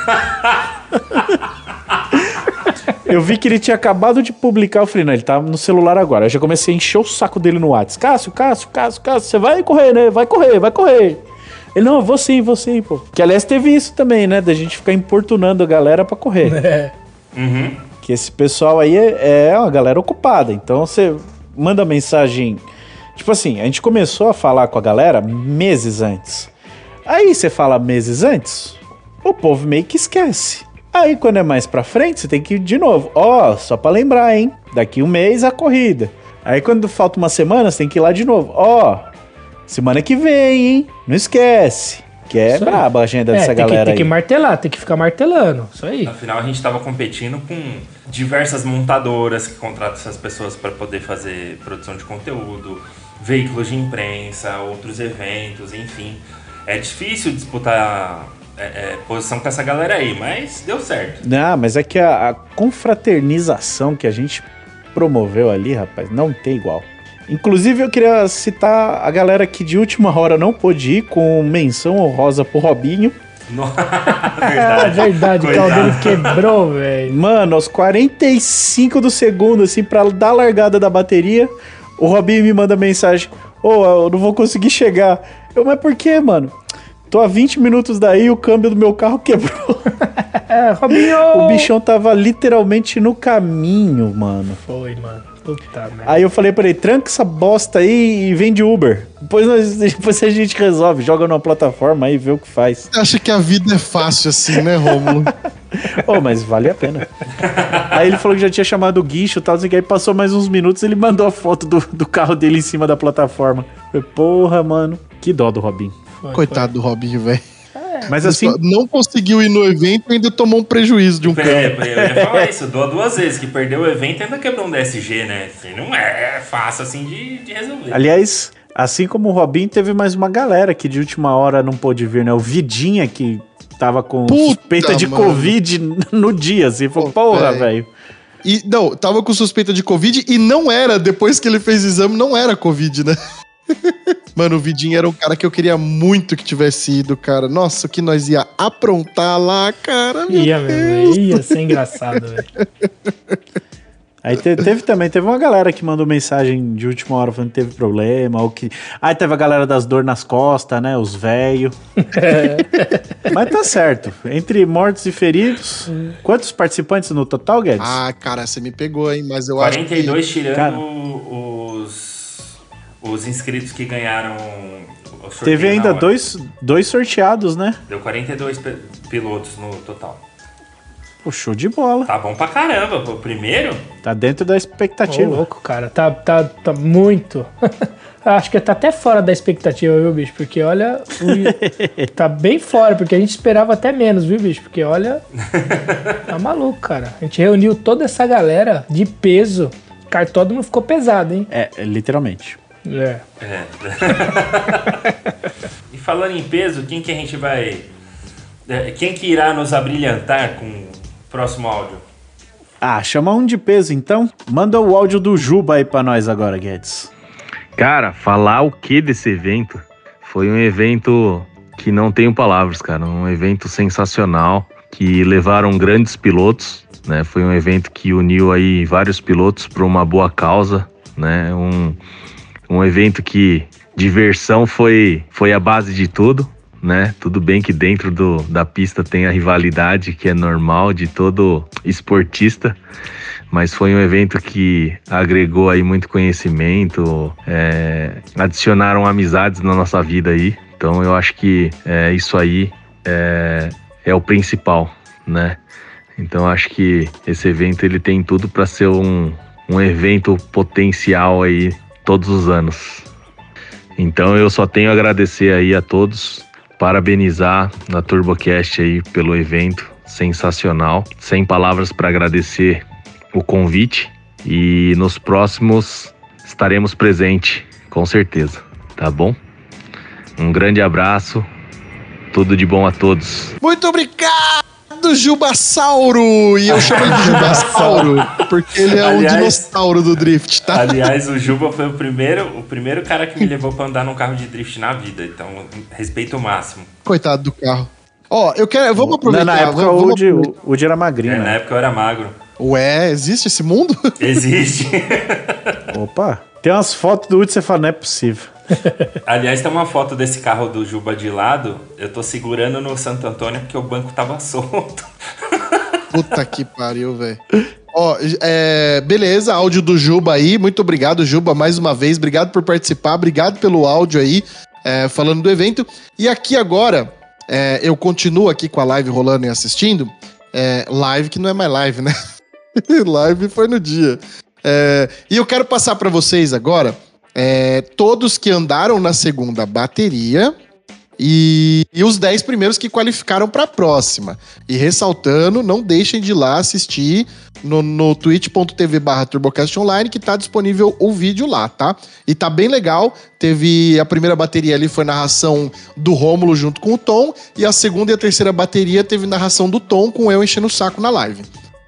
Eu vi que ele tinha acabado de publicar, eu falei, não, ele tá no celular agora. Eu já comecei a encher o saco dele no WhatsApp. Cássio, Cássio, Cássio, Cássio, você vai correr, né? Vai correr, vai correr. Ele, não, eu vou sim, vou sim, pô. Que aliás teve isso também, né? Da gente ficar importunando a galera pra correr. É. Uhum. Que esse pessoal aí é, é uma galera ocupada. Então você manda mensagem... Tipo assim, a gente começou a falar com a galera meses antes. Aí você fala meses antes, o povo meio que esquece. Aí quando é mais pra frente, você tem que ir de novo. Ó, oh, só pra lembrar, hein? Daqui um mês a corrida. Aí quando falta uma semana, você tem que ir lá de novo. Ó, oh, semana que vem, hein? Não esquece. Que é Isso aí. braba a agenda É, dessa tem galera que, tem aí. que martelar, tem que ficar martelando. Isso aí. Afinal, a gente estava competindo com diversas montadoras que contratam essas pessoas para poder fazer produção de conteúdo, veículos de imprensa, outros eventos, enfim. É difícil disputar é, é, posição com essa galera aí, mas deu certo. Não, mas é que a, a confraternização que a gente promoveu ali, rapaz, não tem igual. Inclusive, eu queria citar a galera que de última hora não pôde ir, com menção honrosa pro Robinho. É verdade, o carro dele quebrou, velho. Mano, aos quarenta e cinco do segundo, assim, pra dar a largada da bateria, o Robinho me manda mensagem: ô, oh, eu não vou conseguir chegar. Eu, mas por quê, mano? Tô a vinte minutos daí e o câmbio do meu carro quebrou. É, Robinho! O bichão tava literalmente no caminho, mano. Foi, mano. Puta merda. Aí eu falei pra ele, tranca essa bosta aí e vem de Uber. Depois, nós, depois a gente resolve, joga numa plataforma aí e vê o que faz. Você acha que a vida é fácil assim, né, Rômulo? Ô, oh, mas vale a pena. Aí ele falou que já tinha chamado o guincho e tal, assim, que aí passou mais uns minutos e ele mandou a foto do, do carro dele em cima da plataforma. Eu falei, porra, mano, que dó do Robinho. Foi, Coitado do Robinho, velho. Mas assim, não conseguiu ir no evento e ainda tomou um prejuízo de um carro. É, eu ia falar isso, doa duas vezes, que perdeu o evento e ainda quebrou um D S G, né? Assim, não é fácil assim de, de resolver. Aliás, assim como o Robinho, teve mais uma galera que de última hora não pôde vir, né? O Vidinha, que tava com Puta, suspeita de mano. Covid no dia, assim. Falou, Pô, porra, véio. velho. E, não, tava com suspeita de Covid e não era, depois que ele fez o exame, não era Covid, né? Mano, o Vidinho era um cara que eu queria muito que tivesse ido, cara. Nossa, o que nós ia aprontar lá, cara. Meu Ia, Deus. meu, ia ser engraçado, velho. Aí te- teve também, teve uma galera que mandou mensagem de última hora falando que teve problema, ou que... Aí teve a galera das dores nas costas, né, os velhos. Mas tá certo, entre mortos e feridos, quantos participantes no total, Guedes? Ah, cara, você me pegou, hein? Mas eu quarenta e dois acho que... tirando Cara. os, os inscritos que ganharam o sorteio Teve na ainda hora. dois, dois sorteados, né? Deu quarenta e dois pe- pilotos no total. Pô, show de bola. Tá bom pra caramba, pô. Primeiro? Tá dentro da Ô, expectativa. louco, cara. Tá, tá, tá muito. Acho que tá até fora da expectativa, viu, bicho? Porque olha, o- tá bem fora, porque a gente esperava até menos, viu, bicho? Porque olha, tá maluco, cara. A gente reuniu toda essa galera de peso. O cartódromo ficou pesado, hein? É, é, literalmente. É. É. E falando em peso, quem que a gente vai... é, Quem que irá nos abrilhantar com o próximo áudio? Ah, chama um de peso então. Manda o áudio do Juba aí pra nós agora, Guedes. Cara, falar o que desse evento? Foi um evento que não tenho palavras, cara. Um evento sensacional, que levaram grandes pilotos, né? Foi um evento que uniu aí vários pilotos para uma boa causa, né? Um, um evento que diversão foi, foi a base de tudo, né? Tudo bem que dentro do, da pista tem a rivalidade que é normal de todo esportista, mas foi um evento que agregou aí muito conhecimento, é, adicionaram amizades na nossa vida aí. Então eu acho que é, isso aí é, é o principal, né? Então eu acho que esse evento ele tem tudo para ser um, um evento potencial aí todos os anos. Então eu só tenho a agradecer aí a todos, parabenizar na TurboCast aí pelo evento sensacional. Sem palavras para agradecer o convite, e nos próximos estaremos presentes, com certeza, tá bom? Um grande abraço, tudo de bom a todos. Muito obrigado, Jubassauro! E eu chamo ele de Jubassauro porque ele é aliás, um dinossauro do drift, tá? Aliás, o Juba foi o primeiro, o primeiro cara que me levou pra andar num carro de drift na vida, então respeito o máximo. Coitado do carro. Ó, eu quero, vamos aproveitar. Na, na época vamos, o, vamos de, o, o de era magrinho. É, né? Na época eu era magro. Ué, existe esse mundo? Existe. Opa, tem umas fotos do Woody e você fala, não é possível. Aliás, tem uma foto desse carro do Juba de lado. Eu tô segurando no Santo Antônio porque o banco tava solto. Puta que pariu, velho. Ó, é, beleza, áudio do Juba aí. Muito obrigado, Juba, mais uma vez. Obrigado por participar, obrigado pelo áudio aí, é, falando do evento. E aqui agora, é, eu continuo aqui com a live rolando e assistindo. É, live que não é mais live, né? Live foi no dia. É, e eu quero passar pra vocês agora é, todos que andaram na segunda bateria e, e os dez primeiros que qualificaram pra próxima. E ressaltando, não deixem de ir lá assistir no, no twitch ponto tv barra turbocast online, que tá disponível o vídeo lá, tá? E tá bem legal. Teve a primeira bateria ali, foi narração do Rômulo junto com o Tom, e a segunda e a terceira bateria teve narração do Tom com eu enchendo o saco na live.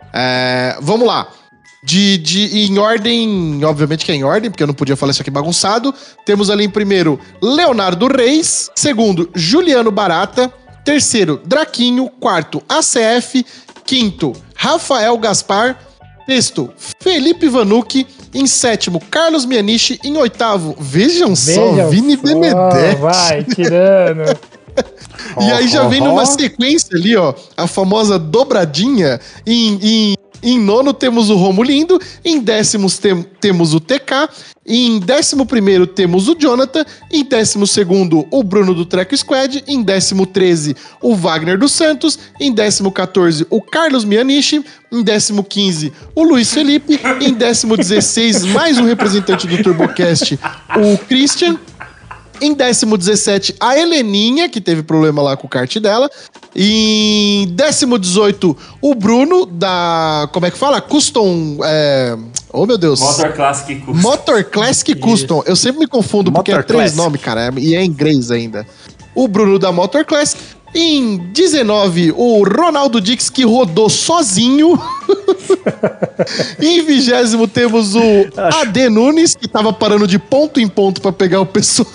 É, vamos lá. De, de, em ordem, obviamente que é em ordem, porque eu não podia falar isso aqui bagunçado. Temos ali em primeiro Leonardo Reis, segundo Juliano Barata, terceiro Draquinho, quarto A C F, quinto Rafael Gaspar, sexto Felipe Vanucci, em sétimo Carlos Mianichi, em oitavo, vejam, vejam só, Vini Benedetti. Vai, tirando. E aí já vem numa sequência ali, ó, a famosa dobradinha. Em, em, em nono temos o Romulindo, em décimo tem, temos o T K, em décimo primeiro temos o Jonathan, em décimo segundo o Bruno do Treco Squad, em décimo treze o Wagner dos Santos, em décimo quatorze o Carlos Mianichi, em décimo quinze o Luiz Felipe, em décimo dezesseis mais um representante do TurboCast, o Christian. Em décimo dezessete, a Heleninha, que teve problema lá com o kart dela. Em décimo dezoito, o Bruno, da... Como é que fala? Custom... É... Oh, meu Deus. Motor Classic Custom. Motor Classic Custom. Eu sempre me confundo, porque Motor é três Classic. Nomes, cara. E é em inglês ainda. O Bruno, da Motor Classic. Em dezenove, o Ronaldo Dix, que rodou sozinho. Em vigésimo, temos o A D Nunes, que tava parando de ponto em ponto pra pegar o pessoal.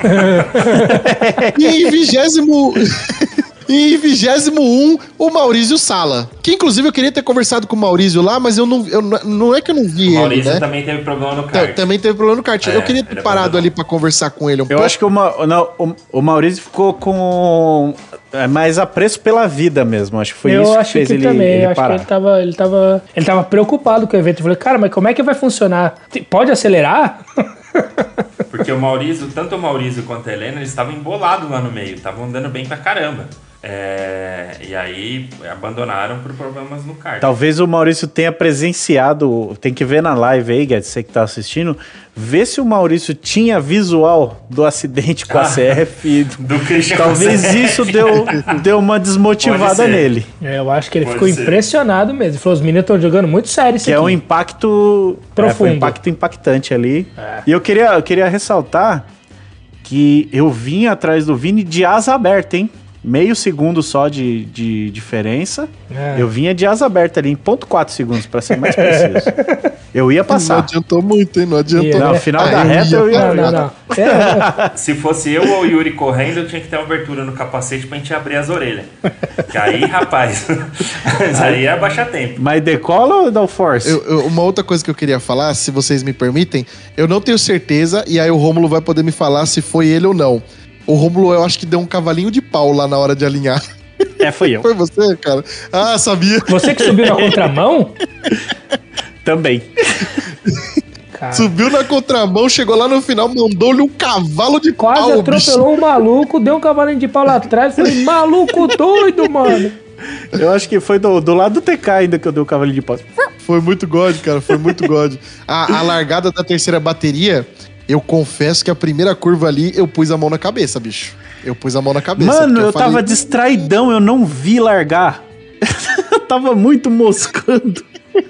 E em vigésimo... E em vigésimo um, o Maurício Sala. Que inclusive eu queria ter conversado com o Maurício lá, mas eu não, eu, não é que eu não vi ele, né? O Maurício também teve problema no kart. Também teve problema no kart. É, eu queria ter parado ali pra conversar com ele um eu pouco. Eu acho que o, Ma, não, o, o Maurício ficou com mais apreço pela vida mesmo. Acho que foi eu isso que fez que ele, também, ele eu parar. acho que ele tava, ele, tava, ele tava preocupado com o evento. Eu falei, cara, mas como é que vai funcionar? Pode acelerar? Porque o Maurício, tanto o Maurício quanto a Helena, eles estavam embolados lá no meio. Estavam andando bem pra caramba. É, e aí abandonaram por problemas no kart. Talvez o Maurício tenha presenciado. Tem que ver na live aí, Guedes, você que tá assistindo. Vê se o Maurício tinha visual do acidente com a C F. Do Christian. Talvez isso deu, deu uma desmotivada nele. É, eu acho que ele Pode ficou ser. impressionado mesmo. Ele falou: os meninos estão jogando muito sério isso que aqui. é um impacto profundo. É, foi um impacto impactante ali. É. E eu queria, eu queria ressaltar que eu vim atrás do Vini de asa aberta, hein? meio segundo só de, de diferença. É. Eu vinha de asa aberta ali em zero ponto quatro segundos, pra ser mais preciso. Eu ia passar. Não adiantou muito, hein? Não adiantou. Ia, Não, né? no final Ah, da eu reta ia eu ia... Não, não, não. É, Se fosse eu ou o Yuri correndo, eu tinha que ter uma abertura no capacete pra gente abrir as orelhas. Que aí, rapaz, mas aí é abaixar tempo. Mas decola ou dá o force? Eu- eu- uma outra coisa que eu queria falar, se vocês me permitem, eu não tenho certeza, e aí o Rômulo vai poder me falar se foi ele ou não. O Rômulo, eu acho que deu um cavalinho de pau lá na hora de alinhar. É, foi eu. Foi você, cara? Ah, sabia. você que subiu na contramão? Também. Cara, Subiu na contramão, chegou lá no final, mandou-lhe um cavalo de quase pau, atropelou um maluco, deu um cavalinho de pau lá atrás. Falei, maluco doido, mano. Eu acho que foi do, do lado do T K ainda que eu dei o cavalo de pau. Foi muito God, cara, foi muito God. A, a largada da terceira bateria, eu confesso que a primeira curva ali, eu pus a mão na cabeça, bicho. Eu pus a mão na cabeça. Mano, porque eu tava falei, distraidão, eu não vi largar. Eu tava muito moscando.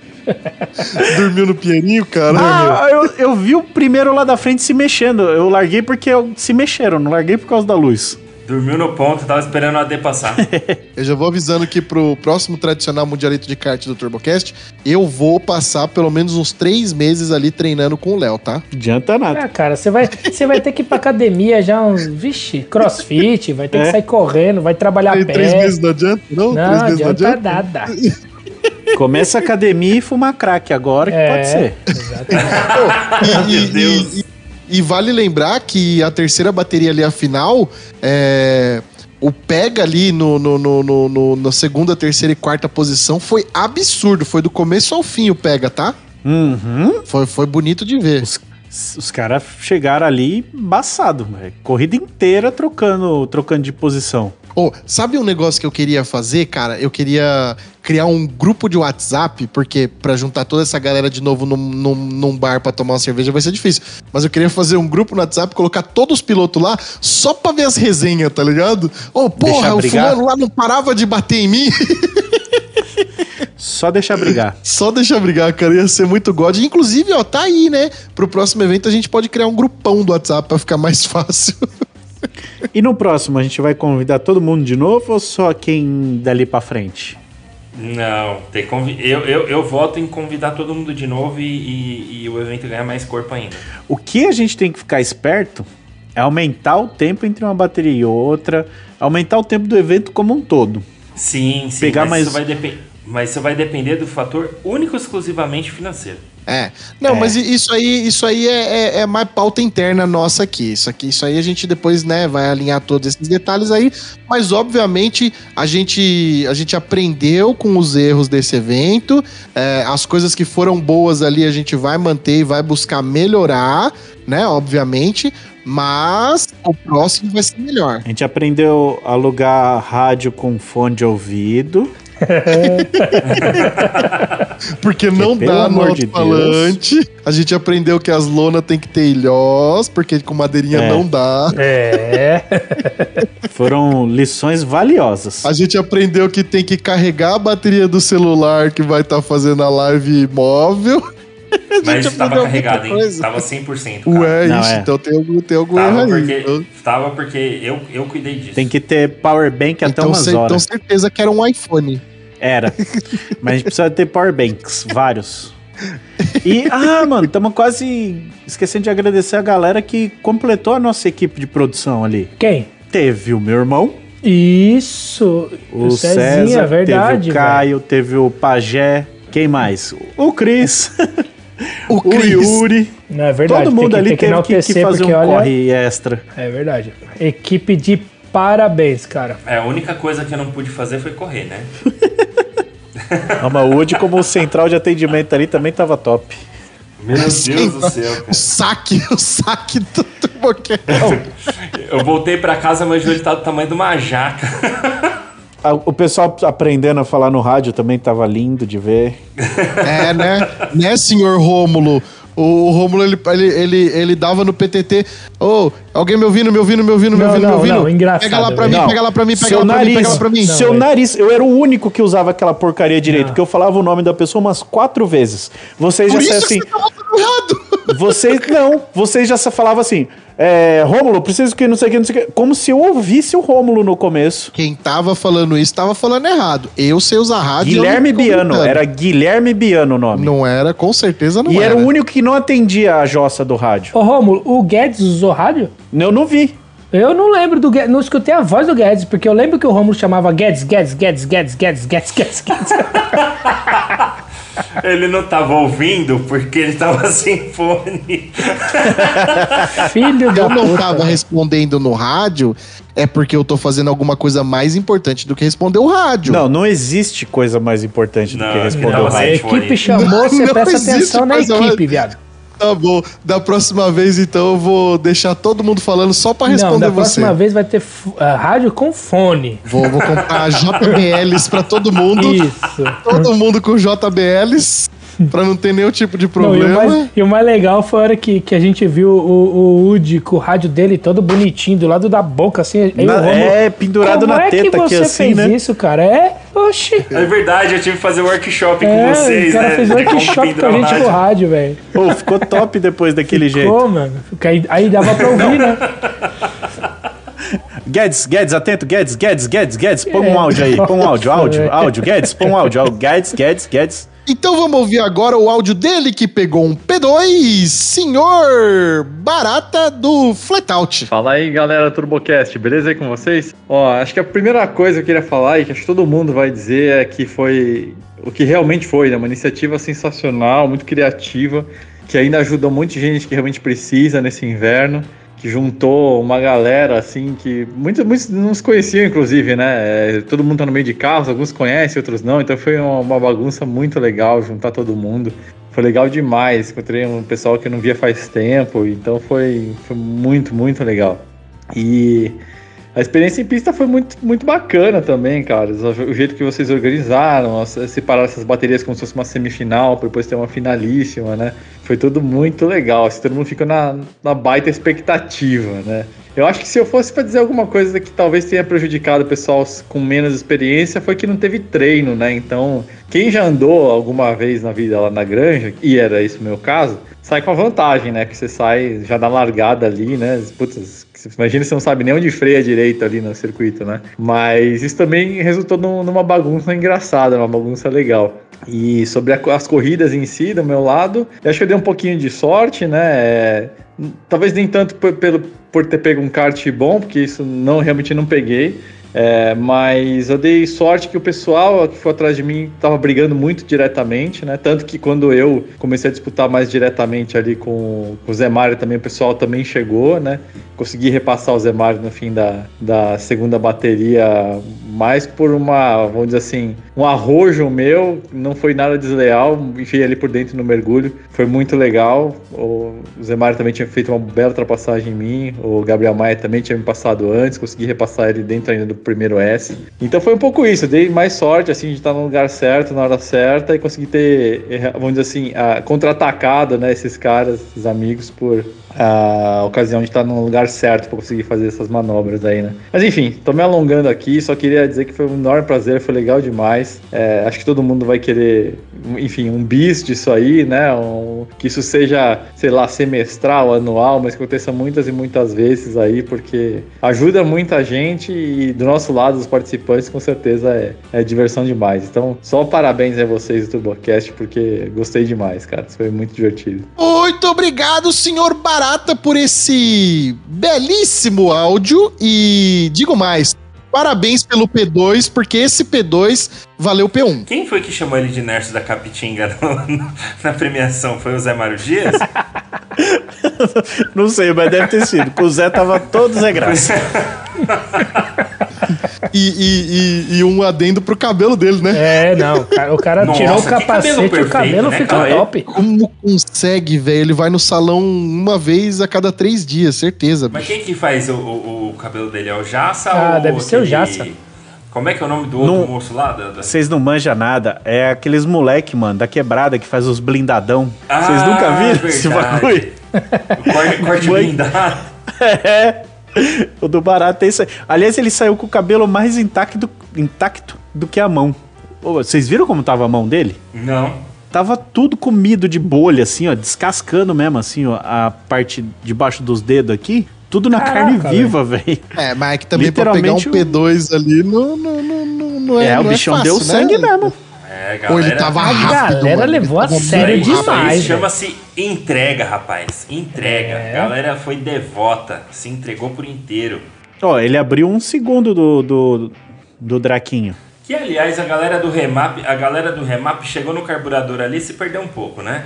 Dormiu no pianinho, cara. Ah, eu, eu vi o primeiro lá da frente se mexendo. Eu larguei porque eu, se mexeram, não larguei por causa da luz. Dormiu no ponto, tava esperando a D passar. Eu já vou avisando que pro próximo tradicional Mundialito de Kart do TurboCast, eu vou passar pelo menos uns três meses ali treinando com o Léo, tá? Adianta nada. Ah, cara, você vai, você vai ter que ir pra academia já uns. Vixe, crossfit, vai ter É. que sair correndo, vai trabalhar Três, pé. três meses não adianta? Não, Não, três meses não adianta adianta. nada. Começa a academia e fumar crack agora que É. pode ser. Exatamente. E, Meu Deus. e- e vale lembrar que a terceira bateria ali, a final, é, o pega ali no, no, no, no, no- na segunda, terceira e quarta posição foi absurdo. Foi do começo ao fim o pega, tá? Uhum. Foi, foi bonito de ver. Os, os caras chegaram ali embaçado, velho. Corrida inteira trocando, trocando de posição. Ô, sabe um negócio que eu queria fazer, cara? Eu queria criar um grupo de WhatsApp, porque pra juntar toda essa galera de novo num, num, num bar pra tomar uma cerveja vai ser difícil. Mas eu queria fazer um grupo no WhatsApp, colocar todos os pilotos lá, só pra ver as resenhas, tá ligado? Ô, porra, Deixar o brigar? fulano lá não parava de bater em mim. Só deixar brigar. Só deixar brigar, cara, ia ser muito god. Inclusive, ó, tá aí, né? Pro próximo evento a gente pode criar um grupão do WhatsApp pra ficar mais fácil. E no próximo, a gente vai convidar todo mundo de novo ou só quem dali pra frente? Não, tem convi- eu, eu, eu voto em convidar todo mundo de novo e, e, e o evento ganhar mais corpo ainda. O que a gente tem que ficar esperto é aumentar o tempo entre uma bateria e outra, aumentar o tempo do evento como um todo. Sim, sim, Pegar mas, mais- isso vai depen- mas isso vai depender do fator único e exclusivamente financeiro. É. Não, É. mas isso aí, isso aí é, é, é mais pauta interna nossa aqui. Isso aqui, isso aí a gente depois, né, vai alinhar todos esses detalhes aí. Mas, obviamente, a gente, a gente aprendeu com os erros desse evento. É, as coisas que foram boas ali a gente vai manter e vai buscar melhorar, né, obviamente. Mas o próximo vai ser melhor. A gente aprendeu a alugar rádio com fone de ouvido. Porque não pelo dá amor no de alto-falante. A gente aprendeu que as lonas tem que ter ilhós, porque com madeirinha É. não dá. É. Foram lições valiosas. A gente aprendeu que tem que carregar a bateria do celular que vai estar fazendo a live móvel. Mas estava aprendeu carregado, muita hein? coisa. Tava cem por cento. cara. Ué, Não, isso, é. então tem algum, tem algum Tava erro aí. porque, Então, tava porque eu, eu cuidei disso. Tem que ter power bank até então, umas cê- então horas. certeza que era um iPhone. Era. Mas a gente precisa ter power banks, vários. E, ah, mano, estamos quase esquecendo de agradecer a galera que completou a nossa equipe de produção ali. Quem? Teve o meu irmão, Isso. o Cezinha, César, verdade. teve o Caio, teve o Pajé, quem mais? O Cris, O, o Cris. Yuri. velho. Não, é verdade. Todo mundo tem que, ali tem que teve que, que enaltecer, fazer porque, um olha, corre extra. É verdade. Equipe de parabéns, cara. É, a única coisa que eu não pude fazer foi correr, né? Não, mas o Woody, como central de atendimento ali, também tava top. Meu Deus do céu, O cara. saque, o saque do Turbocat. Eu voltei pra casa, meu joelho tá do tamanho de uma jaca. Ah, o pessoal aprendendo a falar no rádio também tava lindo de ver. É, né? Né, senhor Rômulo? O Rômulo, ele, ele, ele, ele dava no P T T. Ô, alguém me ouvindo, me ouvindo, me ouvindo, me Não, ouvindo, me não, ouvindo? não, engraçado, Pega lá pra mim, velho. pega lá pra mim, pega seu lá pra nariz, mim, pega lá pra mim. Não, seu velho. nariz, eu era o único que usava aquela porcaria direito, porque eu falava o nome da pessoa umas quatro vezes. Vocês Por já isso sabem assim, que você tava falando errado. Vocês não, vocês já falavam assim, é, Rômulo, preciso que não sei o que, não sei o que, como se eu ouvisse o Rômulo no começo. Quem tava falando isso tava falando errado. Eu sei usar rádio. Guilherme Biano, era Guilherme Biano o nome. Não era, com certeza não e era. E era o único que não atendia a jossa do rádio. Ô Rômulo, o Guedes usou rádio? Eu não vi. Eu não lembro do Guedes, não escutei a voz do Guedes, porque eu lembro que o Rômulo chamava Guedes, Guedes, Guedes, Guedes, Guedes, Guedes, Guedes, Guedes. Ele não tava ouvindo porque ele tava sem fone. Filho da Eu não puta. tava respondendo no rádio, é porque eu tô fazendo alguma coisa mais importante do que responder o rádio. Não, não existe coisa mais importante Não, do que responder não, o A rádio. equipe chamou, você Não presta existe atenção na coisa equipe, mais- viado. Tá bom, da próxima vez então eu vou deixar todo mundo falando só pra responder Não, da você. próxima vez vai ter f- ah, rádio com fone. Vou, vou comprar J B Ls pra todo mundo. Isso. Todo mundo com J B Ls, pra não ter nenhum tipo de Não, e, o problema. mais, e o mais legal foi a hora que, que a gente viu o, o Woody com o rádio dele todo bonitinho, do lado da boca, assim. Aí Na- o Rômulo, é, pendurado como na é teta que aqui você assim, fez né? isso, cara? É, oxi. É verdade, eu tive que fazer workshop É, com vocês, o cara né? fez de como workshop com a pendurar o gente rádio. com o rádio, velho. Pô, ficou top depois daquele jeito. Ficou, mano. Aí, aí dava pra ouvir, né? Guedes, Guedes, atento, Guedes, Guedes, Guedes, Guedes, põe um É. áudio aí, põe um áudio, áudio, Nossa, áudio, Guedes, põe um áudio, áudio, Guedes, Guedes, Guedes. Então vamos ouvir agora o áudio dele que pegou um P dois, senhor Barata do Flatout. Fala aí, galera Turbocast, beleza aí com vocês? Ó, acho que a primeira coisa que eu queria falar e que acho que todo mundo vai dizer é que foi o que realmente foi, né? Uma iniciativa sensacional, muito criativa, que ainda ajuda um monte de gente que realmente precisa nesse inverno, que juntou uma galera, assim, que muitos, muitos não se conheciam, inclusive, né? É, todo mundo tá no meio de carros, alguns conhecem, outros não, então foi uma, uma bagunça muito legal juntar todo mundo. Foi legal demais, encontrei um pessoal que eu não via faz tempo, então foi, foi muito, muito legal. E a experiência em pista foi muito, muito bacana também, cara. O jeito que vocês organizaram, separaram essas baterias como se fosse uma semifinal, para depois ter uma finalíssima, né? Foi tudo muito legal. Assim, todo mundo fica na, na baita expectativa, né? Eu acho que se eu fosse para dizer alguma coisa que talvez tenha prejudicado o pessoal com menos experiência, foi que não teve treino, né? Então, quem já andou alguma vez na vida lá na granja, e era esse o meu caso, sai com a vantagem, né? Que você sai já na largada ali, né? Putz, imagina se você não sabe nem onde freia direito ali no circuito, né? Mas isso também resultou num, numa bagunça engraçada, uma bagunça legal. E sobre a, as corridas em si, do meu lado, eu acho que eu dei um pouquinho de sorte, né? É, talvez nem tanto por, pelo, por ter pego um kart bom, porque isso não realmente não peguei. É, mas eu dei sorte que o pessoal que foi atrás de mim estava brigando muito diretamente, né? Tanto que quando eu comecei a disputar mais diretamente ali com, com o Zé Mário também, o pessoal também chegou, né? Consegui repassar o Zé Mário no fim da, da segunda bateria, mais por uma, vamos dizer assim, um arrojo meu, não foi nada desleal, enfiei ali por dentro no mergulho, foi muito legal. O Zé Mário também tinha feito uma bela ultrapassagem em mim, o Gabriel Maia também tinha me passado antes, consegui repassar ele dentro ainda do primeiro S. Então foi um pouco isso, eu dei mais sorte, assim, de estar no lugar certo, na hora certa, e consegui ter, vamos dizer assim, a, contra-atacado, né, esses caras, esses amigos, por a ocasião de estar no lugar certo para conseguir fazer essas manobras aí, né. Mas enfim, tô me alongando aqui, só queria dizer que foi um enorme prazer, foi legal demais. É, acho que todo mundo vai querer, enfim, um bis disso aí, né, um, que isso seja, sei lá, semestral, anual, mas que aconteça muitas e muitas vezes aí, porque ajuda muita gente e do nosso lado, os participantes, com certeza é, é diversão demais. Então, só parabéns a vocês do TurboCast, porque gostei demais, cara. Isso foi muito divertido. Muito obrigado, senhor Barata, por esse belíssimo áudio. E digo mais, parabéns pelo P dois, porque esse P dois valeu P um. Quem foi que chamou ele de Nerso da Capitinga no, no, na premiação? Foi o Zé Mário Dias? Não sei, mas deve ter sido. O Zé tava todo Zé Graça. E, e, e, e um adendo pro cabelo dele, né? É, não. O cara Nossa, tirou o que capacete cabelo e o cabelo perfeito, né, fica cara? top. Como consegue, velho? Ele vai no salão uma vez a cada três dias, certeza. Mas bicho. quem que faz o, o, o cabelo dele? É o Jassa Ah, ou deve ser o Jassa. Como é que é o nome do outro Não- moço lá? Da, da... Vocês não manjam nada. É aqueles moleque, mano, da quebrada que faz os blindadão. Ah, Vocês nunca viram esse verdade. bagulho? O corte, corte Mãe- blindado. É. O do Barata é isso aí. Aliás, ele saiu com o cabelo mais intacto, intacto do que a mão. Ô, vocês viram como tava a mão dele? Não. tava tudo comido de bolha, assim, ó, descascando mesmo, assim, ó, a parte debaixo dos dedos aqui. Tudo na Caraca, carne viva, velho. É, mas é que também pra pegar um P dois ali não, não, não, não, não é É, o não bichão é deu fácil, sangue né? mesmo. É, galera. Ou ele tava A rápido, galera mano. levou a Ele tava sério muito demais, rápido. Isso velho. chama-se entrega, rapaz. Entrega. É. A galera foi devota, se entregou por inteiro. Ó, ele abriu um segundo do, do, do Draquinho. Que, aliás, a galera do Remap, a galera do Remap chegou no carburador ali e se perdeu um pouco, né?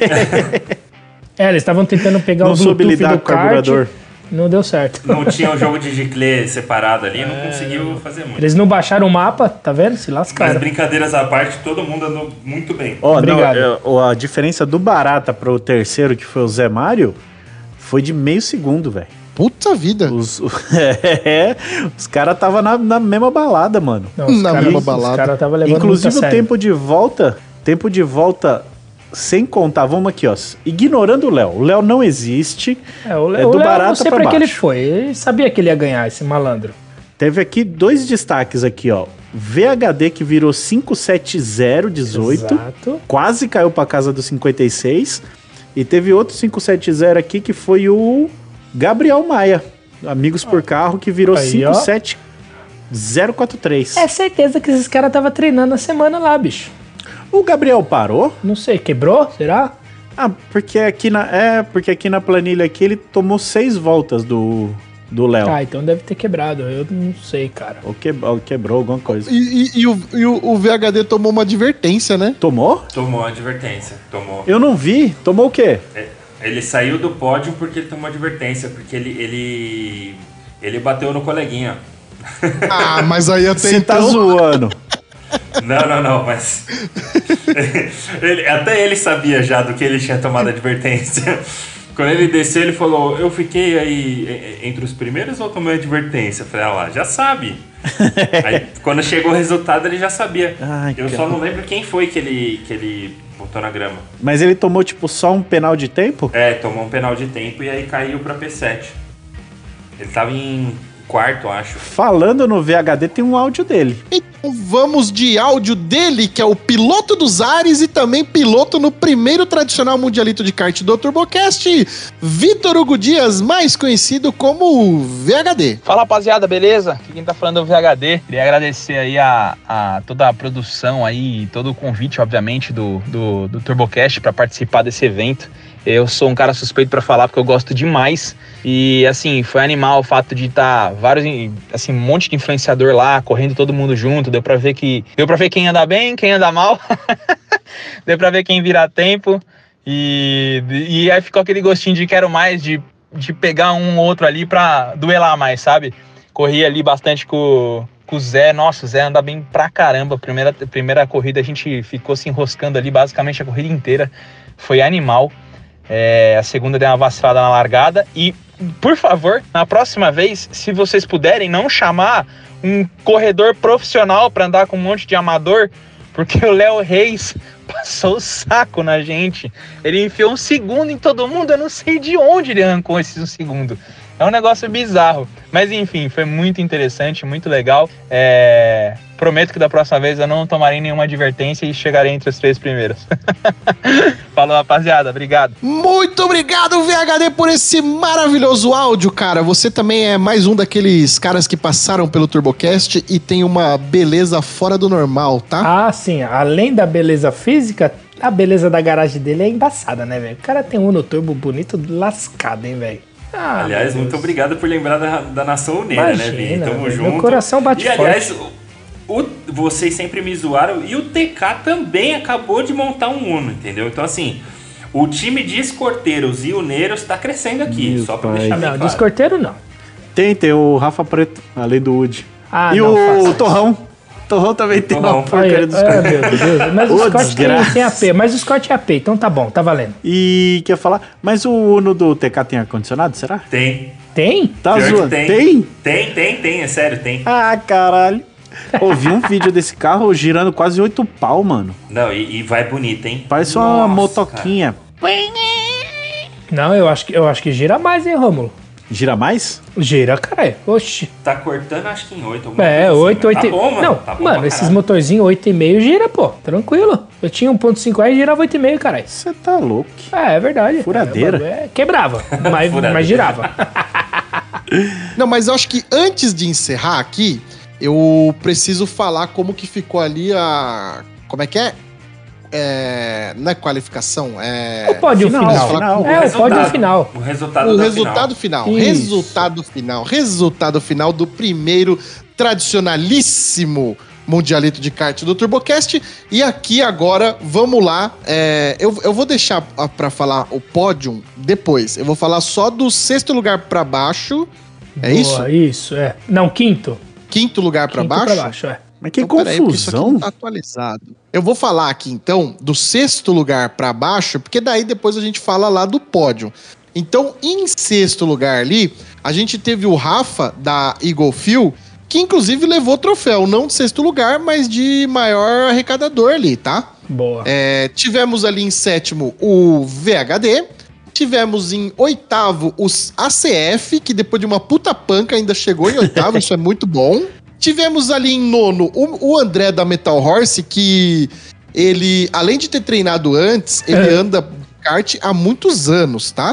É, eles estavam tentando pegar Não o soube Bluetooth lidar do com o carburador. kart, não deu certo. Não tinha um jogo de giclê separado ali, não conseguiu fazer muito. Eles não baixaram o mapa, tá vendo? Se Mas lascaram. brincadeiras à parte, todo mundo andou muito bem. Ó, não, Obrigado. é, ó, a diferença do Barata pro terceiro, que foi o Zé Mário, foi de meio segundo, velho. Puta vida. Os, é, os caras tava na, na mesma balada, mano. Não, os Na caras mesma balada. cara tava levando Inclusive muito a o sério. tempo de volta, tempo de volta sem contar, vamos aqui, ó, ignorando o Léo. O Léo não existe. É, o é Léo, do não Barata sei pra pra que ele baixo. foi. Ele sabia que ele ia ganhar, esse malandro. Teve aqui dois destaques aqui, ó. V H D que virou cinco sete zero dezoito, Exato. quase caiu pra casa do cinquenta e seis. E teve outro cinco sete zero aqui que foi o Gabriel Maia, Amigos por Carro, que virou Aí, cinco ó. sete zero quatro três. É certeza que esses caras estavam treinando a semana lá, bicho. O Gabriel parou? Não sei, quebrou? Será? Ah, porque aqui na, é, porque aqui na planilha aqui ele tomou seis voltas do, do Léo. Ah, então deve ter quebrado. Eu não sei, cara. Ou, que, ou quebrou alguma coisa. E, e- e o, e o- o V H D tomou uma advertência, né? Tomou? Tomou a advertência, tomou. Eu não vi. Tomou o quê? É, Ele saiu do pódio porque ele tomou advertência, porque ele, ele, ele bateu no coleguinha. Ah, mas aí até Você tá então... zoando. Não, não, não, mas. ele- até ele sabia já do que ele tinha tomado advertência. Quando ele desceu, ele falou: eu fiquei aí entre os primeiros ou tomei advertência? Eu falei: ah lá, já sabe. Aí, quando chegou o resultado, ele já sabia. Ai, eu só cara. não lembro quem foi que ele, que ele botou na grama. Mas ele tomou, tipo, só um penal de tempo? É, tomou um penal de tempo e aí caiu pra P sete. Ele tava em quarto, acho. Falando no V H D, tem um áudio dele. Então vamos de áudio dele, que é o piloto dos ares e também piloto no primeiro tradicional mundialito de kart do TurboCast, Vitor Hugo Dias, mais conhecido como V H D. Fala, rapaziada, beleza? Aqui quem tá falando é o V H D. Queria agradecer aí a, a toda a produção aí, todo o convite, obviamente, do, do, do TurboCast para participar desse evento. Eu sou um cara suspeito para falar porque eu gosto demais. E, assim, foi animal o fato de estar tá vários, assim, um monte de influenciador lá, correndo todo mundo junto. Deu pra ver que... Deu pra ver quem anda bem, quem anda mal. Deu pra ver quem vira a tempo. E, e aí ficou aquele gostinho de quero mais, de, de pegar um ou outro ali pra duelar mais, sabe? Corri ali bastante com, com o Zé. Nossa, o Zé anda bem pra caramba. Primeira, primeira corrida a gente ficou se enroscando ali basicamente a corrida inteira. Foi animal. É, a segunda deu uma vacilada na largada. E, por favor, na próxima vez, se vocês puderem, não chamar um corredor profissional para andar com um monte de amador, porque o Léo Reis passou o saco na gente. Ele enfiou um segundo em todo mundo. Eu não sei de onde ele arrancou esse um segundo. É um negócio bizarro. Mas enfim, foi muito interessante, muito legal. É... Prometo que da próxima vez eu não tomarei nenhuma advertência e chegarei entre os três primeiros. Falou, rapaziada. Obrigado. Muito obrigado, V H D, por esse maravilhoso áudio, cara. Você também é mais um daqueles caras que passaram pelo TurboCast e tem uma beleza fora do normal, tá? Ah, sim. Além da beleza física, a beleza da garagem dele é embaçada, né, velho? O cara tem um Uno Turbo bonito lascado, hein, velho? Ah, aliás, muito obrigado por lembrar da, da Nação Uneira, né, Vini? Tamo velho, junto. meu coração bate E, aliás, forte. o, o- vocês sempre me zoaram e o T K também acabou de montar um Uno, entendeu? Então, assim, o time de escorteiros e uneiros tá crescendo aqui, Meu só pra pai. deixar bem Não, claro. descorteiro não. Tem, tem o Rafa Preto, além do Woody. Ah, e não, faça o isso. Torrão. Torrão também tem Torrão. uma porcaria dos Ah, meu Deus. Mas o Ô, Scott tem, desgraça. tem A P. Mas o Scott é A P, então tá bom, tá valendo. E quer falar, mas o Uno do T K tem ar-condicionado, será? Tem. Tem? Tá Pior que zoando? tem. Tem? Tem, tem, tem, é sério, tem. Ah, caralho. Ouvi um vídeo desse carro girando quase oito pau, mano. Não, e, e vai bonito, hein? Parece uma Nossa, motoquinha. Não, eu acho que, eu acho que gira mais, hein, Rômulo? Gira mais? Gira, caralho. Oxi. Tá cortando, acho que em oito. É, oito, oito. Tá bom, mano. Não, tá bom mano, pra esses caralho. motorzinhos oito e meio gira, pô. Tranquilo. Eu tinha um ponto cinco aí e girava oito e meio, caralho. Você tá louco. É, é verdade. Furadeira. É, é, quebrava, mas, Furadeira. mas girava. Não, mas eu acho que antes de encerrar aqui, eu preciso falar como que ficou ali a... Como é que é? É... Não é qualificação, é... O pódio final. Preciso falar final. como- É, o pódio final. O resultado O da resultado final. Isso. Resultado final. Resultado final do primeiro tradicionalíssimo Mundialito de Kart do TurboCast. E aqui agora, vamos lá. É, eu, eu vou deixar a- pra falar o pódio depois. Eu vou falar só do sexto lugar pra baixo. É Boa, isso? Isso, é. Não, quinto. Quinto lugar pra Quinto baixo? pra baixo, é. Mas que Então, peraí, porque isso aqui confusão. não tá atualizado. Eu vou falar aqui, então, do sexto lugar pra baixo, porque daí depois a gente fala lá do pódio. Então, em sexto lugar ali, a gente teve o Rafa, da Eagle Fuel, que inclusive levou o troféu, não de sexto lugar, mas de maior arrecadador ali, tá? Boa. É, tivemos ali em sétimo o V H D, tivemos em oitavo os A C F, que depois de uma puta panca ainda chegou em oitavo, isso é muito bom. Tivemos ali em nono o, o André da Metal Horse, que ele, além de ter treinado antes, ele É. anda kart há muitos anos, tá?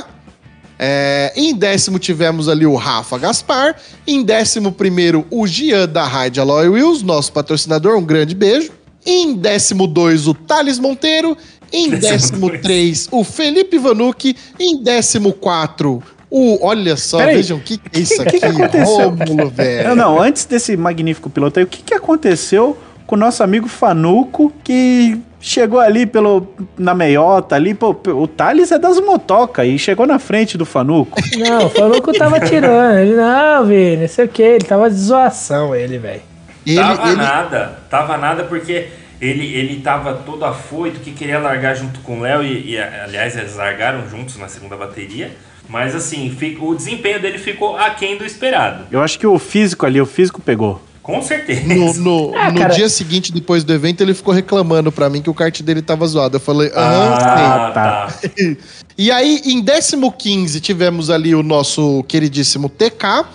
É, em décimo tivemos ali o Rafa Gaspar, em décimo primeiro o Gian da Ride Alloy Wheels, nosso patrocinador, um grande beijo. Em décimo dois o Thales Monteiro, em décimo três o Felipe Vanucci, em décimo quatro o... Olha só, Peraí. vejam o que, que é isso O que aqui, que aconteceu? Rômulo, velho. Não, não, antes desse magnífico piloto aí, o que, que aconteceu com o nosso amigo Fanuco, que chegou ali pelo, na meiota ali, pô, o Thales é das motocas e chegou na frente do Fanuco. Não, falou que eu tava tirando. Ele, não, Vini, não sei o que. Ele tava de zoação, ele, velho. Ele, Tava ele- nada, tava nada porque ele, ele tava todo afoito, que queria largar junto com o Léo e, e, aliás, eles largaram juntos na segunda bateria. Mas assim, fica- o desempenho dele ficou aquém do esperado. Eu acho que o físico ali, o físico pegou. Com certeza. No, no, Ah, no cara. dia seguinte, depois do evento, ele ficou reclamando pra mim que o kart dele tava zoado. Eu falei, aham, Ah, sei. tá. E aí, em décimo quinze, tivemos ali o nosso queridíssimo T K.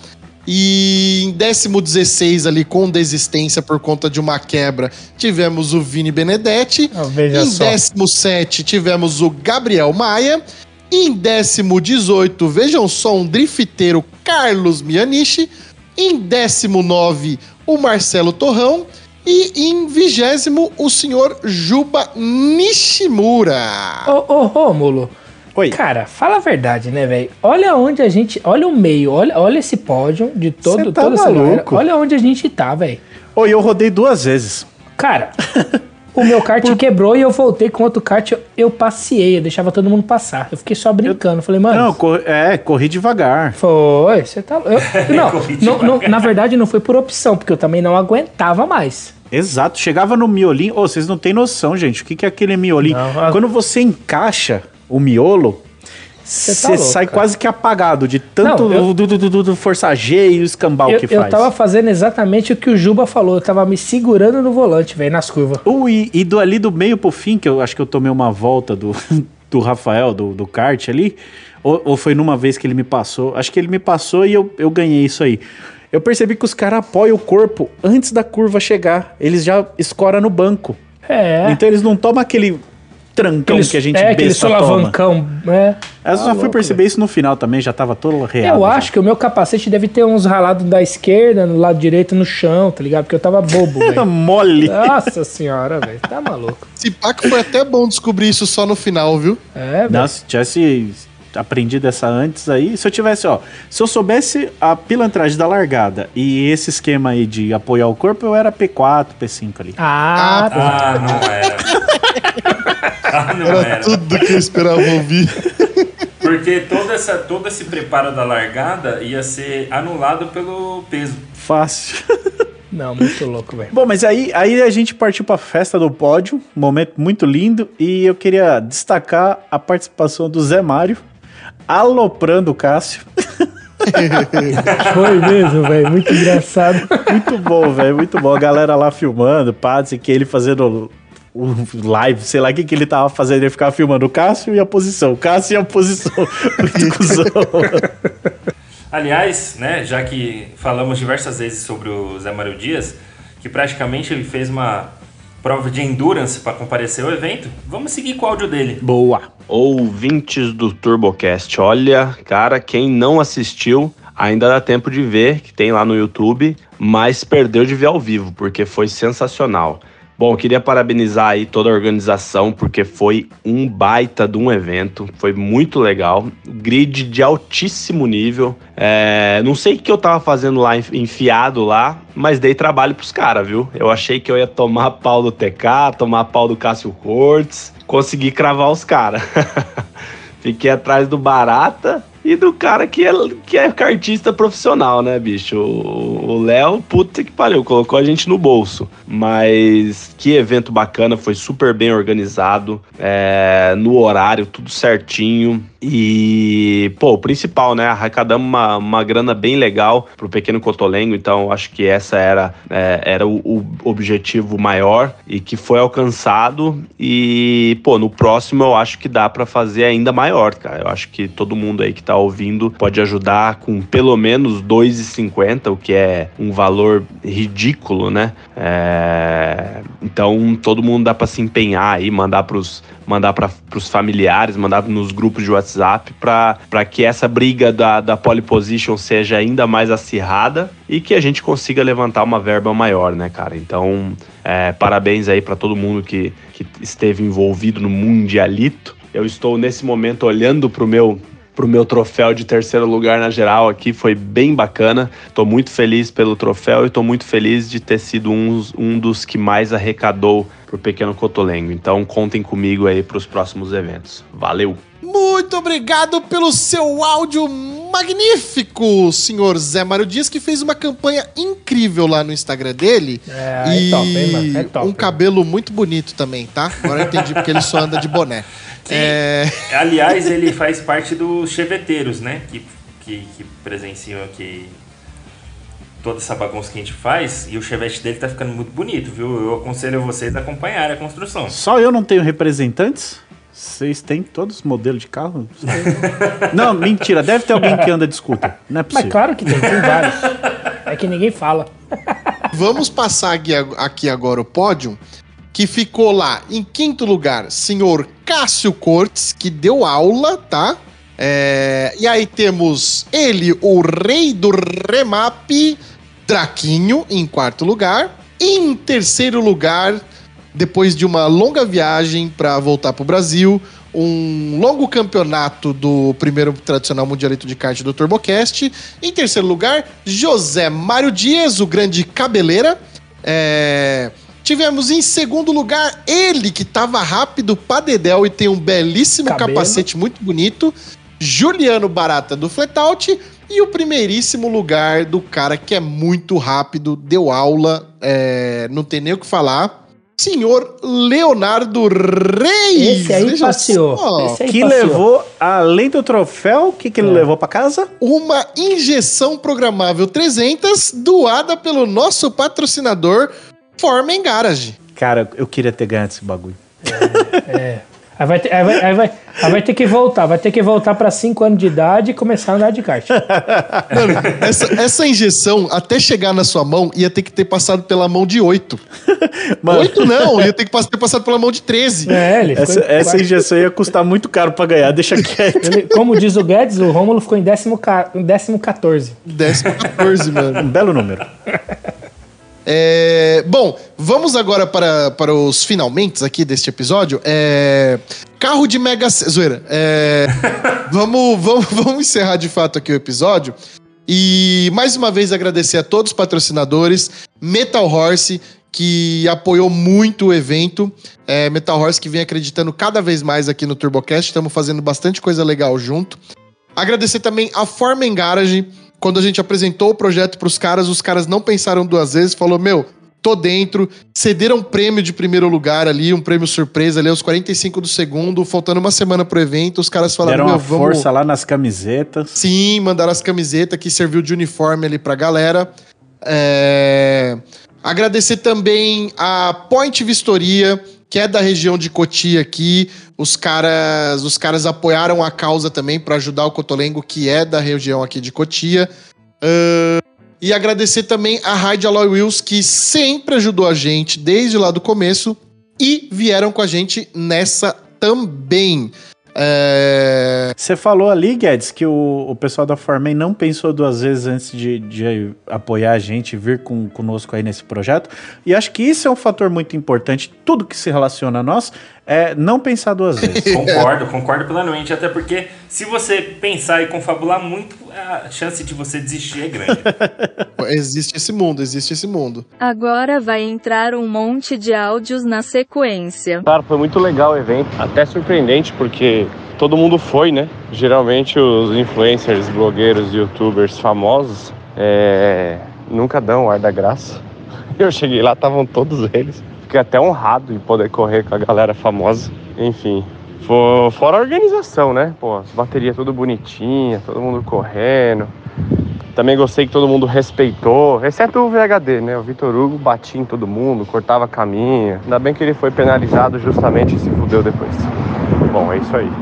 E em décimo dezesseis, ali, com desistência por conta de uma quebra, tivemos o Vini Benedetti. Ah, veja Em só. décimo sétimo, tivemos o Gabriel Maia. Em décimo dezoito, vejam só, um drifteiro, Carlos Mianichi. Em décimo nove, o Marcelo Torrão. E em vigésimo, o senhor Juba Nishimura. Ô, ô, Rômulo. Oi. Cara, fala a verdade, né, velho? Olha onde a gente... Olha o meio, olha, olha esse pódio de todo, Cê tá toda essa galera. maluco. Olha onde a gente tá, velho. Oi, eu rodei duas vezes. Cara, o meu kart quebrou e eu voltei com outro kart. Eu, eu passeei, eu deixava todo mundo passar. Eu fiquei só brincando. Falei, mano... Não, cor- é, corri devagar. Foi, você tá... Eu, não, Corri não, não, devagar. na verdade não foi por opção, porque eu também não aguentava mais. Exato, chegava no miolinho. Ô, vocês não têm noção, gente. O que, que é aquele miolinho? Não, a- Quando você encaixa o miolo, Cê você tá louco, sai cara. quase que apagado de tanto Não, eu- do, do, do, do forçageio e o escambau Eu, que eu faz. tava fazendo exatamente o que o Juba falou. Eu tava me segurando no volante, velho, nas curvas. Uh, e, e do ali do meio pro fim, que eu acho que eu tomei uma volta do, do Rafael, do, do kart ali, ou, ou foi numa vez que ele me passou, acho que ele me passou e eu, eu ganhei isso aí. Eu percebi que os caras apoiam o corpo antes da curva chegar, eles já escoram no banco. É. Então eles não tomam aquele trancão Aquele- que a gente é, aquele besta toma. solavancão. É. Eu só Tá fui louco, perceber isso no final também, já tava todo real. Eu acho que o meu capacete deve ter uns ralados da esquerda, no lado direito no chão, tá ligado? Porque eu tava bobo, velho. Mole. Nossa senhora, velho. Tá maluco. Esse pá que foi até bom descobrir isso só no final, viu? É, velho. Não, se tivesse aprendido essa antes aí, se eu tivesse, ó, se eu soubesse a pilantragem da largada e esse esquema aí de apoiar o corpo, eu era P quatro, P cinco ali. Ah, Ah, não era. Ah, não Era era. tudo que eu esperava ouvir. Porque toda essa, todo esse preparo da largada ia ser anulado pelo peso. Fácil. não, muito louco, velho. Bom, mas aí, aí a gente partiu pra festa do pódio, um momento muito lindo, e eu queria destacar a participação do Zé Mário, aloprando o Cássio. Foi mesmo, velho. Muito engraçado. Muito bom, velho, muito bom. A galera lá filmando, pá, assim, que ele fazendo o live, sei lá o que, que ele tava fazendo, ele ficava filmando o Cássio e a posição, o Cássio e a posição. Muito cuzão. Aliás, né, já que falamos diversas vezes sobre o Zé Mário Dias, que praticamente ele fez uma prova de endurance para comparecer ao evento, vamos seguir com o áudio dele. Boa! Ouvintes do TurboCast, olha, cara, quem não assistiu, ainda dá tempo de ver, que tem lá no YouTube, mas perdeu de ver ao vivo, porque foi sensacional. Bom, eu queria parabenizar aí toda a organização, porque foi um baita de um evento, foi muito legal, grid de altíssimo nível, é, não sei o que eu tava fazendo lá, enfiado lá, mas dei trabalho pros caras, viu? Eu achei que eu ia tomar pau do T K, tomar pau do Cássio Cortes, consegui cravar os caras. Fiquei atrás do Barata e do cara que é, que é kartista profissional, né, bicho? O Léo, puta que pariu, colocou a gente no bolso. Mas que evento bacana, foi super bem organizado, é, no horário, tudo certinho. E, pô, o principal, né? Arrecadamos uma, uma grana bem legal pro Pequeno Cotolengo, então acho que essa era, é, era o, o objetivo maior e que foi alcançado. E, pô, no próximo eu acho que dá pra fazer ainda maior, cara. Eu acho que todo mundo aí que tá ouvindo pode ajudar com pelo menos dois reais e cinquenta centavos, o que é um valor ridículo, né? É... Então todo mundo dá pra se empenhar aí, mandar pros, mandar para os familiares, mandar nos grupos de WhatsApp para que essa briga da, da pole position seja ainda mais acirrada e que a gente consiga levantar uma verba maior, né, cara? Então, é, parabéns aí para todo mundo que, que esteve envolvido no Mundialito. Eu estou nesse momento olhando pro meu pro meu troféu de terceiro lugar na geral aqui, foi bem bacana. Tô muito feliz pelo troféu e tô muito feliz de ter sido um, um dos que mais arrecadou pro Pequeno Cotolengo. Então contem comigo aí pros próximos eventos. Valeu! Muito obrigado pelo seu áudio magnífico, senhor Zé Mário Dias, que fez uma campanha incrível lá no Instagram dele. É, e é top, hein, mano? É top. Um cabelo muito bonito também, tá? Agora eu entendi porque ele só anda de boné. É... Aliás, ele faz parte dos cheveteiros, né? Que, que, que presenciam aqui toda essa bagunça que a gente faz. E o chevette dele tá ficando muito bonito, viu? Eu aconselho vocês a acompanharem a construção. Só eu não tenho representantes? Vocês têm todos os modelos de carro? Não, mentira. Deve ter alguém que anda de scooter. Não é possível. Mas claro que tem, tem vários. É que ninguém fala. Vamos passar aqui agora o pódio, que ficou lá em quinto lugar, senhor Cássio Cortes, que deu aula, tá? É, e aí temos ele, o rei do remap, Draquinho, em quarto lugar. Em terceiro lugar, depois de uma longa viagem para voltar para o Brasil, um longo campeonato do primeiro tradicional mundialito de kart do TurboCast. Em terceiro lugar, José Mário Dias, o grande cabeleira. É... Tivemos em segundo lugar ele, que tava rápido pra dedéu e tem um belíssimo Cabelo. capacete muito bonito, Juliano Barata do Flatout. E o primeiríssimo lugar do cara que é muito rápido, deu aula, é... não tem nem o que falar, senhor Leonardo Reis. Esse aí passeou. Esse aí que passeou. Levou, além do troféu, o que, que ele é. levou pra casa? Uma injeção programável trezentos doada pelo nosso patrocinador Foreman Garage. Cara, eu queria ter ganhado esse bagulho. É. é. Aí, vai ter, aí, vai, aí, vai, aí vai ter que voltar. Vai ter que voltar pra cinco anos de idade e começar a andar de kart. Mano, essa, essa injeção, até chegar na sua mão, ia ter que ter passado pela mão de oito. oito não, ia ter que ter passado pela mão de treze. É, ele essa, essa injeção ia custar muito caro pra ganhar, deixa quieto. Ele, como diz o Guedes, o Rômulo ficou em décimo, décimo quatorze. Décimo quatorze, mano. Um belo número. É, bom, vamos agora para, para os finalmente aqui deste episódio. É, carro de Mega Zoeira. É, vamos, vamos, vamos encerrar de fato aqui o episódio. E mais uma vez agradecer a todos os patrocinadores. Metal Horse, que apoiou muito o evento. É, Metal Horse que vem acreditando cada vez mais aqui no TurboCast. Estamos fazendo bastante coisa legal junto. Agradecer também a Foreman Garage. Quando a gente apresentou o projeto pros caras, os caras não pensaram duas vezes, falou, meu, tô dentro, cederam um prêmio de primeiro lugar ali, um prêmio surpresa ali aos quarenta e cinco do segundo, faltando uma semana pro evento, os caras falaram, deram meu, uma vamos... força lá nas camisetas. Sim, mandaram as camisetas que serviu de uniforme ali pra galera. É... Agradecer também a Point Vistoria, que é da região de Cotia aqui. Os caras, os caras apoiaram a causa também para ajudar o Cotolengo, que é da região aqui de Cotia. Uh, e agradecer também a Hyde Alloy Wheels, que sempre ajudou a gente desde lá do começo e vieram com a gente nessa também. Você é... falou ali, Guedes, que o, o pessoal da Formen não pensou duas vezes antes de, de apoiar a gente, vir com, conosco aí nesse projeto, e acho que isso é um fator muito importante. Tudo que se relaciona a nós é não pensar duas vezes. Concordo, concordo plenamente, até porque se você pensar e confabular muito, a chance de você desistir é grande. Existe esse mundo, existe esse mundo. Agora vai entrar um monte de áudios na sequência. Cara, foi muito legal o evento, até surpreendente, porque todo mundo foi, né? Geralmente os influencers, blogueiros, youtubers famosos é, nunca dão o ar da graça. Eu cheguei lá, estavam todos eles. Fiquei até honrado em poder correr com a galera famosa. Enfim, for, fora a organização, né? Pô, as baterias tudo bonitinha, todo mundo correndo. Também gostei que todo mundo respeitou, exceto o V H D, né? O Vitor Hugo batia em todo mundo, cortava caminho. Ainda bem que ele foi penalizado justamente e se fudeu depois. Bom, é isso aí.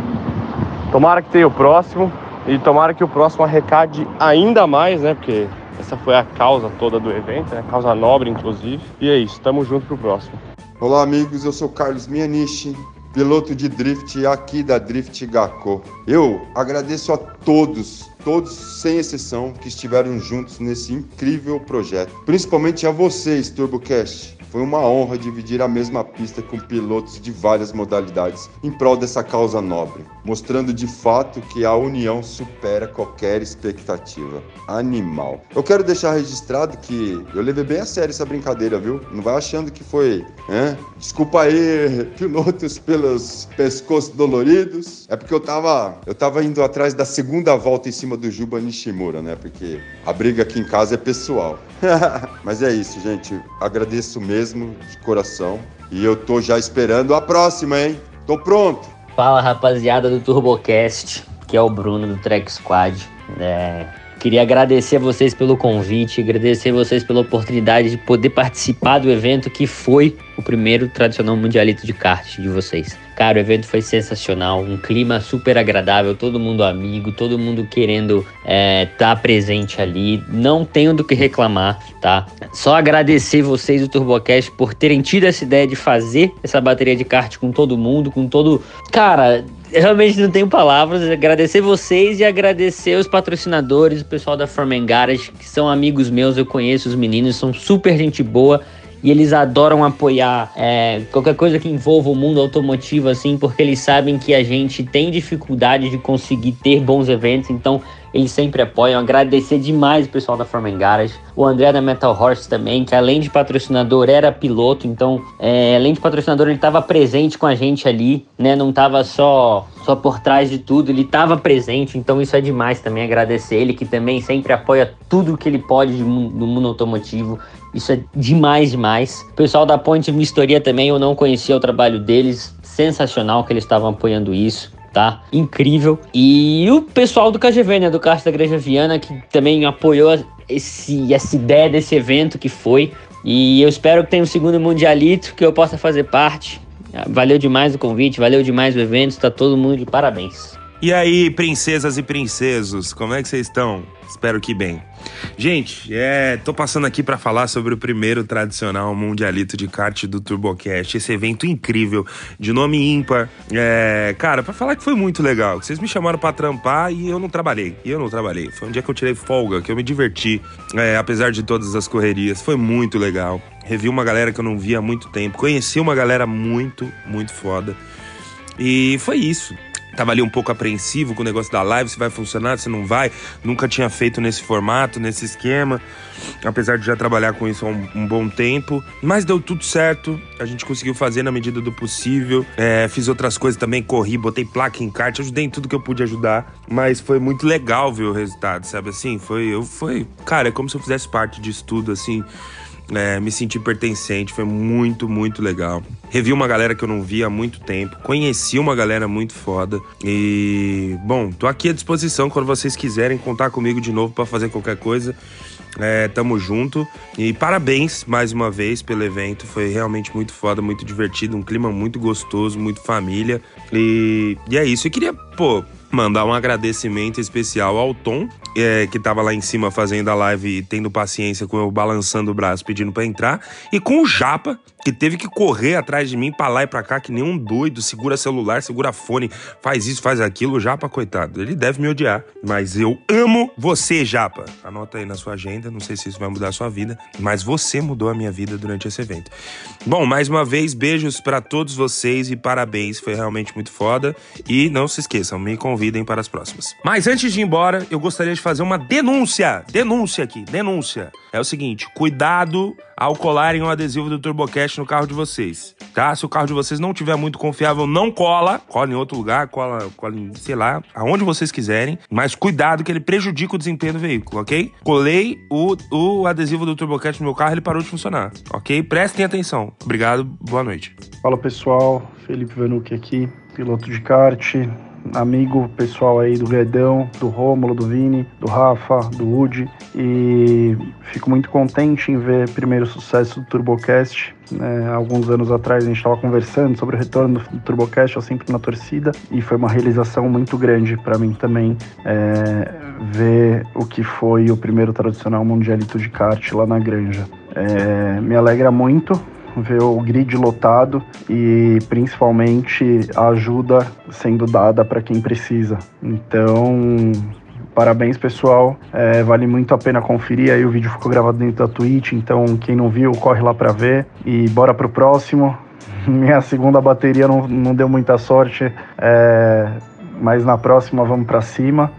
Tomara que tenha o próximo e tomara que o próximo arrecade ainda mais, né? Porque essa foi a causa toda do evento, né? Causa nobre, inclusive. E é isso, tamo junto pro próximo. Olá, amigos, eu sou Carlos Mianichi, piloto de drift aqui da Drift Gakko. Eu agradeço a todos, todos sem exceção, que estiveram juntos nesse incrível projeto. Principalmente a vocês, TurboCast. Foi uma honra dividir a mesma pista com pilotos de várias modalidades em prol dessa causa nobre, mostrando de fato que a união supera qualquer expectativa. Animal. Eu quero deixar registrado que eu levei bem a sério essa brincadeira, viu? Não vai achando que foi, hein? Desculpa aí, pilotos, pelos pescoços doloridos. É porque eu tava, eu tava indo atrás da segunda volta em cima do Juba Nishimura, né? Porque a briga aqui em casa é pessoal. Mas é isso, gente. Agradeço mesmo. Mesmo de coração. E eu tô já esperando a próxima, hein? Tô pronto! Fala, rapaziada do TurboCast, que é o Bruno do Track Squad. É, queria agradecer a vocês pelo convite, agradecer a vocês pela oportunidade de poder participar do evento que foi o primeiro tradicional mundialito de kart de vocês. Cara, o evento foi sensacional, um clima super agradável, todo mundo amigo, todo mundo querendo é, tá presente ali. Não tenho do que reclamar, tá? Só agradecer vocês do TurboCast por terem tido essa ideia de fazer essa bateria de kart com todo mundo, com todo... Cara, eu realmente não tenho palavras. Agradecer vocês e agradecer os patrocinadores, o pessoal da Formen Garage, que são amigos meus, eu conheço os meninos, são super gente boa. E eles adoram apoiar é, qualquer coisa que envolva o mundo automotivo, assim, porque eles sabem que a gente tem dificuldade de conseguir ter bons eventos, então eles sempre apoiam. Agradecer demais o pessoal da Formen Garage, o André da Metal Horse também, que além de patrocinador era piloto, então é, além de patrocinador ele estava presente com a gente ali, né? Não estava só, só por trás de tudo, ele estava presente, então isso é demais também. Agradecer ele, que também sempre apoia tudo que ele pode do mundo automotivo. Isso é demais, demais. O pessoal da Point Mistoria também, eu não conhecia o trabalho deles. Sensacional que eles estavam apoiando isso, tá? Incrível. E o pessoal do K G V, né? Do Kart da Granja Viana, que também apoiou esse, essa ideia desse evento que foi. E eu espero que tenha um segundo mundialito, que eu possa fazer parte. Valeu demais o convite, valeu demais o evento. Está todo mundo de parabéns. E aí, princesas e princesos, como é que vocês estão? Espero que bem. Gente, é, tô passando aqui para falar sobre o primeiro tradicional mundialito de kart do TurboCast, esse evento incrível, de nome ímpar. É, cara, para falar que foi muito legal, vocês me chamaram para trampar e eu não trabalhei, e eu não trabalhei. Foi um dia que eu tirei folga, que eu me diverti, é, apesar de todas as correrias, foi muito legal. Revi uma galera que eu não via há muito tempo, conheci uma galera muito, muito foda, e foi isso. Tava ali um pouco apreensivo com o negócio da live, se vai funcionar, se não vai. Nunca tinha feito nesse formato, nesse esquema, apesar de já trabalhar com isso há um, um bom tempo. Mas deu tudo certo, a gente conseguiu fazer na medida do possível. É, fiz outras coisas também, corri, botei placa em kart, ajudei em tudo que eu pude ajudar. Mas foi muito legal ver o resultado, sabe assim? Foi, eu, foi, cara, é como se eu fizesse parte disso tudo, assim. É, me senti pertencente, foi muito, muito legal. Revi uma galera que eu não via há muito tempo, conheci uma galera muito foda e, bom, tô aqui à disposição quando vocês quiserem contar comigo de novo pra fazer qualquer coisa. É, tamo junto. E parabéns mais uma vez pelo evento. Foi realmente muito foda, muito divertido. Um clima muito gostoso, muito família. E, e é isso. Eu queria, pô, mandar um agradecimento especial ao Tom, é, que tava lá em cima fazendo a live e tendo paciência com eu balançando o braço pedindo pra entrar. E com o Japa, que teve que correr atrás de mim pra lá e pra cá que nem um doido. Segura celular, segura fone, faz isso, faz aquilo. O Japa, coitado, ele deve me odiar. Mas eu amo você, Japa. Anota aí na sua agenda, não sei se isso vai mudar a sua vida, mas você mudou a minha vida durante esse evento. Bom, mais uma vez, beijos pra todos vocês e parabéns, foi realmente muito foda. E não se esqueçam, me convidem para as próximas. Mas antes de ir embora, eu gostaria de fazer uma denúncia. Denúncia aqui, denúncia. É o seguinte, cuidado ao colarem o adesivo do TurboCast no carro de vocês, tá? Se o carro de vocês não tiver muito confiável, não cola. Cola em outro lugar, cola, cola em, sei lá, aonde vocês quiserem. Mas cuidado que ele prejudica o desempenho do veículo, ok? Colei o, o adesivo do TurboCast no meu carro, ele parou de funcionar, ok? Prestem atenção. Obrigado, boa noite. Fala pessoal, Felipe Vanucci aqui, piloto de kart, amigo pessoal aí do Guedão, do Rômulo, do Vini, do Rafa, do Woody, e fico muito contente em ver primeiro sucesso do TurboCast. É, alguns anos atrás a gente estava conversando sobre o retorno do TurboCast, eu sempre na torcida, e foi uma realização muito grande para mim também é, ver o que foi o primeiro tradicional mundialito de kart lá na Granja. É, me alegra muito ver o grid lotado e principalmente a ajuda sendo dada para quem precisa. Então, parabéns pessoal, é, vale muito a pena conferir, aí o vídeo ficou gravado dentro da Twitch, então quem não viu, corre lá para ver e bora pro próximo. Minha segunda bateria não, não deu muita sorte, é, mas na próxima vamos para cima.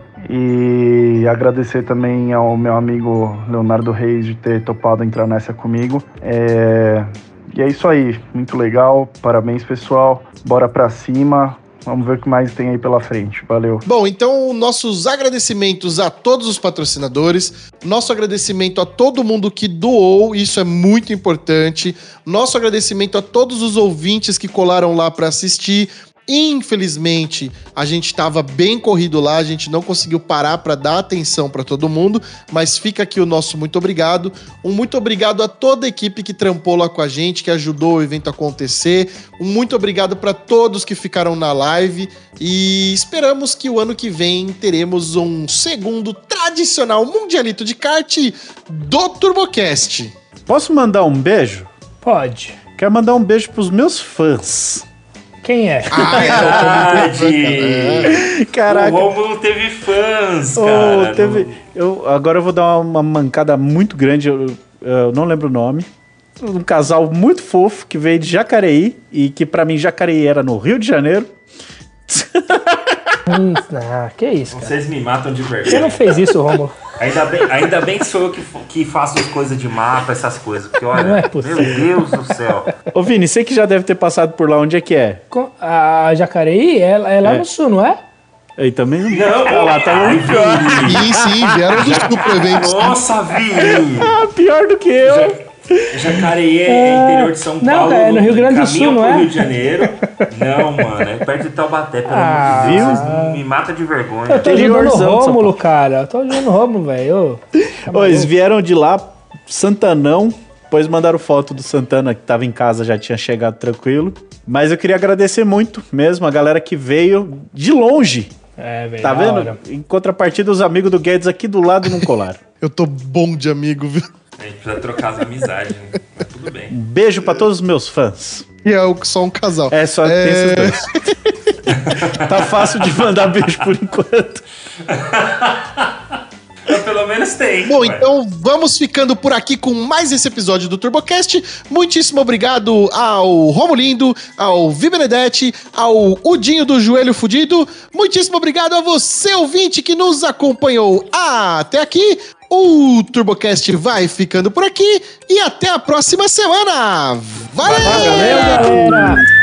E agradecer também ao meu amigo Leonardo Reis de ter topado entrar nessa comigo. É... E é isso aí, muito legal, parabéns pessoal, bora pra cima, vamos ver o que mais tem aí pela frente, valeu. Bom, então nossos agradecimentos a todos os patrocinadores, nosso agradecimento a todo mundo que doou, isso é muito importante, nosso agradecimento a todos os ouvintes que colaram lá pra assistir. Infelizmente, a gente estava bem corrido lá, a gente não conseguiu parar para dar atenção para todo mundo, mas fica aqui o nosso muito obrigado. Um muito obrigado a toda a equipe que trampou lá com a gente, que ajudou o evento a acontecer. Um muito obrigado para todos que ficaram na live e esperamos que o ano que vem teremos um segundo tradicional mundialito de kart do TurboCast. Posso mandar um beijo? Pode. Quero mandar um beijo pros meus fãs. Quem é? Ah, é verdade! Caraca. O Rômulo teve fãs, Oh, cara. teve, eu, agora eu vou dar uma mancada muito grande, eu, eu não lembro o nome. Um casal muito fofo que veio de Jacareí e que pra mim Jacareí era no Rio de Janeiro. Hum, ah, que isso, cara. Vocês me matam de vergonha. Você não fez isso, Rômulo? Ainda bem, ainda bem que sou eu que, que faço as coisas de mapa, essas coisas. Porque olha, Não é possível. meu Deus do céu. Ô Vini, você que já deve ter passado por lá, onde é que é? Com- A Jacareí é, é lá É. no sul, não é? Aí também não. Não, Ah, lá tá ai, muito pior. Sim, sim, vieram do sul pro evento. Nossa, Vini! Ah, pior do que eu. Jacareí é interior de São Não, Paulo. cara, é no Rio Grande do caminho Sul, não pro é? Rio de Janeiro. Não, mano, é perto de Taubaté, pelo Ah, amor de Deus. viu? Vocês me matam de vergonha. Eu tô ajudando o Interiorzão de São Rômulo, cara. Eu tô ajudando o Rômulo, velho. Ô, Ô, eles vieram de lá, Santanão, depois mandaram foto do Santana, que tava em casa, já tinha chegado tranquilo. Mas eu queria agradecer muito mesmo a galera que veio de longe. É, velho. Tá da vendo? hora. Em contrapartida, os amigos do Guedes aqui do lado não colaram. Eu tô bom de amigo, viu? A gente precisa trocar as amizades, né? Mas tudo bem. Um beijo pra todos os meus fãs. E é o- só um casal. É, só tem esses dois. Tá fácil de mandar beijo por enquanto. Mas pelo menos tem. Bom, ué. então vamos ficando por aqui com mais esse episódio do TurboCast. Muitíssimo obrigado ao Romulindo, ao Vi Benedetti, ao Udinho do Joelho Fudido. Muitíssimo obrigado a você, ouvinte, que nos acompanhou até aqui. O TurboCast vai ficando por aqui e até a próxima semana. Valeu! Valeu, galera!